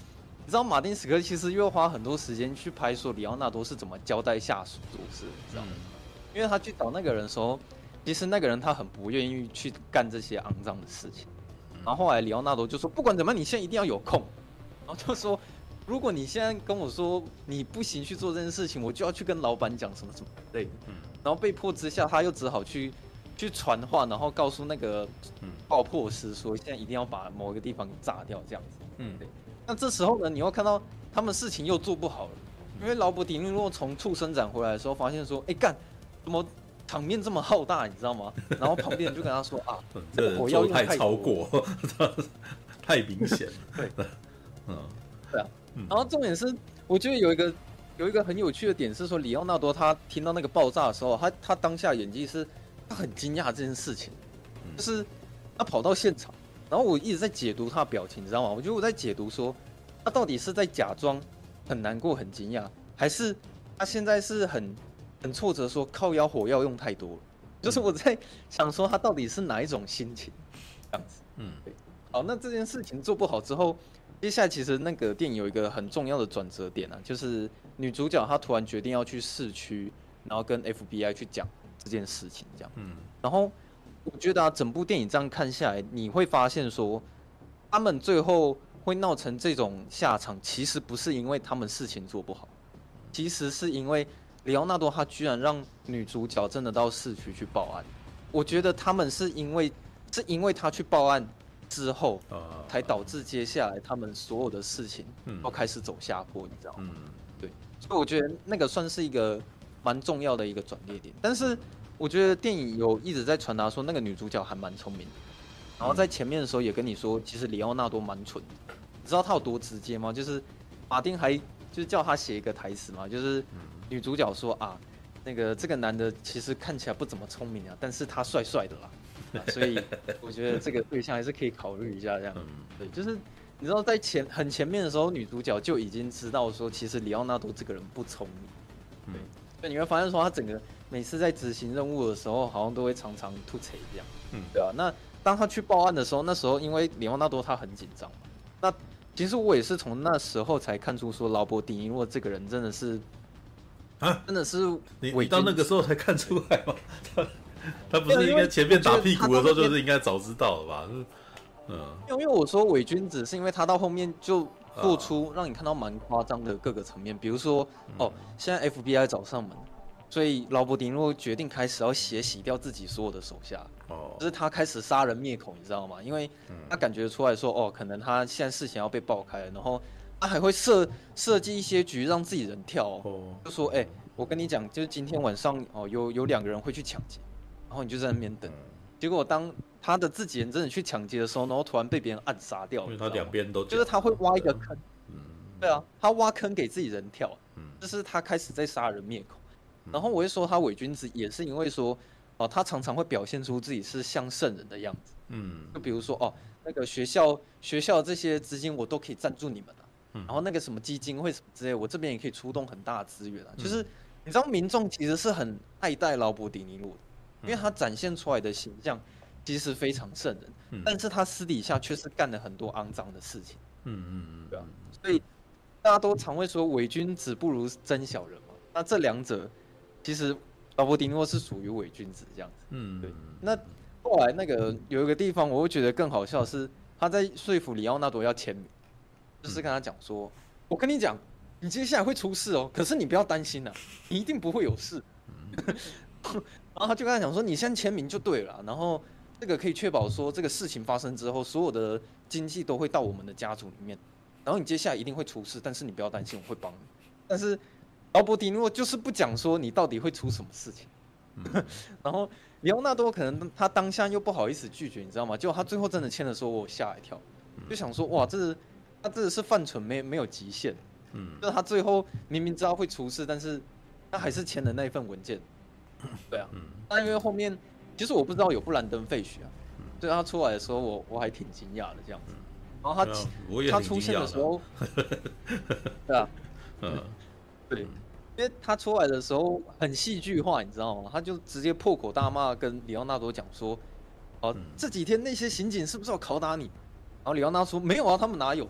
你知道马丁·史科其实又花很多时间去拍说里奥纳多是怎么交代下属做事，你知道吗？因为他去找那个人的时候，其实那个人他很不愿意去干这些肮脏的事情。然后后来里奥纳多就说，不管怎么样，你现在一定要有空。然后就说，如果你现在跟我说你不行去做这件事情，我就要去跟老板讲什么什么之类的。然后被迫之下，他又只好去传话，然后告诉那个爆破师说，现在一定要把某一个地方给炸掉，这样子。对。那这时候呢，你又看到他们事情又做不好了，因为劳勃·迪尼洛从畜生展回来的时候，发现说，干，怎么场面这么浩大，你知道吗？然后旁边人就跟他说啊， 这个火药太超过，太明显了。 对，对啊。然后重点是，我觉得有一个很有趣的点是说，里奥纳多他听到那个爆炸的时候，他当下演技是，他很惊讶这件事情，就是他跑到现场。然后我一直在解读他的表情，你知道吗？我觉得我在解读说，他到底是在假装很难过、很惊讶，还是他现在是很挫折，说靠腰火药用太多了。就是我在想说，他到底是哪一种心情，这样子。对。好，那这件事情做不好之后，接下来其实那个电影有一个很重要的转折点啊，就是女主角她突然决定要去市区，然后跟 FBI 去讲这件事情，这样。然后。我觉得整部电影这样看下来，你会发现说，他们最后会闹成这种下场，其实不是因为他们事情做不好，其实是因为里奥纳多他居然让女主角真的到市区去报案。我觉得他们是因为他去报案之后，才导致接下来他们所有的事情都开始走下坡，你知道吗？对，所以我觉得那个算是一个蛮重要的一个转捩点，但是。我觉得电影有一直在传达说那个女主角还蛮聪明的，然后在前面的时候也跟你说，其实里奥纳多蛮蠢的。你知道他有多直接吗？就是马丁还就是叫他写一个台词嘛，就是女主角说啊，那个这个男的其实看起来不怎么聪明啊，但是他帅帅的啦，所以我觉得这个对象还是可以考虑一下这样。对，就是你知道在很前面的时候，女主角就已经知道说，其实里奥纳多这个人不聪明。对，所以你会发现说他整个。每次在执行任务的时候，好像都会常常吐槽这样，对啊。那当他去报案的时候，那时候因为里奥纳多他很紧张嘛，那其实我也是从那时候才看出说劳勃·迪尼洛这个人真的是，真的是你到那个时候才看出来吗？他不是应该前面打屁股的时候就是应该早知道了吧？ 因为我说伪君子是因为他到后面就做出让你看到蛮夸张的各个层面，比如说现在 FBI 找上门。所以劳勃·迪尼洛决定开始要洗掉自己所有的手下，就是他开始杀人灭口，你知道吗？因为他感觉出来说，可能他现在事情要被爆开了，然后他还会设计一些局让自己人跳，就说，我跟你讲，就是今天晚上有2个人会去抢劫，然后你就在那边等，结果当他的自己人真的去抢劫的时候，然后突然被别人暗杀掉， 因为他两边都就是他会挖一个坑，对啊，他挖坑给自己人跳，就是他开始在杀人灭口。然后我会说他伪君子，也是因为说，他常常会表现出自己是像圣人的样子。就比如说那个学校这些资金我都可以赞助你们啊，然后那个什么基金会什么之类，我这边也可以出动很大的资源啊。就是你知道民众其实是很爱戴劳勃·迪尼洛的，因为他展现出来的形象其实非常圣人，但是他私底下却是干了很多肮脏的事情。对啊，所以大家都常会说伪君子不如真小人嘛。那这两者。其实劳勃·迪尼洛是属于伪君子这样子，对。那后来那个有一个地方，我会觉得更好笑的是，他在说服里奥纳多要签名，就是跟他讲说：“我跟你讲，你接下来会出事哦，可是你不要担心啊，你一定不会有事。”然后他就跟他讲说：“你先签名就对了，然后这个可以确保说这个事情发生之后，所有的经济都会到我们的家族里面，然后你接下来一定会出事，但是你不要担心，我会帮你。”但是劳勃·迪尼洛就是不讲说你到底会出什么事情，然后里奥纳多可能他当下又不好意思拒绝，你知道吗？结果他最后真的签的时候，我吓一跳，就想说哇，他真的是犯蠢没有极限，就是他最后明明知道会出事，但是他还是签了那一份文件，对啊，那因为后面其实我不知道有布兰登·费许啊，所以他出来的时候我还挺惊讶的这样子，然后他出现的时候，对啊，对。因为他出来的时候很戏剧化，你知道吗？他就直接破口大骂，跟里奥纳多讲说：“这几天那些刑警是不是要拷打你？”然后里奥纳多说：“没有啊，他们哪有？”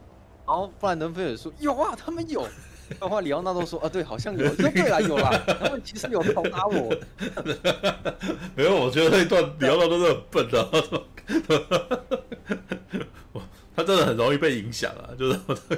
然后布兰登·菲尔说有啊，他们有。然后里奥纳多说对，好像有，对啦，有啦，他们其实有偷打我。 没有，我觉得那一段里奥纳多是很笨的，他真的很容易被影响啊，就是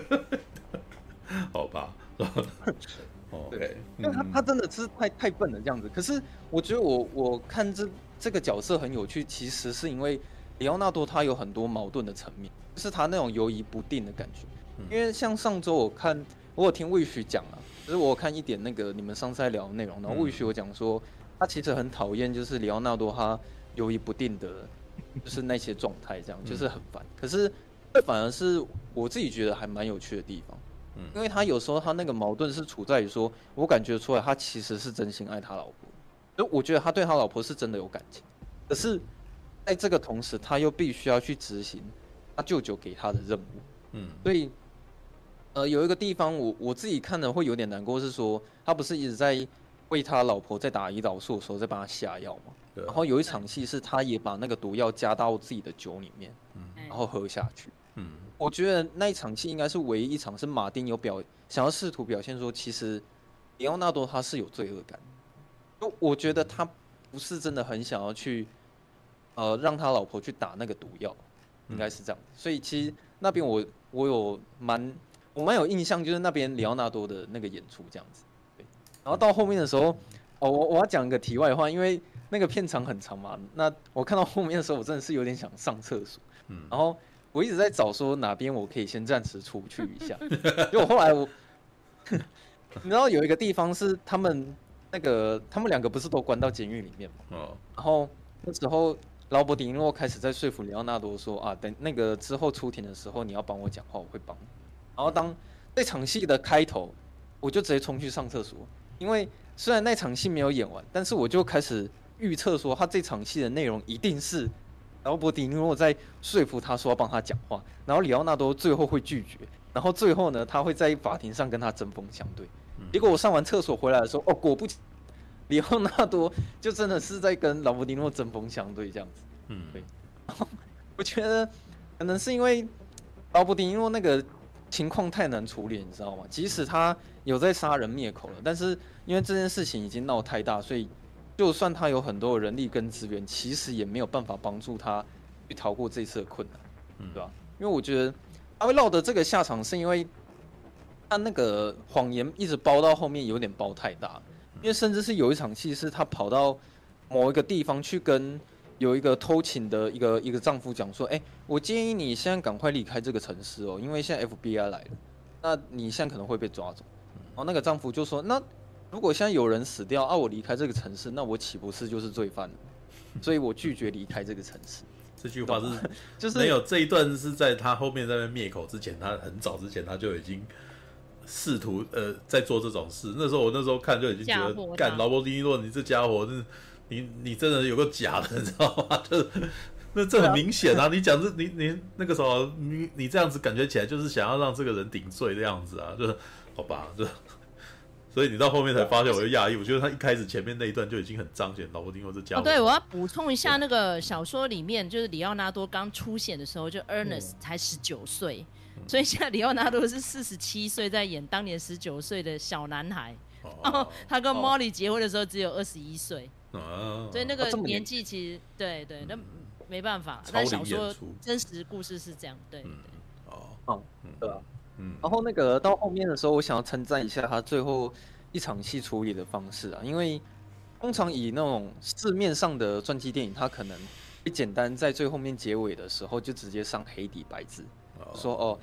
好吧。 对，因为他真的是太笨了这样子。可是我觉得我看这个角色很有趣，其实是因为里奥纳多他有很多矛盾的层面，就是他那种犹疑不定的感觉。因为像上周我有听Wish讲啊，就是我有看一点那个你们上次在聊的内容，然后Wish有讲说他其实很讨厌就是里奥纳多他犹疑不定的，就是那些状态这样，就是很烦。可是这反而是我自己觉得还蛮有趣的地方。因为他有时候他那个矛盾是处在于说，我感觉出来他其实是真心爱他老婆，所以我觉得他对他老婆是真的有感情。可是在这个同时，他又必须要去执行他舅舅给他的任务。所以有一个地方我自己看了会有点难过，是说他不是一直在为他老婆在打胰岛素的时候在帮他下药嘛？然后有一场戏是他也把那个毒药加到自己的酒里面，然后喝下去。我觉得那一场戏应该是唯一一场是马丁想要试图表现说，其实里奥纳多他是有罪恶感。我觉得他不是真的很想要去让他老婆去打那个毒药，应该是这样。所以其实那边我蛮有印象，就是那边里奥纳多的那个演出这样子。对，然后到后面的时候，我要讲一个题外话，因为那个片长很长嘛，那我看到后面的时候，我真的是有点想上厕所。然后我一直在找说哪边我可以先暂时出去一下，结果后来你知道有一个地方是他们两个不是都关到监狱里面嘛？然后那时候劳勃·迪尼洛开始在说服里奥纳多说等那个之后出庭的时候你要帮我讲话，我会帮你。然后当这场戏的开头，我就直接冲去上厕所，因为虽然那场戏没有演完，但是我就开始预测说他这场戏的内容一定是劳勃·迪尼洛在说服他说要帮他讲话，然后里奥纳多最后会拒绝，然后最后呢，他会在法庭上跟他针锋相对。结果我上完厕所回来的时候，果不其然，里奥纳多就真的是在跟劳勃·迪尼洛针锋相对这样子。对。然后我觉得可能是因为劳勃·迪尼洛那个情况太难处理，你知道吗？即使他有在杀人灭口了，但是因为这件事情已经闹太大，所以就算他有很多的人力跟资源，其实也没有办法帮助他去逃过这次的困难，对吧？因为我觉得他会落得这个下场，是因为他那个谎言一直包到后面有点包太大，因为甚至是有一场戏是他跑到某一个地方去跟有一个偷情的一个丈夫讲说，我建议你现在赶快离开这个城市哦，因为现在 FBI 来了，那你现在可能会被抓走。然后那个丈夫就说，那如果现在有人死掉我离开这个城市，那我岂不是就是罪犯了？所以我拒绝离开这个城市。 这句话是就是没有这一段是在他后面在那灭口之前，他很早之前他就已经试图在做这种事。那时候看就已经觉得，干劳勃·迪尼洛，你这家伙你真的有个假的，你知道吗？就是这很明显啊！你讲这你那个时候你这样子感觉起来就是想要让这个人顶罪的样子啊，就是好吧，所以你到后面才发现我就讶异，我觉得他一开始前面那一段就已经很彰显劳勃·迪尼洛这家伙。 对，我要补充一下，那个小说里面就是里奥纳多刚出现的时候，就 Ernest 才19岁，所以现在里奥纳多是47岁，在演当年19岁的小男孩。然后他跟 Molly 结婚的时候只有21岁。所以那个年纪其实对，那没办法。但小说真实故事是这样，对。 对啊。然后那个到后面的时候，我想要称赞一下他最后一场戏处理的方式啊，因为通常以那种市面上的传记电影，他可能会简单在最后面结尾的时候就直接上黑底白字，说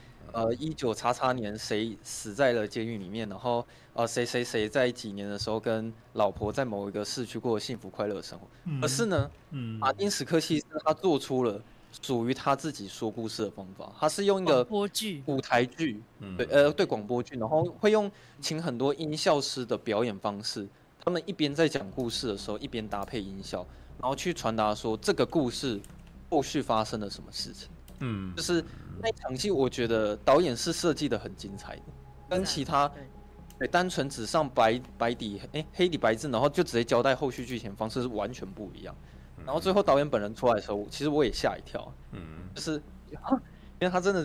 19XX年谁死在了监狱里面，然后谁在几年的时候跟老婆在某一个市区过幸福快乐的生活。可是呢，马丁·史柯西斯他做出了属于他自己说故事的方法，他是用一个舞台剧，对广播剧，然后会用请很多音效师的表演方式，他们一边在讲故事的时候，一边搭配音效，然后去传达说这个故事后续发生了什么事情。就是那场戏，我觉得导演是设计的很精彩的，跟其他单纯只上白底黑底白字，然后就直接交代后续剧情方式是完全不一样。然后最后导演本人出来的时候，其实我也吓一跳，就是因为他真的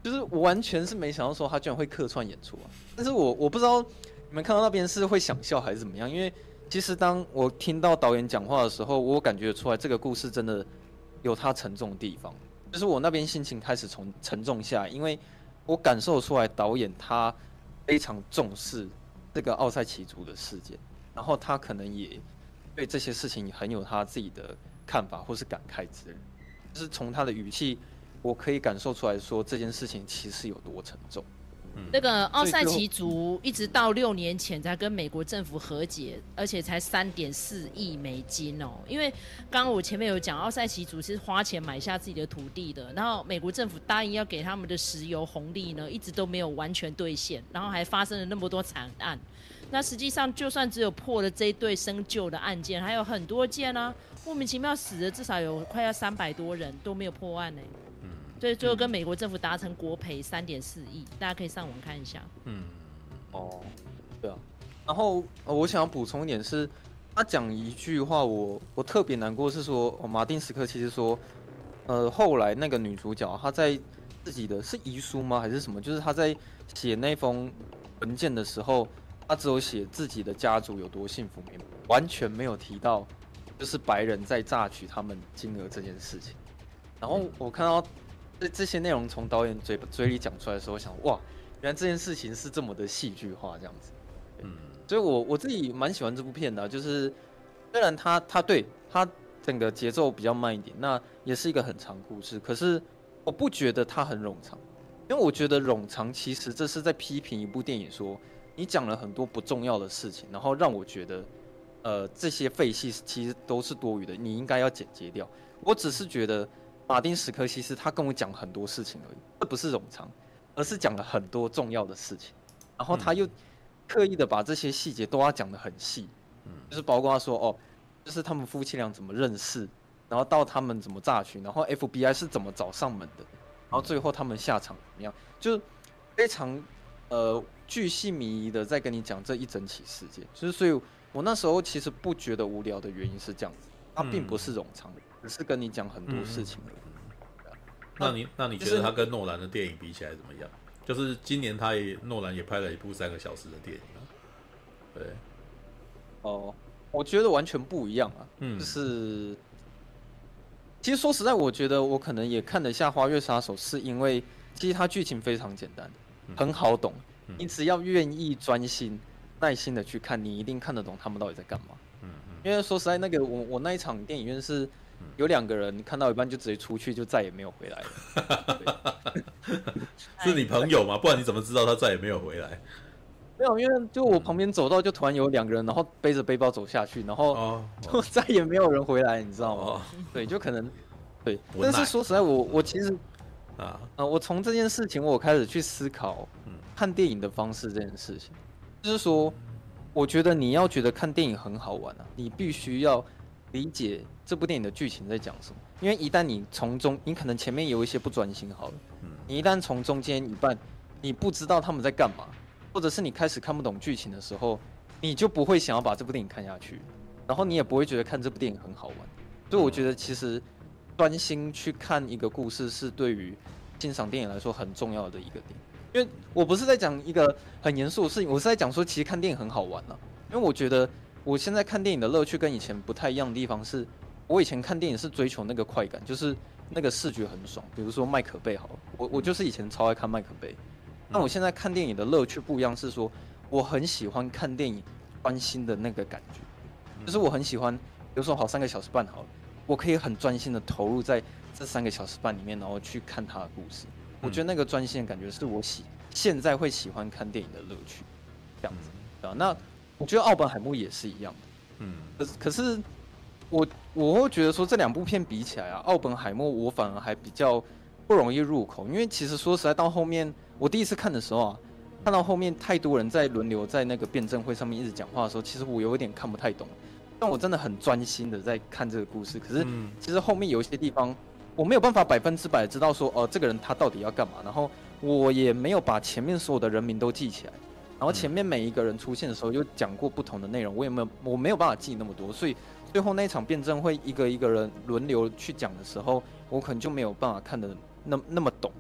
就是我完全是没想到说他居然会客串演出啊！但是我不知道你们看到那边是会想笑还是怎么样，因为其实当我听到导演讲话的时候，我感觉出来这个故事真的有它沉重的地方，就是我那边心情开始从沉重下来，因为我感受出来导演他非常重视这个奥赛奇族的事件，然后他可能也对这些事情很有他自己的看法或是感慨之类，就是从他的语气。我可以感受出来说这件事情其实有多沉重。 那个奥赛奇族一直到6年前才跟美国政府和解，而且才3.4亿美金哦。因为刚刚我前面有讲，奥赛奇族是花钱买下自己的土地的，然后美国政府答应要给他们的石油红利呢，一直都没有完全兑现，然后还发生了那么多惨案。那实际上，就算只有破了这一对生救的案件，还有很多件啊，莫名其妙死的至少有快要300多人都没有破案呢。所以最后跟美国政府达成国赔3.4亿，大家可以上网看一下。 对啊。然后我想要补充一点是，他讲一句话我特别难过，是说马丁史克其实说，后来那个女主角她在自己的是遗书吗还是什么？就是她在写那封文件的时候，她只有写自己的家族有多幸福，完全没有提到就是白人在榨取他们金额这件事情。然后我看到。这些内容从导演嘴里讲出来的时候，我想哇，原来这件事情是这么的戏剧化这样子。所以我自己蛮喜欢这部片的，就是虽然它整个节奏比较慢一点，那也是一个很长故事，可是我不觉得它很冗长，因为我觉得冗长其实这是在批评一部电影说你讲了很多不重要的事情，然后让我觉得这些废戏其实都是多余的，你应该要剪接掉。我只是觉得。马丁史科西斯他跟我讲很多事情而已，这不是冗长，而是讲了很多重要的事情，然后他又刻意的把这些细节都要讲得很细，就是包括他说就是他们夫妻俩怎么认识，然后到他们怎么榨取，然后 FBI 是怎么找上门的，然后最后他们下场怎么样，就非常巨细靡遗的在跟你讲这一整起事件，就是所以我那时候其实不觉得无聊的原因是这样子，它并不是冗长的。只是跟你讲很多事情而已。那你觉得他跟诺兰的电影比起来怎么样？就是今年诺兰也拍了一部3个小时的电影啊。对。 我觉得完全不一样啊。就是其实说实在，我觉得我可能也看得下《花月杀手》，是因为其实它剧情非常简单，很好懂。你只要愿意专心、耐心的去看，你一定看得懂他们到底在干嘛。因为说实在，那个我那一场电影院是。有2个人看到一半就直接出去，就再也没有回来了。 是你朋友吗？不然你怎么知道他再也没有回来？ 没有，因为就我旁边走到就突然有2个人，然后背着背包走下去，然后就再也没有人回来，你知道吗？对，就可能对。但是说实在，我其实我从这件事情我开始去思考看电影的方式这件事情，就是说，我觉得你要觉得看电影很好玩啊，你必须要理解。这部电影的剧情在讲什么？因为一旦你从中，你可能前面有一些不专心好了，你一旦从中间一半，你不知道他们在干嘛，或者是你开始看不懂剧情的时候，你就不会想要把这部电影看下去，然后你也不会觉得看这部电影很好玩。所以我觉得其实专心去看一个故事是对于欣赏电影来说很重要的一个点。因为我不是在讲一个很严肃的事情，我是在讲说其实看电影很好玩啊。因为我觉得我现在看电影的乐趣跟以前不太一样的地方是。我以前看电影是追求那个快感，就是那个视觉很爽。比如说麦可贝好了，我就是以前超爱看麦可贝。那我现在看电影的乐趣不一样，是说我很喜欢看电影专心的那个感觉，就是我很喜欢，比如说好3个小时半好了，我可以很专心的投入在这3个小时半里面，然后去看他的故事。我觉得那个专心的感觉是我现在会喜欢看电影的乐趣，这样子啊。那我觉得奥本海默也是一样的，可是。我会觉得说这2部片比起来啊，奥本海默我反而还比较不容易入口，因为其实说实在到后面我第一次看的时候啊，看到后面太多人在轮流在那个辩证会上面一直讲话的时候，其实我有一点看不太懂，但我真的很专心的在看这个故事，可是其实后面有一些地方我没有办法100%知道说这个人他到底要干嘛，然后我也没有把前面所有的人名都记起来，然后前面每一个人出现的时候又讲过不同的内容，我没有办法记那么多，所以最后那场辩证会一个一个人轮流去讲的时候，我可能就没有办法看得那么懂。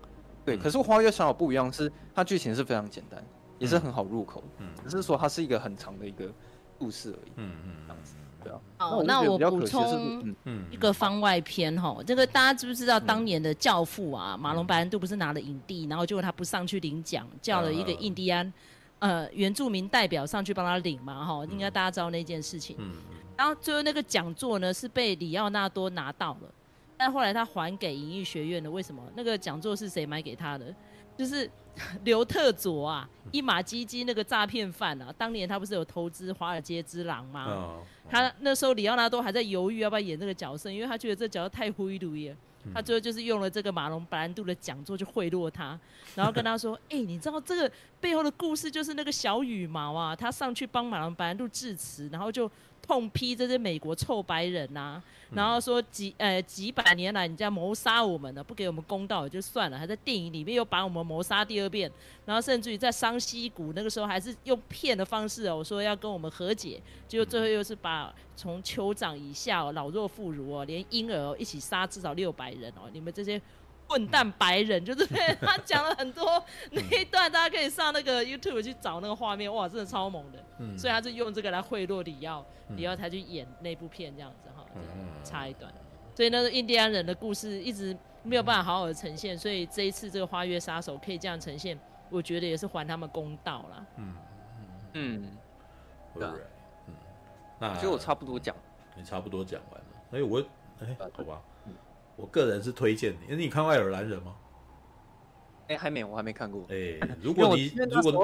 对，可是《花月杀手》不一样，是它剧情是非常简单，也是很好入口，只是说它是一个很长的一个故事而已，这样子。对啊， 那我补充一个番外篇哈，这个大家知不知道当年的教父啊，马龙白兰度不是拿了影帝，然后结果他不上去领奖，叫了一个印第安原住民代表上去帮他领嘛哈，应该大家知道那件事情。然后最后那个讲座呢是被里奥纳多拿到了，但后来他还给影艺学院了，为什么？那个讲座是谁买给他的？就是刘特佐啊，一马基金那个诈骗犯啊，当年他不是有投资《华尔街之狼》吗？他那时候里奥纳多还在犹豫要不要演这个角色，因为他觉得这角色太灰驴了。他最后就是用了这个马龙白兰度的讲座去贿赂他，然后跟他说：“你知道这个背后的故事就是那个小羽毛啊，他上去帮马龙白兰度致辞，然后就痛批这些美国臭白人啊，然后说几百年来你这样谋杀我们了，不给我们公道也就算了，还在电影里面又把我们谋杀第2遍，然后甚至于在桑溪谷那个时候还是用骗的方式我说要跟我们和解，结果最后又是把从酋长以下老弱妇孺连婴儿一起杀至少600人你们这些混蛋白人，就是他讲了很多那一段，大家可以上那个 YouTube 去找那个画面，哇，真的超猛的。所以他是用这个来贿赂里奥才去演那部片这样子哈，插一段。所以那个印第安人的故事一直没有办法好好的呈现，所以这一次这个花月杀手可以这样呈现，我觉得也是还他们公道啦。 对啊， 那就我差不多讲， 你差不多讲完了。好吧。我个人是推荐你，你看《爱尔兰人》吗？ 我还没看过。 如果你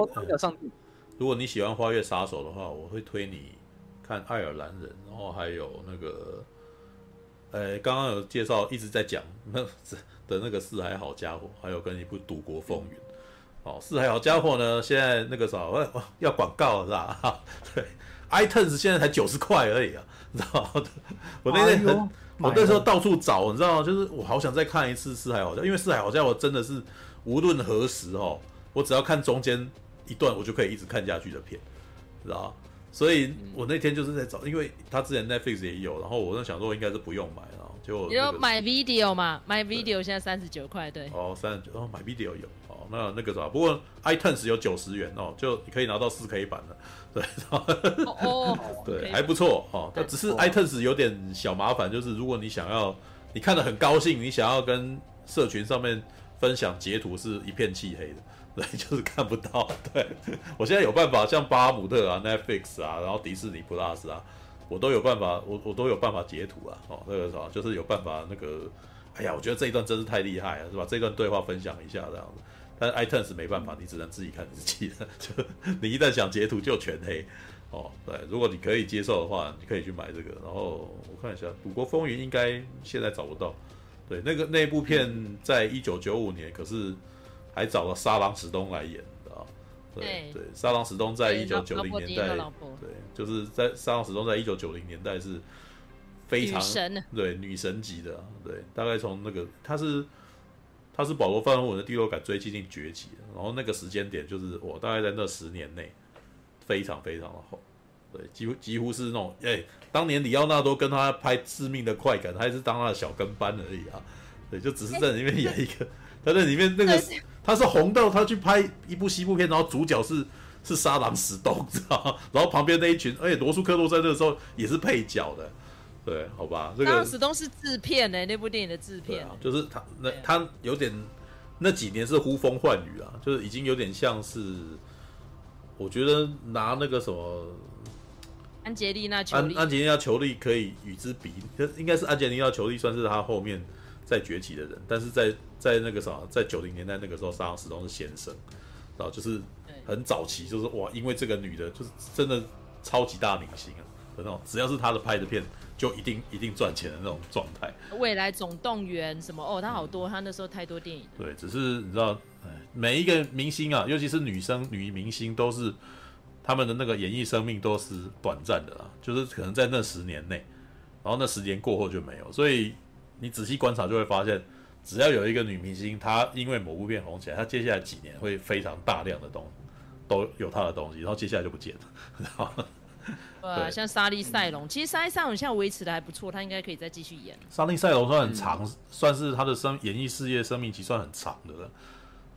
喜欢《花月杀手》的话，我会推你看《爱尔兰人》，然后还有那个，刚刚有介绍一直在讲的那个《四海好家伙》，还有跟一部《赌国风云》。四海好家伙呢，现在那个要广告了是吧？对 ，iTunes 现在才90块而已啊，你知道吗？我那天我那时候到处找，你知道吗？就是我好想再看一次《四海好家伙》，因为《四海好家伙》真的是无论何时我只要看中间一段，我就可以一直看下去的片，知道吗？所以我那天就是在找，因为他之前 Netflix 也有，然后我在想说应该是不用买，然后结果你有买 Video 嘛？买 Video 现在39块，对。 39买 Video 有那个啥，不过 iTunes 有90元就你可以拿到4K 版的。对，对，还不错但只是 iTunes 有点小麻烦，就是如果你你看得很高兴，你想要跟社群上面分享截图，是一片漆黑的，对，就是看不到。对，我现在有办法，像巴哈姆特啊、Netflix 啊，然后迪士尼 Plus 啊，我都有办法，我都有办法截图啊，那个啥，就是有办法那个，我觉得这一段真是太厉害了，是吧？这段对话分享一下这样子。但是 iTunes 没办法，你只能自己看自己的，就你一旦想截图就全黑对，如果你可以接受的话，你可以去买这个。然后我看一下《赌国风云》，应该现在找不到。对，那部片在1995年，可是还找了沙朗史东来演的对，沙朗史东在1990年代，对，就是在沙朗史东在1990年代是非常女神级的，对，大概从那个他是保罗·范霍文的第6感追击进崛起的，然后那个时间点就是我大概在那10年内非常非常的红，对，几乎是那种当年里奥纳多跟他拍《致命的快感》，他还是当他的小跟班而已啊，对，就只是在里面演一个，他在里面那个他是红到他去拍一部西部片，然后主角是沙朗史东，知道吗？然后旁边那一群，而且罗素克洛在那个时候也是配角的。对，好吧，这个沙朗史东是制片那部电影的制片， 就是他有点那几年是呼风唤雨啊，就是已经有点像是，我觉得拿那个什么安吉丽娜裘丽可以与之比，应该是安吉丽娜裘丽算是他后面在崛起的人，但是在那个啥，在90年代那个时候，沙朗史东是先生，然后就是很早期，就是哇，因为这个女的就是真的超级大明星啊，那种只要是他的拍的片。就一定赚钱的那种状态。 未来总动员什么他好多，他那时候太多电影。 对，只是你知道，每一个明星啊，尤其是女明星，都是他们的那个演艺生命都是短暂的啦，就是可能在那10年内，然后那10年过后就没有。所以你仔细观察就会发现，只要有一个女明星，她因为某部片红起来，她接下来几年会非常大量的都有她的东西，然后接下来就不见了，知道吗？ 对，像莎莉赛隆，其实莎莉赛隆现在维持的还不错，她应该可以再继续演。 莎莉赛隆算很长，算是她的演艺事业生命期算很长的了。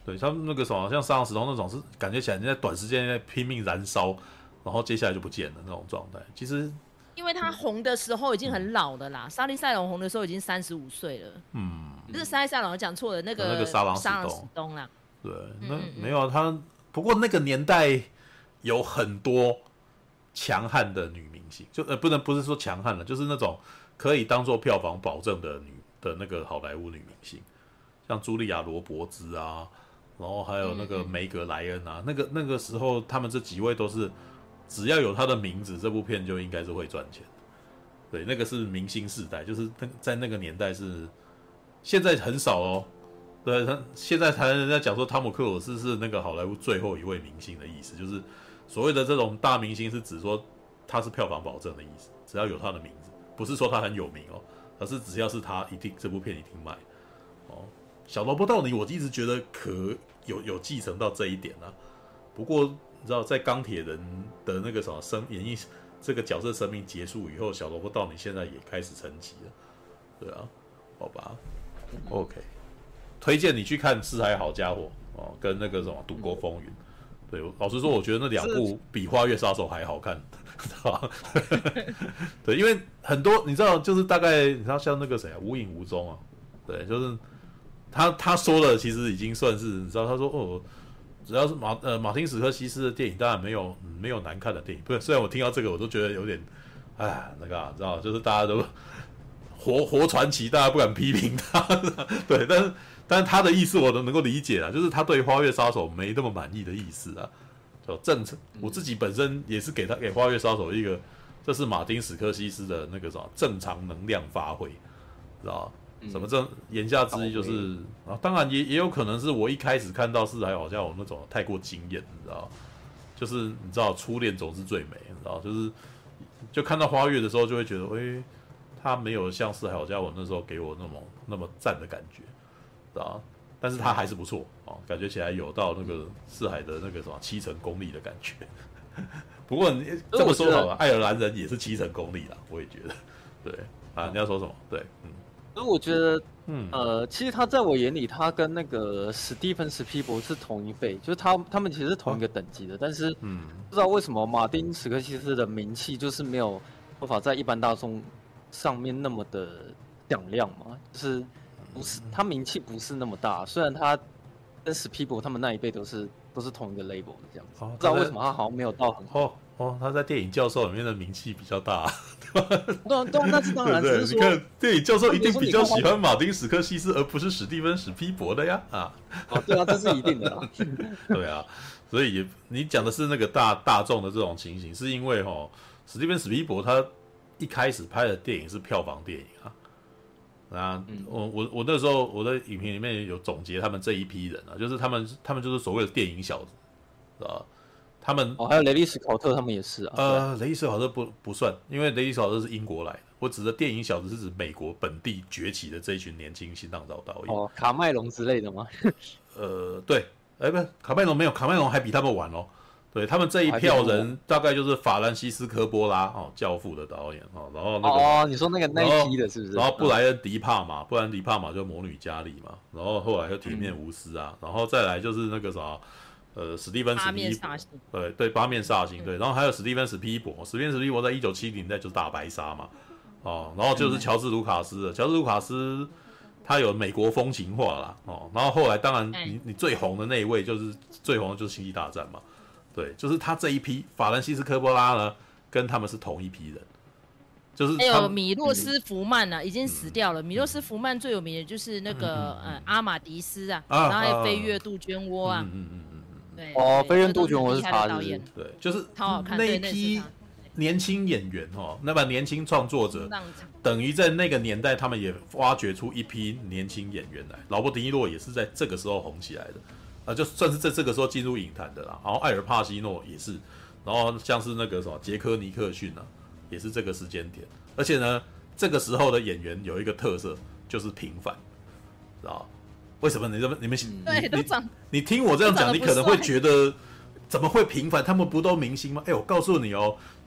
对他们那个什么，像上时通那种是感觉起来你在短时间内拼命燃烧，然后接下来就不见了那种状态。其实， 因为他红的时候已经很老的啦，沙利塞隆红的时候已经35岁了。不是沙利塞隆讲错了，那个沙朗史东啦。 对，那没有他，不过那个年代有很多强悍的女明星，就不是说强悍了，就是那种可以当做票房保证的那个好莱坞女明星，像茱莉亚·罗伯兹啊。然后还有那个梅格莱恩啊，那个时候他们这几位都是，只要有他的名字，这部片就应该是会赚钱的。对，那个是明星世代，就是在那个年代是，现在很少哦。对，现在才人家讲说汤姆克鲁斯是那个好莱坞最后一位明星的意思，就是所谓的这种大明星是指说他是票房保证的意思，只要有他的名字，不是说他很有名哦，而是只要是他这部片一定卖哦。小罗伯特道尼我一直觉得有继承到这一点啊，不过你知道在钢铁人的那个什么演艺这个角色生命结束以后，小罗伯特道尼现在也开始沉寂了，对啊，好吧 ，OK， 推荐你去看《四海好家伙》哦，跟那个什么《赌国风云》。对，老实说，我觉得那两部比《花月杀手》还好看，知道吧？对，因为很多你知道，就是大概你知道像那个谁啊，无影无踪啊，对，就是。他说的其实已经算是你知道，他说哦，只要是马丁史科西斯的电影，当然没有难看的电影。不是，虽然我听到这个，我都觉得有点，哎，那个知道，就是大家都活传奇，大家不敢批评他，对，但是他的意思我都能够理解啊，就是他对《花月杀手》没那么满意的意思啊。就我自己本身也是给《花月杀手》一个，这是马丁史科西斯的那个什么正常能量发挥，知道吗？什么言下之意就是啊，当然也有可能是我一开始看到是还好像我那种太过惊艳，你知道，就是你知道初恋总是最美，你知道，就看到花月的时候就会觉得，他没有像四海好家伙那时候给我那么赞的感觉，知道，但是他还是不错啊，感觉起来有到那个四海的那个什么7成功力的感觉。不过你这么说好了，爱尔兰人也是7成功力啦，我也觉得，对啊，你要说什么？对， 所以我觉得，其实他在我眼里，他跟那个史蒂芬·史皮伯是同一辈，就是他们其实是同一个等级的，但是，不知道为什么马丁·史科西斯的名气就是没有办法在一般大众上面那么的响亮嘛，就是不是他名气不是那么大，虽然他跟史皮伯他们那一辈都是同一个 label 的这样子，不知道为什么他好像没有到很好。 他在电影教授里面的名气比较大， 对啊，那是当然。 对，你看电影教授一定比较喜欢马丁·史科西斯，而不是史蒂芬·史皮伯的呀啊！ 对啊，这是一定的啦。 对啊，所以你讲的是那个大众的这种情形，是因为史蒂芬·史皮伯他一开始拍的电影是票房电影啊。我那时候我的影评里面有总结他们这一批人啊，就是他们就是所谓的电影小子，知道吧？他们还有雷利·史考特，他们也是啊。 雷利·史考特不算，因为雷利·史考特是英国来的。我指的电影小子是指美国本地崛起的这一群年轻新浪潮导演。 卡麦隆之类的吗？ 对，不是卡麦隆没有，卡麦隆还比他们晚哦。对他们这一票人，大概就是法兰西斯科波拉教父的导演然后那个你说那一批的是不是？ 然后布莱恩·迪帕玛，布莱恩·迪帕玛就魔女嘉莉嘛，然后后来就铁面无私啊，然后再来就是那个啥。史蒂芬·史皮伯，对，八面煞星，对，然后还有史蒂芬·史皮伯，史蒂芬·史皮伯在1970年代就是大白鲨嘛，然后就是乔治·卢卡斯的，乔治·卢卡斯他有美国风情化啦，然后后来当然你最红的那一位就是星际大战嘛，对，就是他这一批法兰西斯科波拉呢，跟他们是同一批人。就是还有米洛斯福曼啊，已经死掉了。米洛斯福曼最有名的就是那个阿马迪斯啊，然后还有飞越杜鹃窝啊。对飞越杜鹃窝是他导演， 对，就是超好看。 那一批年轻演员那么年轻创作者，等于在那个年代，他们也挖掘出一批年轻演员来。劳勃·迪尼洛也是在这个时候红起来的，就算是在这个时候进入影坛的啦。然后艾尔·帕西诺也是，然后像是那个什么杰克·尼克逊啊，也是这个时间点。而且呢，这个时候的演员有一个特色，就是平凡，知道？为什么你听我这样讲，你可能会觉得怎么会平凡？他们不都明星吗？我告诉你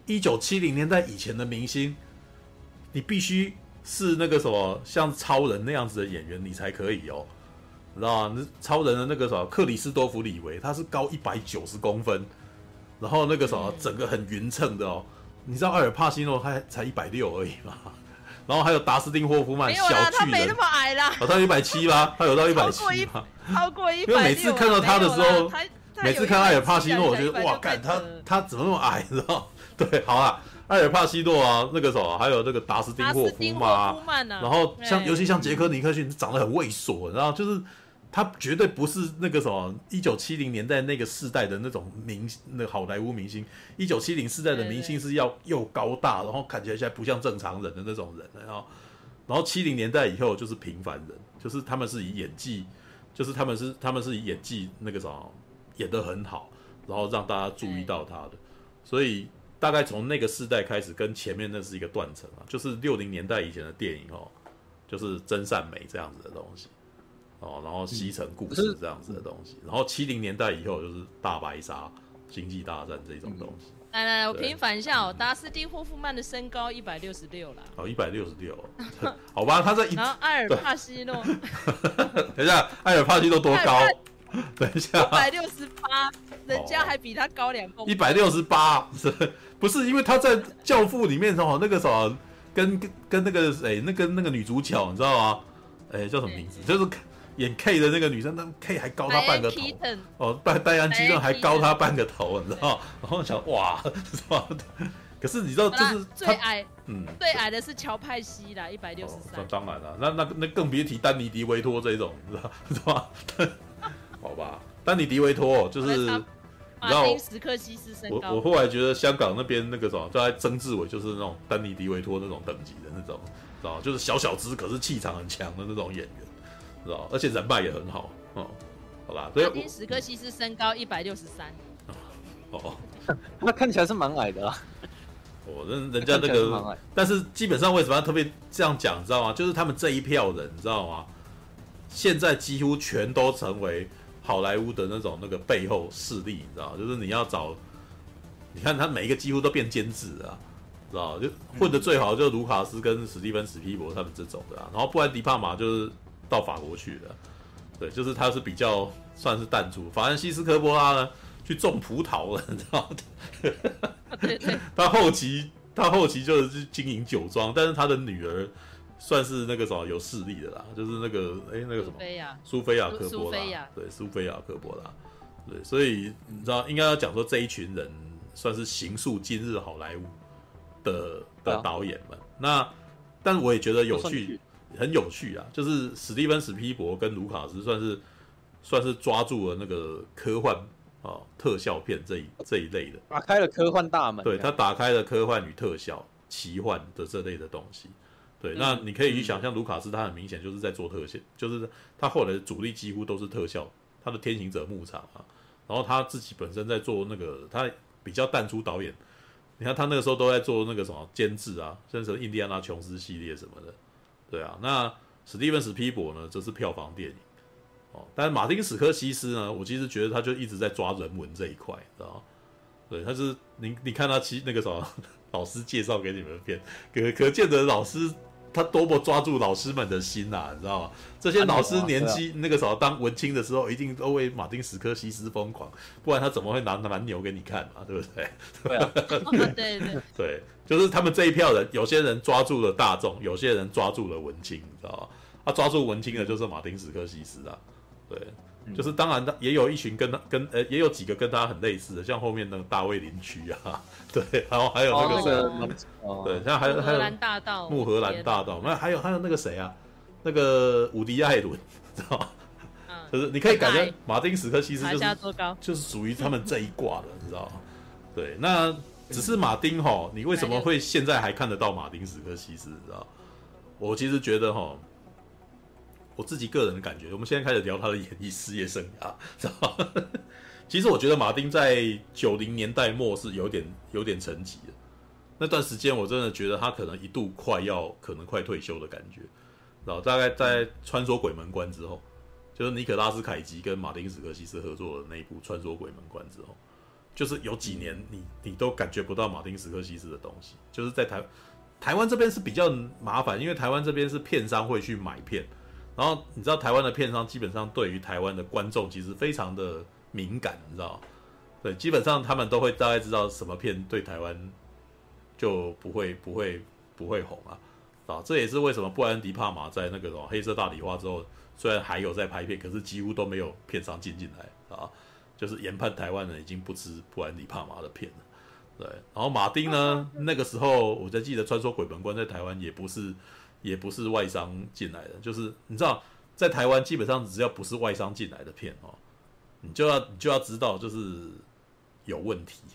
1970年代以前的明星，你必须是那个什么像超人那样子的演员，你才可以你知道吗？超人的那个什么克里斯多弗李维，他是高190公分，然后那个什么整个很匀称的哦。你知道阿尔帕西诺他才160而已嘛？然后还有达斯汀霍夫曼，小巨人， 他没那么矮啦， 他有170吗？他有到170吗？ 超过160， 因为每次看到他的时候，每次看阿尔帕西诺，我觉得哇，干他怎么那么矮，你知道？对，好啦，阿尔帕西诺啊，那个什么，还有那个达斯汀霍夫曼啊，然后尤其像杰克尼克逊长得很猥琐，然后就是他绝对不是那个什么1970年代那个世代的那种那个好莱坞明星。1970世代的明星是要又高大，然后看起来不像正常人的那种人，然后70年代以后就是平凡人，就是他们是以演技，就是他们是以演技那个什么演得很好，然后让大家注意到他的，所以大概从那个世代开始，跟前面那是一个断层啊，就是60年代以前的电影就是真善美这样子的东西。然后西城故事这样子的东西，然后70年代以后就是大白鲨、星际大战这种东西。 来，我平反一下达斯汀霍夫曼的身高166啦。 166，好吧，他在然后埃尔帕西诺， 等一下，埃尔帕西诺多高？等一下 ，168，人家还比他高2公分。 168，不是因为他在《教父》里面那个什么，跟那个那个女主角你知道吗？叫什么名字？就是演 K 的那个女生，那 K 还高她半个头，戴安基顿还高她半个头，你知道？然后想哇，是吧？可是你知道，就是最矮，最矮的是乔派西啦，163。 当然了，那更别提丹尼迪维托这种，你知道吧？好吧，丹尼迪维托就是马丁史克西斯身高。 我后来觉得香港那边那个什么，就在曾志伟，就是那种丹尼迪维托那种等级的那种，知道？就是小只，可是气场很强的那种演员。知道，而且人脉也很好，好吧。 马丁史克西斯身高163， 那看起来是蛮矮的啊。 人家那个，但是基本上为什么要特别这样讲，你知道吗？就是他们这一票人，你知道吗？现在几乎全都成为好莱坞的那个背后势力，你知道吗？就是你要找，你看他每一个几乎都变监制啊。知道，就混得最好就是卢卡斯跟史蒂芬史皮伯他们这种的然后布兰迪帕马就是到法国去了，对，就是他是比较算是淡出。法兰西斯科波拉呢去种葡萄了，你知道吗？ 对， 他后期就是经营酒庄，但是他的女儿算是那个什么有势力的啦，就是那个那个什么苏菲亚科波拉，对，苏菲亚科波拉，对，所以你知道应该要讲说这一群人算是形塑今日好莱坞的导演们。那但我也觉得有趣。很有趣啊，就是史蒂芬史皮伯跟卢卡斯算是抓住了那个科幻特效片这一类的， 打开了科幻大门。 对，他打开了科幻与特效、奇幻的这类的东西。对，那你可以去想象，卢卡斯他很明显就是在做特效，就是他后来的主力几乎都是特效，他的天行者牧场啊，然后他自己本身在做那个，他比较淡出导演。你看他那个时候都在做那个什么监制啊，甚至印第安纳琼斯系列什么的。对啊，那史蒂芬史皮伯呢，这是票房电影但是马丁史科西斯呢，我其实觉得他就一直在抓人文这一块，知道吗？对，他是你看他那个什么老师介绍给你们的片，可见得老师他多么抓住老师们的心啊，你知道吗？这些老师年纪那个时候当文青的时候，一定都为马丁史科西斯疯狂，不然他怎么会拿蛮牛给你看嘛？对不对？ 对啊， 对，就是他们这一票人，有些人抓住了大众，有些人抓住了文青，你知道吗？他抓住文青的就是马丁史科西斯啊，对，就是当然也有一群也有几个跟他很类似的，像后面那个大卫林区啊，对，然后还有那个对，像还有木荷兰大道， 那还有那个谁啊，那个伍迪艾伦，知道吗？就是你可以感觉马丁史科西斯就是属于他们这一挂的，你知道吗？对，那只是马丁你为什么会现在还看得到马丁史科西斯？你知道？我其实觉得我自己个人的感觉，我们现在开始聊他的演艺事业生涯，知道吗？其实我觉得马丁在90年代末是有点沉寂的。那段时间我真的觉得他可能一度可能快退休的感觉，然后大概在《穿梭鬼门关》之后，就是尼可拉斯凯奇跟马丁史科西斯合作的那一部《穿梭鬼门关》之后，就是有几年你都感觉不到马丁史科西斯的东西，就是在台湾这边是比较麻烦，因为台湾这边是片商会去买片， 然后你知道台湾的片商基本上对于台湾的观众其实非常的敏感，你知道？对，基本上他们都会大概知道什么片对台湾就不会红啊，这也是为什么布莱恩·迪帕玛在那个黑色大理花之后，虽然还有在拍片，可是几乎都没有片商进来啊，就是研判台湾人已经不吃布莱恩·迪帕玛的片了。对，然后马丁呢，那个时候我才记得《穿梭鬼门关》在台湾也不是外商进来的，就是你知道，在台湾基本上只要不是外商进来的片哦，你就要知道就是有问题，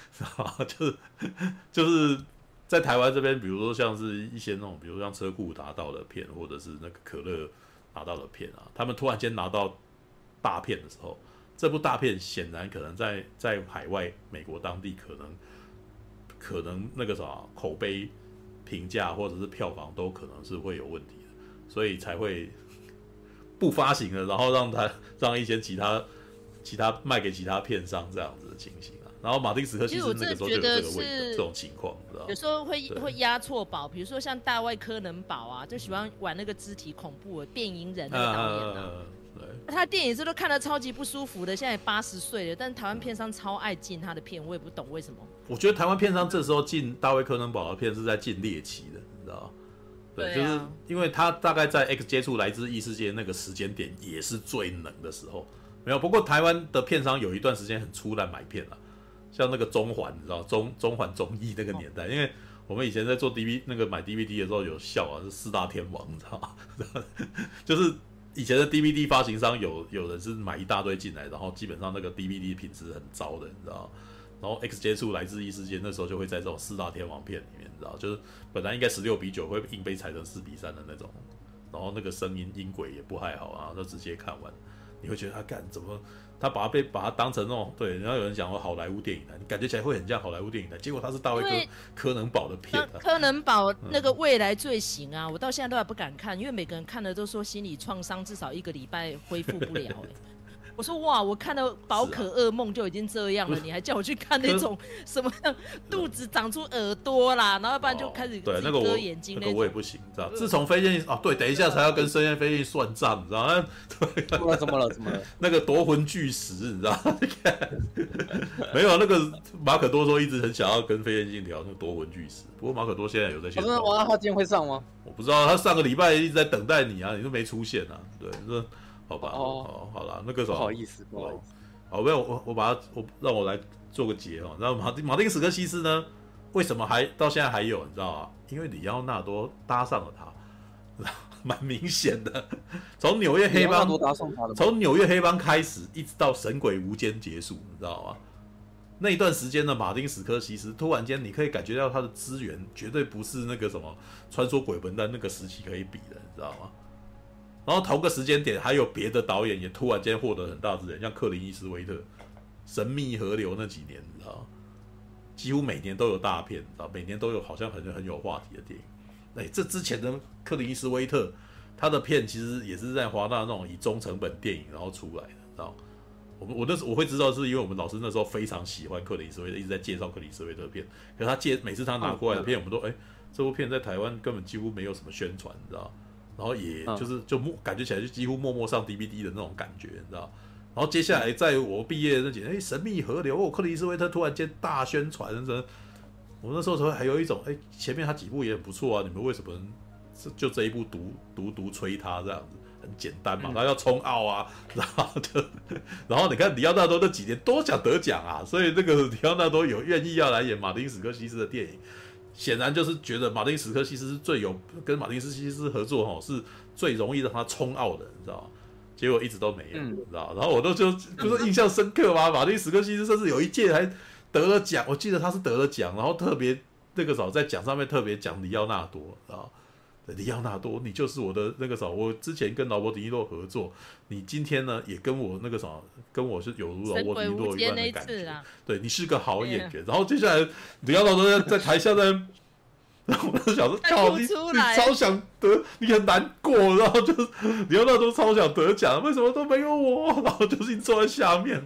就是在台湾这边，比如说像是一些那种，比如像车库拿到的片，或者是那个可乐拿到的片啊，他们突然间拿到大片的时候，这部大片显然可能在海外美国当地可能那个口碑评价或者是票房都可能是会有问题的，所以才会不发行了，然后让一些其他卖给其他片商这样子的情形啊。然后马丁·史科西斯那个时候就有这种情况，知道吗？ 有时候会压错宝，比如说像大卫·柯能堡啊，就喜欢玩那个肢体恐怖的电影人那个导演啊。他电影是都看得超级不舒服的，现在也80岁了，但是台湾片商超爱进他的片，我也不懂为什么。我觉得台湾片商这时候进大卫·柯能堡的片是在进猎奇的，你知道吗？对，就是因为他大概在 X 接触来自异世界那个时间点也是最冷的时候，没有。不过台湾的片商有一段时间很粗滥买片了，像那个中环，你知道中环中艺那个年代，因为我们以前在做 那个买 DVD 的时候有笑啊，是4大天王，你知道吗？就是。以前的 DVD 发行商有人是买一大堆进来，然后基本上那个 DVD 品质很糟的，你知道吗？然后 X 接触来自异世界那时候就会在这种4大天王片里面，你知道，就是本来应该16:9会硬被裁成4:3的那种，然后那个声音轨也不太好啊，就直接看完，你会觉得他干怎么？他把它当成那种对，然后有人讲说好莱坞电影台，你感觉起来会很像好莱坞电影台，结果他是大卫·柯能堡的片、啊。 柯能堡那个未来罪行啊，我到现在都还不敢看，因为每个人看了都说心理创伤至少1个礼拜恢复不了、欸。我说哇，我看到宝可噩梦就已经这样了，你还叫我去看那种什么肚子长出耳朵啦，然后不然就开始对那个割眼睛那个我也不行，知道？自从飞剑对，等一下才要跟深渊飞剑算账，你知道吗？ 怎么了？ 那个夺魂巨石，你知道吗？没有那个马可多说一直很想要跟飞剑信条那个夺魂巨石，不过马可多现在有在线上。 他今天会上吗？ 我不知道，他上个礼拜一直在等待你啊，你都没出现啊，对，说。好吧，好啦，那个时候不好意思， 好，没有我让我来做个结哦。然后马丁·史科西斯呢，为什么到现在还有？你知道吗？因为里奥纳多搭上了他，蛮明显的。从纽约黑帮开始，一直到《神鬼无间》结束，你知道吗？那一段时间的马丁·史科西斯，突然间你可以感觉到他的资源绝对不是那个什么《穿梭鬼门关》那个时期可以比的，你知道吗？然后同个时间点，还有别的导演也突然间获得很大资源，像克林伊斯威特，《神秘河流》那几年，你知道吗？几乎每年都有大片，你知道，每年都有好像很有话题的电影。这之前的克林伊斯威特，他的片其实也是在华纳那种以中成本电影然后出来的，你知道？我会知道，是因为我们老师那时候非常喜欢克林伊斯威特，一直在介绍克林伊斯威特的片。可是每次他拿过来的片，我们都这部片在台湾根本几乎没有什么宣传，你知道？然后也就感觉起来就几乎默默上 DVD 的那种感觉，你知道？然后接下来在我毕业的那几年，神秘河流，克里斯威特突然间大宣传，我那时候还有一种，前面他几部也很不错啊，你们为什么就这一部独吹他这样子？很简单嘛，然后要冲奥啊，然后你看里奥纳多那几年多想得奖啊，所以那个里奥纳多有愿意要来演马丁·史科西斯的电影。显然就是觉得马丁·史科西斯是跟马丁·史科西斯合作是最容易让他冲奥的，你知道吗？结果一直都没有，你知道？然后我就是印象深刻嘛，马丁·史科西斯甚至有一届还得了奖，我记得他是得了奖，然后特别那个时候在奖上面特别讲里奥纳多，知道？里奥纳多，你就是我的那个我之前跟劳勃·迪尼洛合作，你今天呢也跟我那个跟我是有如劳勃·迪尼洛一般的感觉，对你是个好演员。然后接下来里奥纳多在台下在，然后我就想说，靠你超想得，你很难过，然后就是里奥纳多超想得奖，为什么都没有我？然后就是你坐在下面，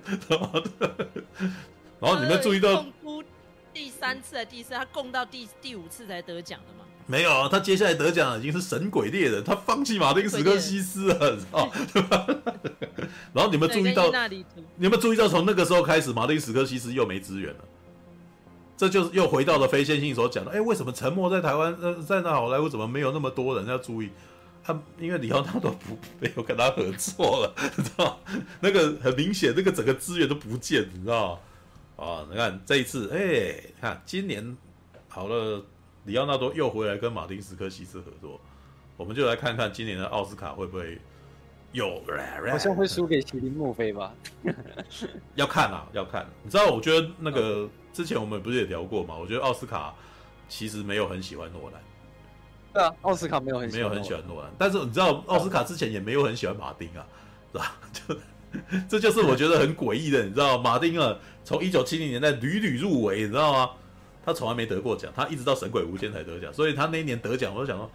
然后你们注意到。 第3次还是第4次，他供到第5次才得奖的嘛？ 没有啊，他接下来得奖已经是《神鬼猎人》，他放弃马丁·史科西斯了，你知道？然后你们注意到，你有没有注意到从那个时候开始，马丁·史科西斯又没资源了？这就是又回到了非线性所讲的，为什么沉默在台湾，在那好莱坞怎么没有那么多人要注意？因为里奥纳多没有跟他合作了，你知道？那个很明显，那个整个资源都不见，你知道？啊，你看这一次，看今年好了。里奥纳多又回来跟马丁·史科西斯合作，我们就来看看今年的奥斯卡会不会有？ 好像会输给席琳·墨菲吧？ 要看啊，要看。你知道，我觉得那个之前我们不是也聊过嘛？我觉得奥斯卡其实没有很喜欢诺兰。 对啊，奥斯卡没有很喜欢诺兰，但是你知道，奥斯卡之前也没有很喜欢马丁啊，是吧？这就是我觉得很诡异的，你知道，马丁啊，从1970年代屡屡入围，你知道吗？他从来没得过奖，他一直到《神鬼无间》才得奖，所以他那一年得奖，我就想说，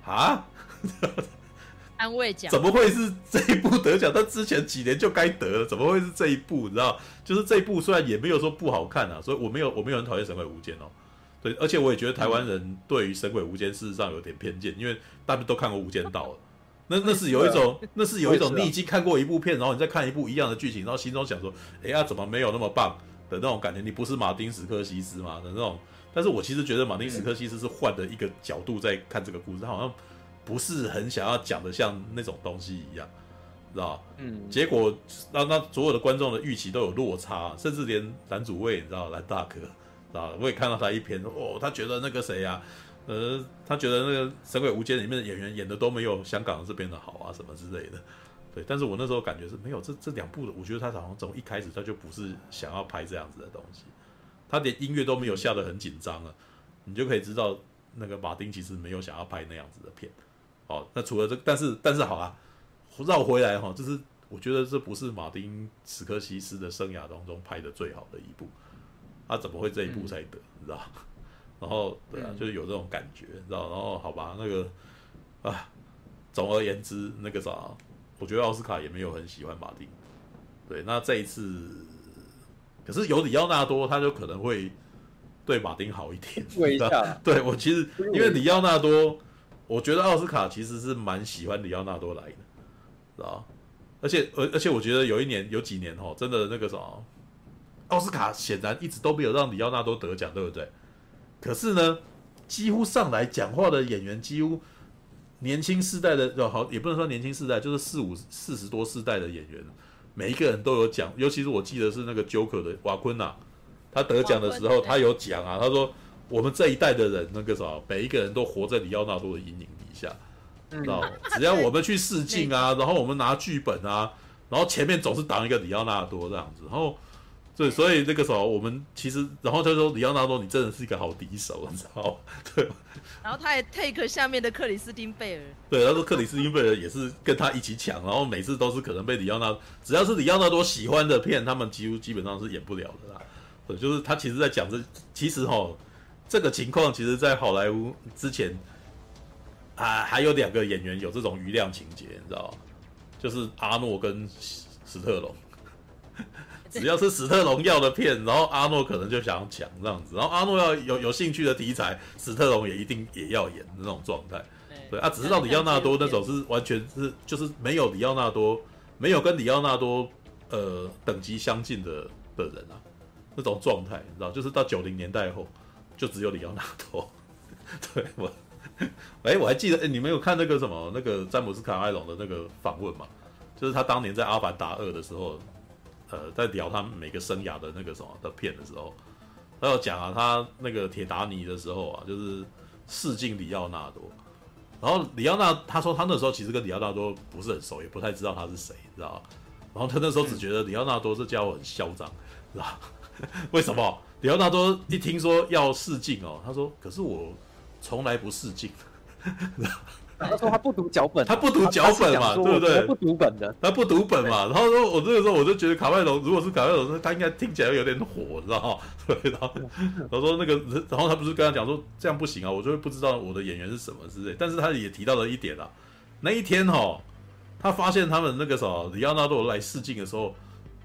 安慰奖， 怎么会是这一部得奖？他之前几年就该得了，怎么会是这一部？你知道，就是这一部虽然也没有说不好看啊，所以我没有很讨厌《神鬼无间》哦。对，而且我也觉得台湾人对于《神鬼无间》事实上有点偏见，因为大家都看过《无间道》了。那是有一种你已经看过一部片，然后你再看一部一样的剧情，然后心中想说，怎么没有那么棒？的那种感觉，你不是马丁·史科西斯嘛的那种，但是我其实觉得马丁·史科西斯是换的一个角度在看这个故事，他好像不是很想要讲的像那种东西一样，知道吧？结果让所有的观众的预期都有落差，甚至连蓝祖蔚，你知道蓝大哥，知道我也看到他一篇，他觉得那个谁啊，他觉得那个《神鬼无间》里面的演员演的都没有香港这边的好啊，什么之类的。对，但是我那时候感觉是没有这两部的，我觉得他好像从一开始他就不是想要拍这样子的东西，他连音乐都没有下得很紧张了，你就可以知道那个马丁其实没有想要拍那样子的片。那除了这个，但是好啦，绕回来就是我觉得这不是马丁·史科西斯的生涯当中拍的最好的一部，他怎么会这一部才得，你知道？然后对啊，就是有这种感觉，你知道？然后好吧，那个总而言之，那个啥。我觉得奥斯卡也没有很喜欢马丁，对，那这一次，可是有里奥纳多，他就可能会对马丁好一点。 一下， 对我其实因为里奥纳多，我觉得奥斯卡其实是蛮喜欢里奥纳多来的，知道？而且我觉得有几年真的那个什么，奥斯卡显然一直都没有让里奥纳多得奖，对不对？可是呢，几乎上来讲话的演员几乎。年轻世代的好，也不能说年轻世代，就是40多世代的演员，每一个人都有讲。尤其是我记得是那个 Joker 的瓦昆呐，他得奖的时候，他有讲啊，他说我们这一代的人，那个啥，每一个人都活在里奥纳多的阴影底下，知道吗？只要我们去试镜啊，然后我们拿剧本啊，然后前面总是挡一个里奥纳多这样子，然后。对，所以那个时候我们其实，然后他说里奥纳多，你真的是一个好敌手，你知道吗？对。 然后他还 take 下面的克里斯汀贝尔。 对，他说克里斯汀贝尔也是跟他一起抢，然后每次都是可能被里奥纳，只要是里奥纳多喜欢的片，他们基本上是演不了的啦。对，就是他其实在讲其实这个情况，其实在好莱坞之前还有2个演员有这种余量情节，你知道吗？就是阿诺跟史特龙。只要是史特龙要的片，然后阿诺可能就想要抢这样子，然后阿诺要有兴趣的题材，史特龙也一定也要演那种状态。对啊，只是到里奥纳多那种是完全是就是没有里奥纳多，没有跟里奥纳多等级相近的人啊，那种状态，你知道，就是到90年代后就只有里奥纳多。对我还记得，你们有看那个什么那个詹姆斯卡麦隆的那个访问吗？就是他当年在《阿凡达2》的时候。在聊他每个生涯的那个什么的片的时候，他有讲啊，他那个铁达尼的时候啊，就是试镜里奥纳多，然后里奥纳他说他那时候其实跟里奥纳多不是很熟，也不太知道他是谁，知道吗？然后他那时候只觉得里奥纳多这家伙很嚣张，知道为什么？里奥纳多一听说要试镜他说可是我从来不试镜。 他说他不读脚本， 他不读脚本嘛，对不对？ 他不读本的， 他不读本嘛。然后说，我这个时候我就觉得卡麦隆，如果是卡麦隆，他应该听起来有点火，你知道吗？对，然后说那个，然后他不是跟他讲说这样不行啊，我就会不知道我的演员是什么之类。但是他也提到了一点啊，那一天他发现他们那个里奥纳多来试镜的时候，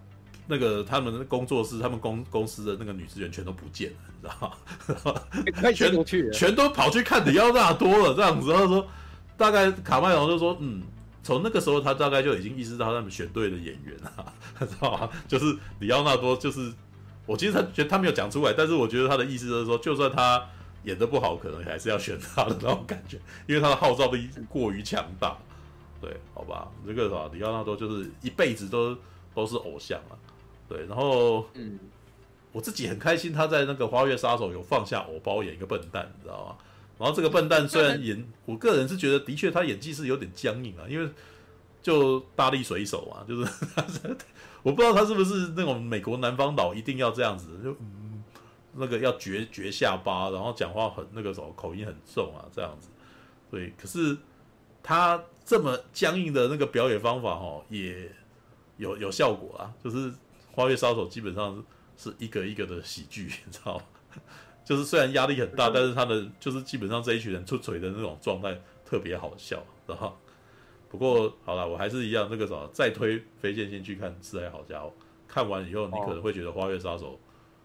那个他们的工作室，他们公司的那个女职员全都不见了，你知道吗？全都跑去看里奥纳多了，这样子。然后说，大概卡麦隆就说，从那个时候他大概就已经意识到他们选对的演员啊，知道吗？就是里奥纳多，就是我其实觉得他没有讲出来，但是我觉得他的意思就是说，就算他演得不好，可能还是要选他的那种感觉，因为他的号召力过于强大。对，好吧，这个里奥纳多就是一辈子都是偶像啊。对，然后我自己很开心，他在那个《花月杀手》有放下偶包演一个笨蛋，你知道吗？然后这个笨蛋虽然我个人是觉得的确他演技是有点僵硬啊，因为就大力水手嘛，就是我不知道他是不是那种美国南方佬一定要这样子，就那个要撅下巴，然后讲话很那个什么口音很重啊，这样子。对，可是他这么僵硬的那个表演方法也有效果啊，就是花月杀手基本上是一个一个的喜剧，你知道吗？就是虽然压力很大，但是他的就是基本上这一群人出锤的那种状态特别好笑，知道吗？不过好了，我还是一样那个再推非线性去看《四海好家伙》，看完以后你可能会觉得花月杀手，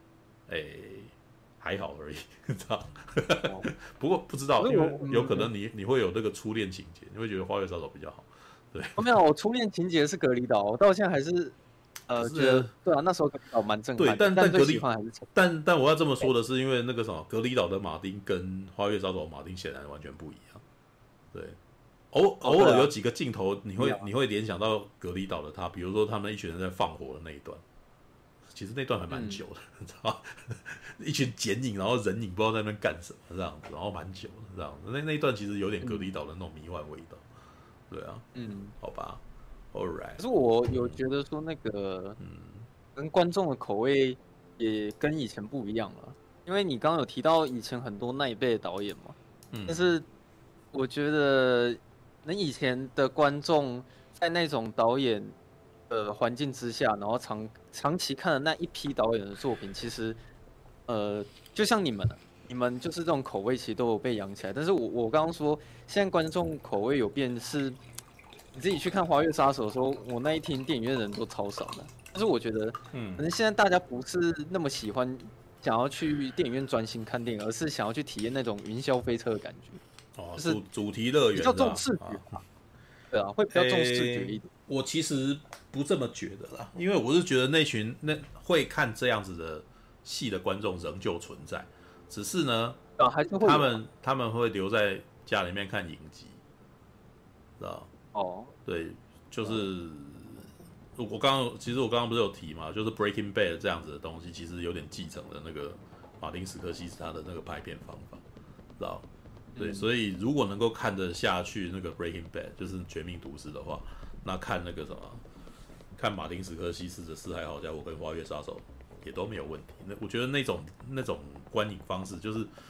还好而已，你知道？不过不知道，因为有可能你会有那个初恋情节，你会觉得花月杀手比较好。对， 没有，我初恋情节是格里岛，我到现在还是觉得对啊，那时候格里岛蛮震撼的。 对，但最喜欢还是但我要这么说的是，因为那个格里岛的马丁跟花月杀手的马丁显然完全不一样。对，偶尔有几个镜头你会联想到格里岛的他，比如说他们一群人在放火的那一段。其实那段还蛮久的，你知道吗？一群剪影，然后人影不知道在那边干什么这样子，然后蛮久的这样子。那一段其实有点格里岛的那种迷幻味道，对啊，好吧 ，All right。 可是我有觉得说那个，跟观众的口味也跟以前不一样了，因为你刚刚有提到以前很多那一辈的导演嘛，但是我觉得那以前的观众在那种导演的环境之下，然后长期看的那一批导演的作品，其实，就像你们就是这种口味，其实都有被养起来。但是我刚刚说，现在观众口味有变，是你自己去看《花月杀手》的时候，我那一天电影院的人都超少的。但是我觉得，可能现在大家不是那么喜欢想要去电影院专心看电影，而是想要去体验那种云霄飞车的感觉， 就是主题乐园， 比较重视觉吧。对啊，会比较重视觉一点。 我其实不这么觉得啦，因为我是觉得那群会看这样子的戏的观众仍旧存在，只是呢， 还是会他们会留在家里面看影集，知道？对，就是我刚刚不是有提嘛，就是 Breaking Bad 这样子的东西，其实有点继承了那个马丁斯科西斯他的那个拍片方法，知道？对，所以如果能够看得下去那个 Breaking Bad 就是绝命毒师的话，那看那个看马丁斯科西斯的《四海好家伙》跟《花月杀手》也都没有问题。我觉得那种观影方式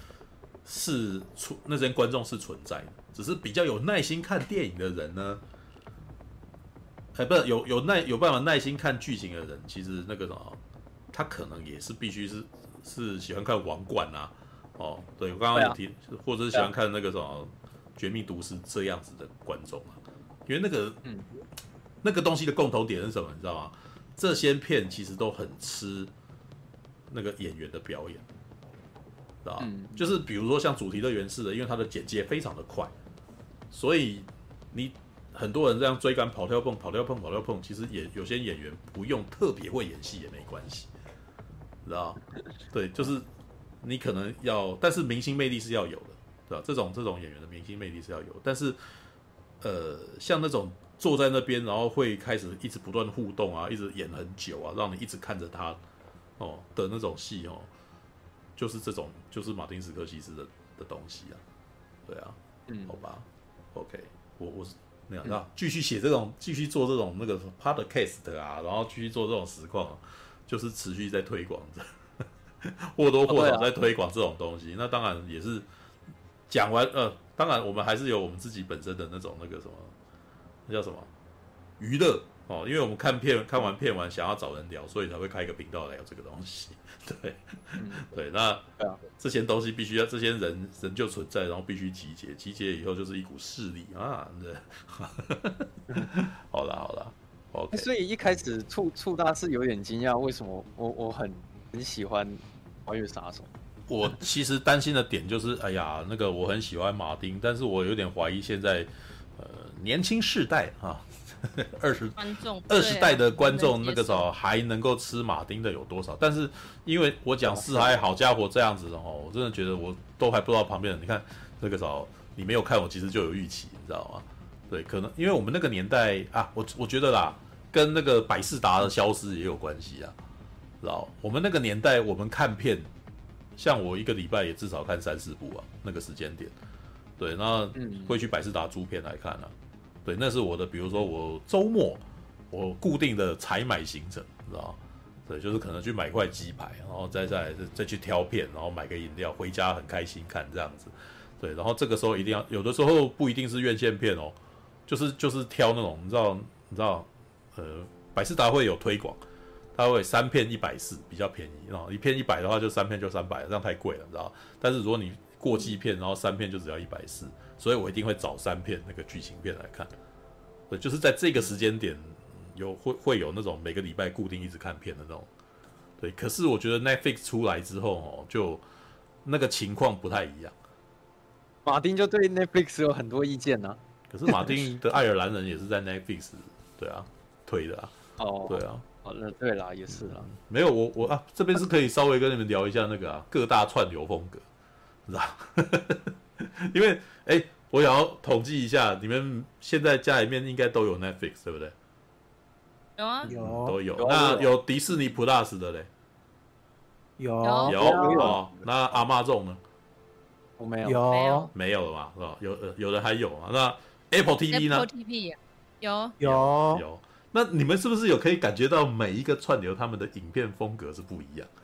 那些观众是存在的，只是比较有耐心看电影的人呢，不是有办法耐心看剧情的人，其实那个他可能也是必须是喜欢看王冠啊。对，我刚刚有提，或者是喜欢看那个《绝命毒师》这样子的观众啊，因为那个东西的共同点是什么？你知道吗？这些片其实都很吃那个演员的表演，知道吗？就是比如说像主题乐园似的，因为它的剪接非常的快，所以你很多人这样追赶跑跳碰，其实有些演员不用特别会演戏也没关系，知道吗？对，就是。你可能要，但是明星魅力是要有的，对吧？这种演员的明星魅力是要有的，但是像那种坐在那边，然后会开始一直不断互动啊，一直演很久啊，让你一直看着他的那种戏就是这种，就是马丁斯科西斯的东西啊，对啊，好吧 ，OK， 我是那样，继续做这种那个 podcast 啊，然后继续做这种实况，就是持续在推广着。或多或少在推广这种东西，那当然也是讲完当然我们还是有我们自己本身的那个什么，那叫什么娱乐因为我们看完片想要找人聊，所以才会开一个频道来聊这个东西，对，对，那这些东西必须要这些人就存在，然后必须集结以后就是一股势力啊，对，好啦 OK， 所以一开始触大是有点惊讶，为什么我很喜欢花月杀手？ 我其实担心的点就是，哎呀，那个我很喜欢马丁，但是我有点怀疑现在年轻世代啊，20代的观众那个时候还能够吃马丁的有多少？但是因为我讲四海好家伙这样子的哦，我真的觉得我都还不知道旁边人，你看那个时候你没有看，我其实就有预期，你知道吗？对，可能因为我们那个年代啊，我觉得啦，跟那个百视达的消失也有关系啊，知道？我们那个年代，我们看片，像我一个礼拜也至少看3-4部啊，那个时间点，对，那会去百视达租片来看啊，对，那是我的，比如说我周末我固定的采买行程，知道？对，就是可能去买块鸡排，然后再去挑片，然后买个饮料，回家很开心看这样子，对，然后这个时候一定要，有的时候不一定是院线片哦。就是挑那种，你知道，百视达会有推广，它会3片140比较便宜，然后1片100的话就3片就300，这样太贵了，你知道？但是如果你过季片，然后3片就只要140，所以我一定会找3片那个剧情片来看。对，就是在这个时间点会有那种每个礼拜固定一直看片的那种。对，可是我觉得 Netflix 出来之后哦，就那个情况不太一样。 马丁就对 Netflix 有很多意见呢、啊。 可是马丁的爱尔兰人也是在 Netflix 对啊推的啊，对啊， 那对啦，也是啦。 没有我啊，这边是可以稍微跟你们聊一下那个啊各大串流风格，知道？因为我想要统计一下，你们现在家里面应该都有 Netflix 对不对？ 有啊， 都有。那有迪士尼 Plus 的嘞？有哦。那阿嬷这种呢？ 我没有， 没有了嘛，是吧？有人还有啊。那 Apple TV 呢 ？Apple TV 有。那你们是不是有可以感觉到每一个串流他们的影片风格是不一样？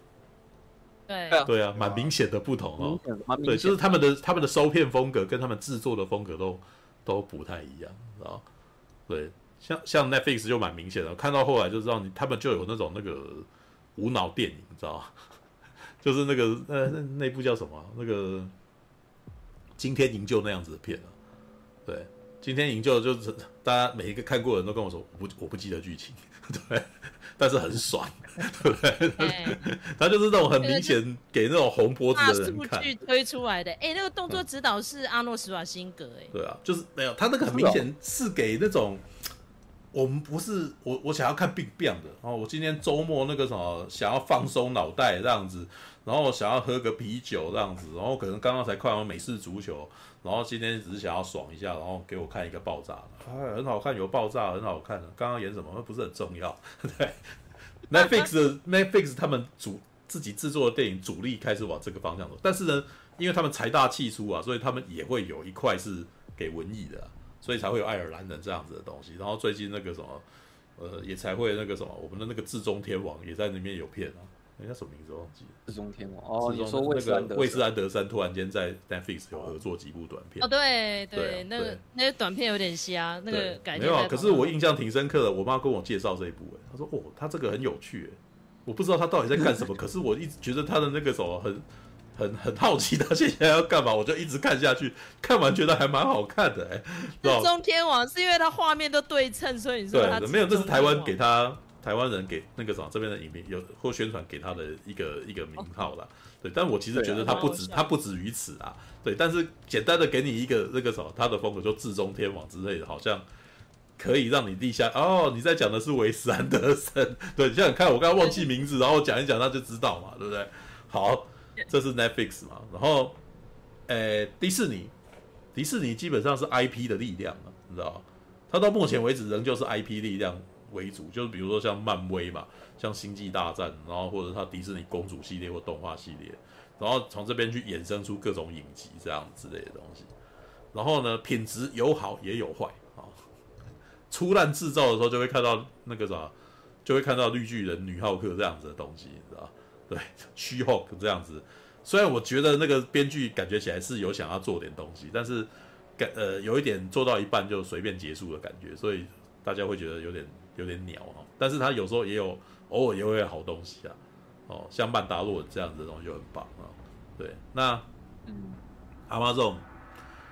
对啊，蛮明显的不同哦。对，就是他们的收片风格跟他们制作的风格都不太一样，知道？对，像 Netflix 就蛮明显的，看到后来就知道他们就有那个无脑电影，知道吗？就是那个那部叫什么？那个惊天营救那样子的片啊，对，惊天营救就是大家每一个看过的人都跟我说，我不记得剧情，对，但是很爽，对不对？他就是那种很明显给那种红脖子的人看。 大数据推出来的，那个动作指导是阿诺·施瓦辛格， 对啊，就是没有他那个很明显是给那种。我们不是我想要看病的哦，我今天周末那个什么想要放松脑袋这样子，然后想要喝个啤酒这样子，然后可能刚刚才看完美式足球，然后今天只是想要爽一下，然后给我看一个爆炸，很好看，有爆炸，很好看的。刚刚演什么不是很重要，对。Netflix 他们自己制作的电影主力开始往这个方向走，但是呢，因为他们财大气粗啊，所以他们也会有一块是给文艺的、啊。所以才会有爱尔兰人这样子的东西，然后最近那个什么，也才会那个什么，我们的那个至中天王也在那边有片啊，叫什么名字忘记了？ 至中天王哦，你说魏斯安德森突然间在 Netflix 有合作几部短片哦，对，那个短片有点瞎，那个感觉没有啊，可是我印象挺深刻的，我妈跟我介绍这一部，她说他这个很有趣，我不知道他到底在干什么，可是我一直觉得他的那个什么很好奇他接下来要干嘛，我就一直看下去，看完觉得还蛮好看的至中天王是因为他画面都对称，所以你说他没有，这是台湾人给那个什么这边的影评有或宣传给他的一个名号啦。对，但我其实觉得他不止于此啊。对，但是简单的给你一个那个什么他的风格，就至中天王之类的，好像可以让你立下你在讲的是韦斯安德森。对，像你看我刚刚忘记名字，然后讲一讲他就知道嘛，对不对？好。这是 Netflix 嘛，然后，迪士尼基本上是 IP 的力量嘛，你知道吗？它到目前为止仍旧是 IP 力量为主，就是比如说像漫威嘛，像星际大战，然后或者它迪士尼公主系列或动画系列，然后从这边去衍生出各种影集这样之类的东西。然后呢，品质有好也有坏啊，出烂制造的时候就会看到那个啥，就会看到绿巨人、女浩克这样子的东西，你知道吗？对，虚后这样子，虽然我觉得那个编剧感觉起来是有想要做点东西，但是有一点做到一半就随便结束的感觉，所以大家会觉得有点鸟哈。但是他有时候偶尔也会有好东西啊，像曼达洛这样子的东西就很棒啊。对，那Amazon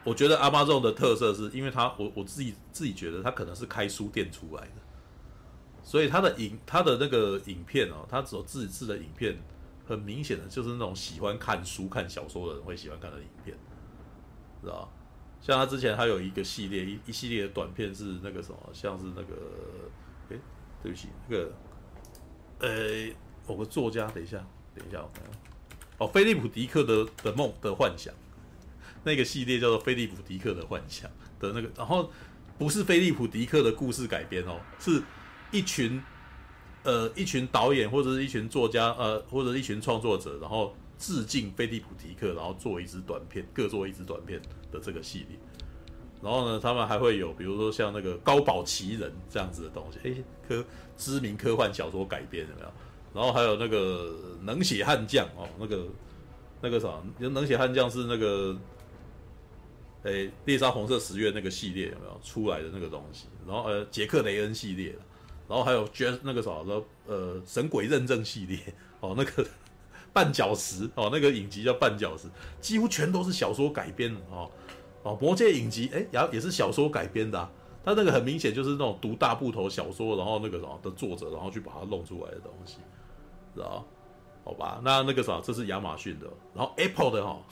我觉得 Amazon 的特色是因为我自己觉得它可能是开书店出来的，所以它的那个影片哦，它所自制的影片，很明显的就是那种喜欢看书、看小说的人会喜欢看的影片，知道？像他之前还有一个系列，一系列的短片是那个什么，像是那个，对不起，那个，某个作家，等一下，我看哦，菲利普·迪克的梦的幻想，那个系列叫做《菲利普·迪克的幻想》的那个，然后不是菲利普·迪克的故事改编哦，是一群导演或者是一群作家，或者一群创作者，然后致敬菲利普·迪克，然后做一支短片，各做一支短片的这个系列。然后呢，他们还会有比如说像那个高堡奇人这样子的东西，知名科幻小说改编有没有？然后还有那个冷血悍将哦，那个啥，冷血悍将是那个猎杀红色十月那个系列有没有出来的那个东西？然后杰克雷恩系列，然后还有那个啥神鬼认证系列哦，那个绊脚石哦，那个影集叫绊脚石，几乎全都是小说改编的哦。魔戒影集也是小说改编的啊，他那个很明显就是那种读大部头小说，然后那个啥的作者，然后去把它弄出来的东西，知道？好吧，那个啥，这是亚马逊的，然后 Apple 的哈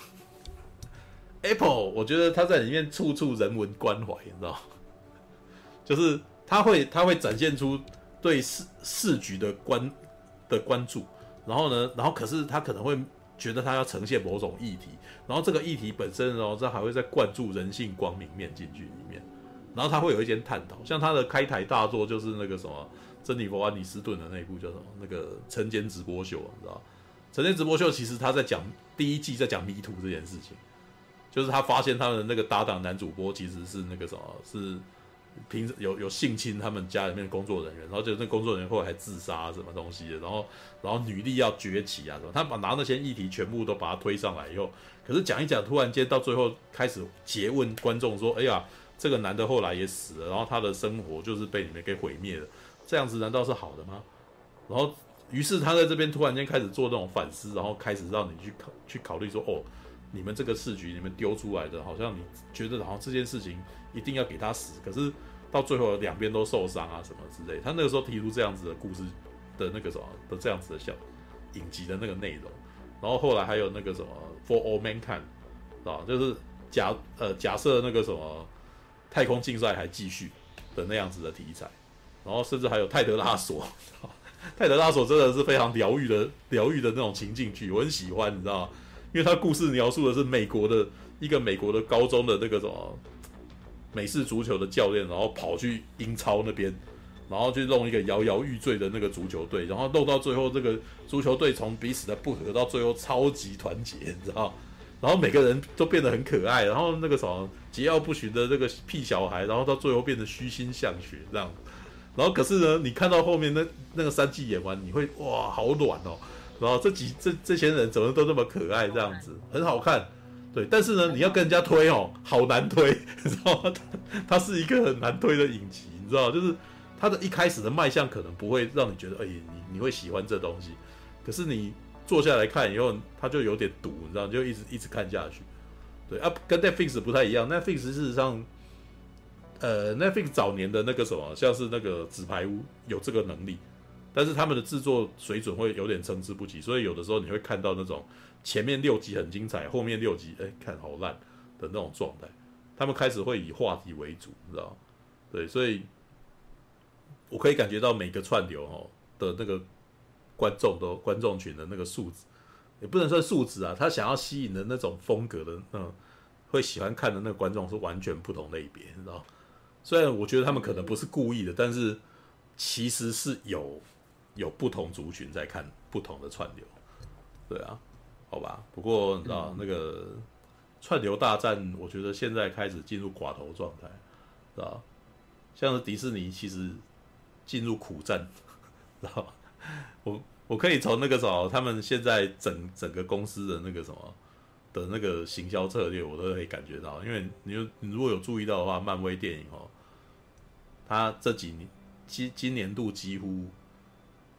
，Apple 我觉得他在里面处处人文关怀，你知道？就是他会展现出对视局的关注，然后可是他可能会觉得他要呈现某种议题，然后这个议题本身，然后他还会再灌注人性光明面进去里面，然后他会有一些探讨，像他的开台大作就是那个什么珍妮佛·安妮斯顿的那一部叫什么那个晨间直播秀，你知道？晨间直播秀其实他在讲第一季在讲迷途这件事情，就是他发现他的那个搭档男主播其实是那个什么是平时有性侵他们家里面的工作人员，然后就那工作人员后来还自杀什么东西的，然后女力要崛起啊什么，他拿那些议题全部都把它推上来以后，可是讲一讲，突然间到最后开始诘问观众说：“哎呀，这个男的后来也死了，然后他的生活就是被你们给毁灭了，这样子难道是好的吗？”然后，于是他在这边突然间开始做那种反思，然后开始让你去考虑说：“哦，你们这个市局你们丢出来的，好像你觉得好像这件事情一定要给他死，可是到最后两边都受伤啊什么之类。”他那个时候提出这样子的故事的那个什么的这样子的小影集的那个内容，然后后来还有那个什么 For All Mankind 啊，就是假设那个什么太空竞赛还继续的那样子的题材，然后甚至还有泰德拉索，泰德拉索真的是非常疗愈的那种情境剧，我很喜欢，你知道吗？因为他故事描述的是美国的高中的那个什么美式足球的教练，然后跑去英超那边，然后去弄一个摇摇欲坠的那个足球队，然后弄到最后，这个足球队从彼此的不和到最后超级团结，你知道？然后每个人都变得很可爱，然后那个什么桀骜不驯的那个屁小孩，然后到最后变得虚心向学这样。然后可是呢，你看到后面那个3季演完，你会哇好暖哦。然后这些人怎么都那么可爱，这样子很好看，对。但是呢，你要跟人家推哦，好难推，你知道吗？它是一个很难推的影集，你知道，就是它的一开始的卖相可能不会让你觉得，你会喜欢这东西。可是你坐下来看以后，它就有点毒，你知道，你就一直看下去。对啊，跟 Netflix 不太一样。Netflix 事实上，Netflix 早年的那个什么，像是那个纸牌屋有这个能力。但是他们的制作水准会有点参差不齐，所以有的时候你会看到那种前面6集很精彩，后面6集看好烂的那种状态。他们开始会以话题为主，你知道？对，所以我可以感觉到每个串流的那个观众群的那个素质，也不能算素质啊，他想要吸引的那种风格的会喜欢看的那个观众是完全不同类别，你知道？虽然我觉得他们可能不是故意的，但是其实是有不同族群在看不同的串流，对啊，好吧。不过你知道那个串流大战，我觉得现在开始进入寡头状态，知道？像是迪士尼其实进入苦战，知道？我可以从那个什么，他们现在整个公司的那个什么的那个行销策略，我都可以感觉到。因为你如果有注意到的话，漫威电影它这几年今年度几乎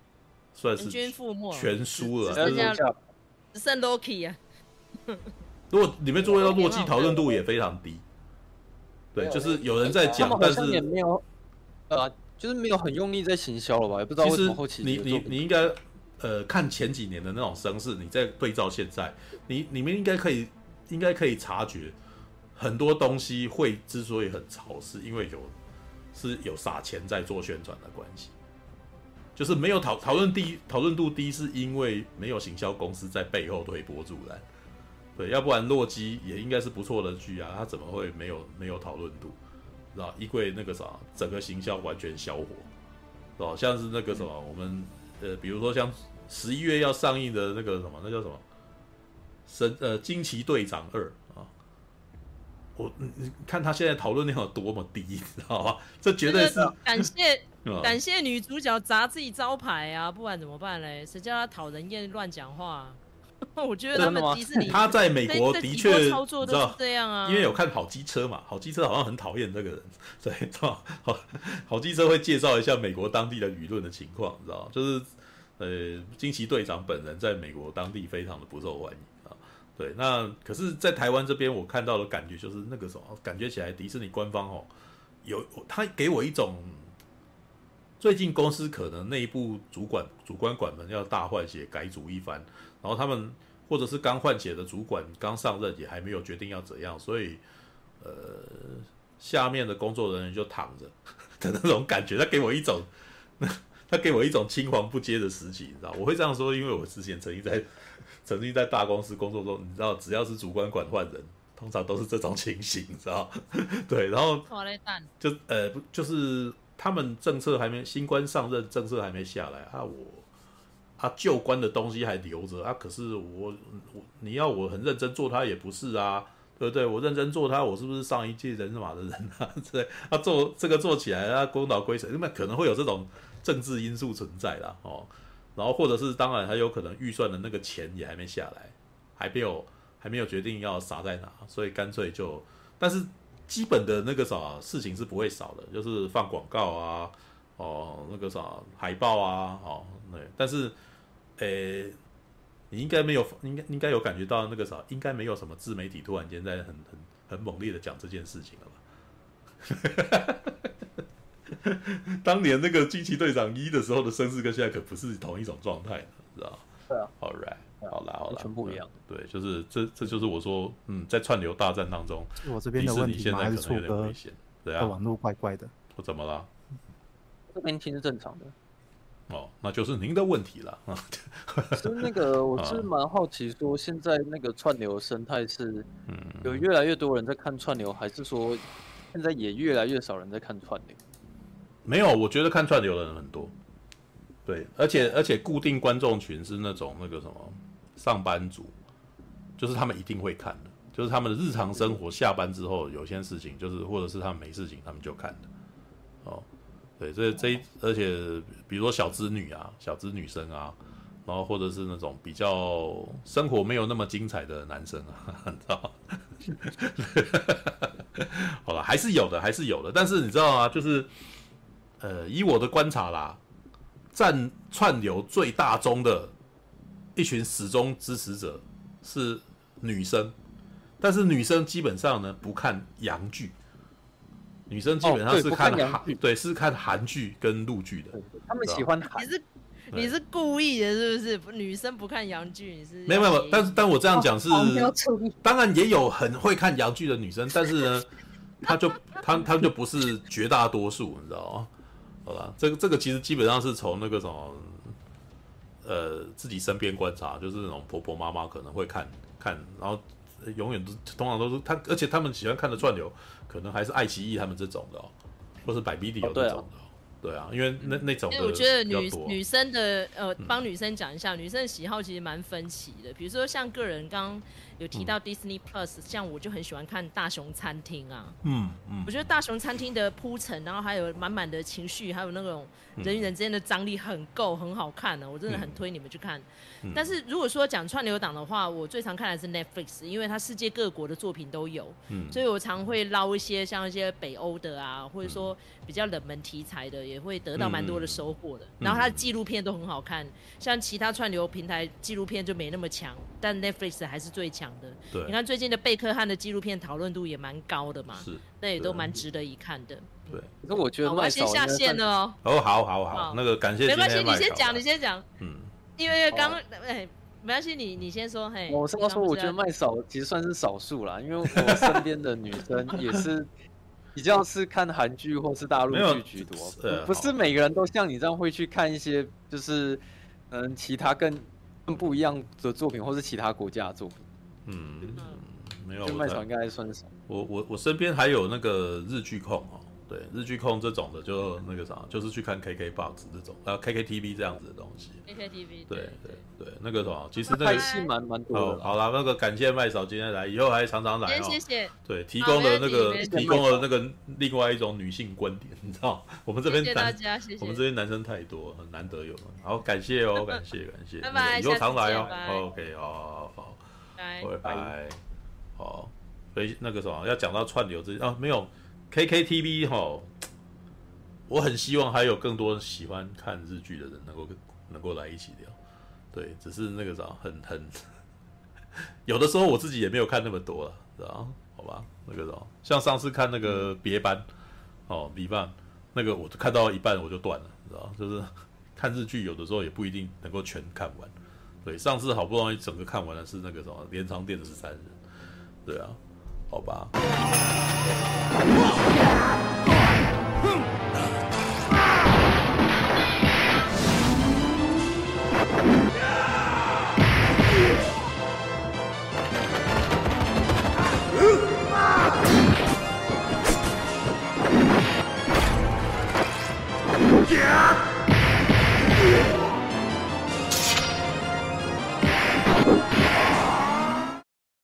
算是全输了， 只剩 Loki 啊。 如果里面注意到洛基讨论度也非常低，对，就是有人在讲，但是也没有，就是没有很用力在行销了吧？也不知道为什么后期你应该看前几年的那种声势，你再对照现在，你们应该可以察觉很多东西会之所以很潮，是因为有撒钱在做宣传的关系。就是没有讨论度低，是因为没有行销公司在背后推波助澜，对，要不然洛基也应该是不错的剧啊，他怎么会没有讨论度？知道衣柜那个啥，整个行销完全销火，知道像是那个什么，我们比如说像11月要上映的那个什么，那叫什么惊奇队长2啊，你看他现在讨论量有多么低，你知道吗？这绝对是感谢女主角砸自己招牌啊，不然怎么办嘞？谁叫他讨人厌乱讲话？我觉得他们迪士尼他在美国的确操作都是这样啊， 因为有看好机车嘛，好机车好像很讨厌这个人，对，好机车会介绍一下美国当地的舆论的情况，你知道吗？就是惊奇队长本人在美国当地非常的不受欢迎啊。对，那可是，在台湾这边我看到的感觉就是那个什么，感觉起来迪士尼官方他给我一种。最近公司可能内部主管管们要大换血改组一番，然后他们或者是刚换血的主管刚上任也还没有决定要怎样，所以下面的工作人员就躺着的那种感觉，他给我一种青黄不接的时期，你知道？我会这样说，因为我之前曾经在大公司工作中，你知道，只要是主管管换人，通常都是这种情形，你知道？对，然后就是他们政策还没新官上任，政策还没下来啊，旧官的东西还留着啊，可是你要我很认真做它也不是啊，对不对？我认真做它，我是不是上一届人马的人啊？对，做这个做起来啊，功劳归谁？因为可能会有这种政治因素存在啦，然后或者是当然还有可能预算的那个钱也还没下来，还没有决定要撒在哪，所以干脆但是基本的那个事情是不会少的，就是放广告啊，那个海报啊，对，但是，你应该有感觉到那个应该没有什么自媒体突然间在很猛烈的讲这件事情了吧？当年那个惊奇队长1的时候的声势跟现在可不是同一种状态，知道吗？ 对啊 ，All right。好啦， 完全不一样。 对，就是这就是我说，在串流大战当中， 我这边的问题吗？还是错哥的网络怪怪的？ 我怎么了？ 这边听是正常的。 那就是您的问题了啊。 是那个，我是蛮好奇，说现在那个串流生态是，有越来越多人在看串流，还是说现在也越来越少人在看串流？ 没有，我觉得看串流的人很多。对，而且固定观众群是那种那个什么。上班族就是他们一定会看的，就是他们的日常生活下班之后有些事情，就是或者是他们没事情，他们就看的。对，而且比如说小资女生啊，然后或者是那种比较生活没有那么精彩的男生啊，你知道吗？好了，还是有的，但是你知道吗？就是以我的观察啦，占串流最大宗的。一群始终支持者是女生，但是女生基本上呢不看洋剧，女生基本上是看是看韩剧跟陆剧的。 他们喜欢韩。 你是故意的，是不是？女生不看洋剧，你是没有，但我这样讲是，当然也有很会看洋剧的女生，但是呢，她就不是绝大多数，你知道吗？好吧，这个其实基本上是从那个什么。自己身边观察，就是那种婆婆妈妈可能会看，然后永远通常都是而且他们喜欢看的串流，可能还是爱奇艺他们这种的或是百 video 这种的。对啊，因为那种的， 因为我觉得女生的帮女生讲一下，女生的喜好其实蛮分歧的。比如说像个人刚有提到 Disney Plus，像我就很喜欢看大熊餐厅啊。我觉得大熊餐厅的铺陈，然后还有满满的情绪，还有那种人与人之间的张力很够，很好看的，我真的很推你们去看。但是如果说讲串流档的话，我最常看的是 Netflix， 因为它世界各国的作品都有，所以我常会捞一些像一些北欧的啊，或者说比较冷门题材的，也会得到蛮多的收获的。然后它的纪录片都很好看，像其他串流平台纪录片就没那么强，但 Netflix 还是最强。 强的。 对， 你看最近的贝克汉的纪录片讨论度也蛮高的嘛， 是， 那也都蛮值得一看的。 对， 可是我觉得麦嫂先下线了哦。 哦，好，那个感谢。 没关系，你先讲。 嗯， 因为刚没关系，你先说。嘿， 我是要说，我觉得麦嫂其实算是少数啦，因为我身边的女生也是比较是看韩剧或是大陆剧居多，不是每个人都像你这样会去看一些就是其他更不一样的作品，或是其他国家的作品。 没有， 麦嫂应该算是少。 我身边还有那个日剧控哦。对，日剧控这种的就那个啥，就是去看 KKBOX 这种，还有 KKTV 这样子的东西。 KKTV 对，那个什么，其实那个拍戏蛮多的。 好啦，那个感谢麦嫂今天来，以后还常常来哦。 谢谢。 对，提供了那个另外一种女性观点，你知道，我们这边我们这边男生太多，很难得有。好，感谢哦，感谢， 拜拜， 以后常来哦。 OK， 好， 拜拜。好，所以那个什么要讲到串流没有。KKTV 我很希望还有更多喜欢看日剧的人能够来一起聊，对，只是那个啥很有的时候我自己也没有看那么多了，知道？好吧，那个啥，像上次看那个别班别班那个我看到一半我就断了，知道？就是看日剧有的时候也不一定能够全看完，对，上次好不容易整个看完的是那个什么镰仓殿的13人，对啊。好吧。 Yeah!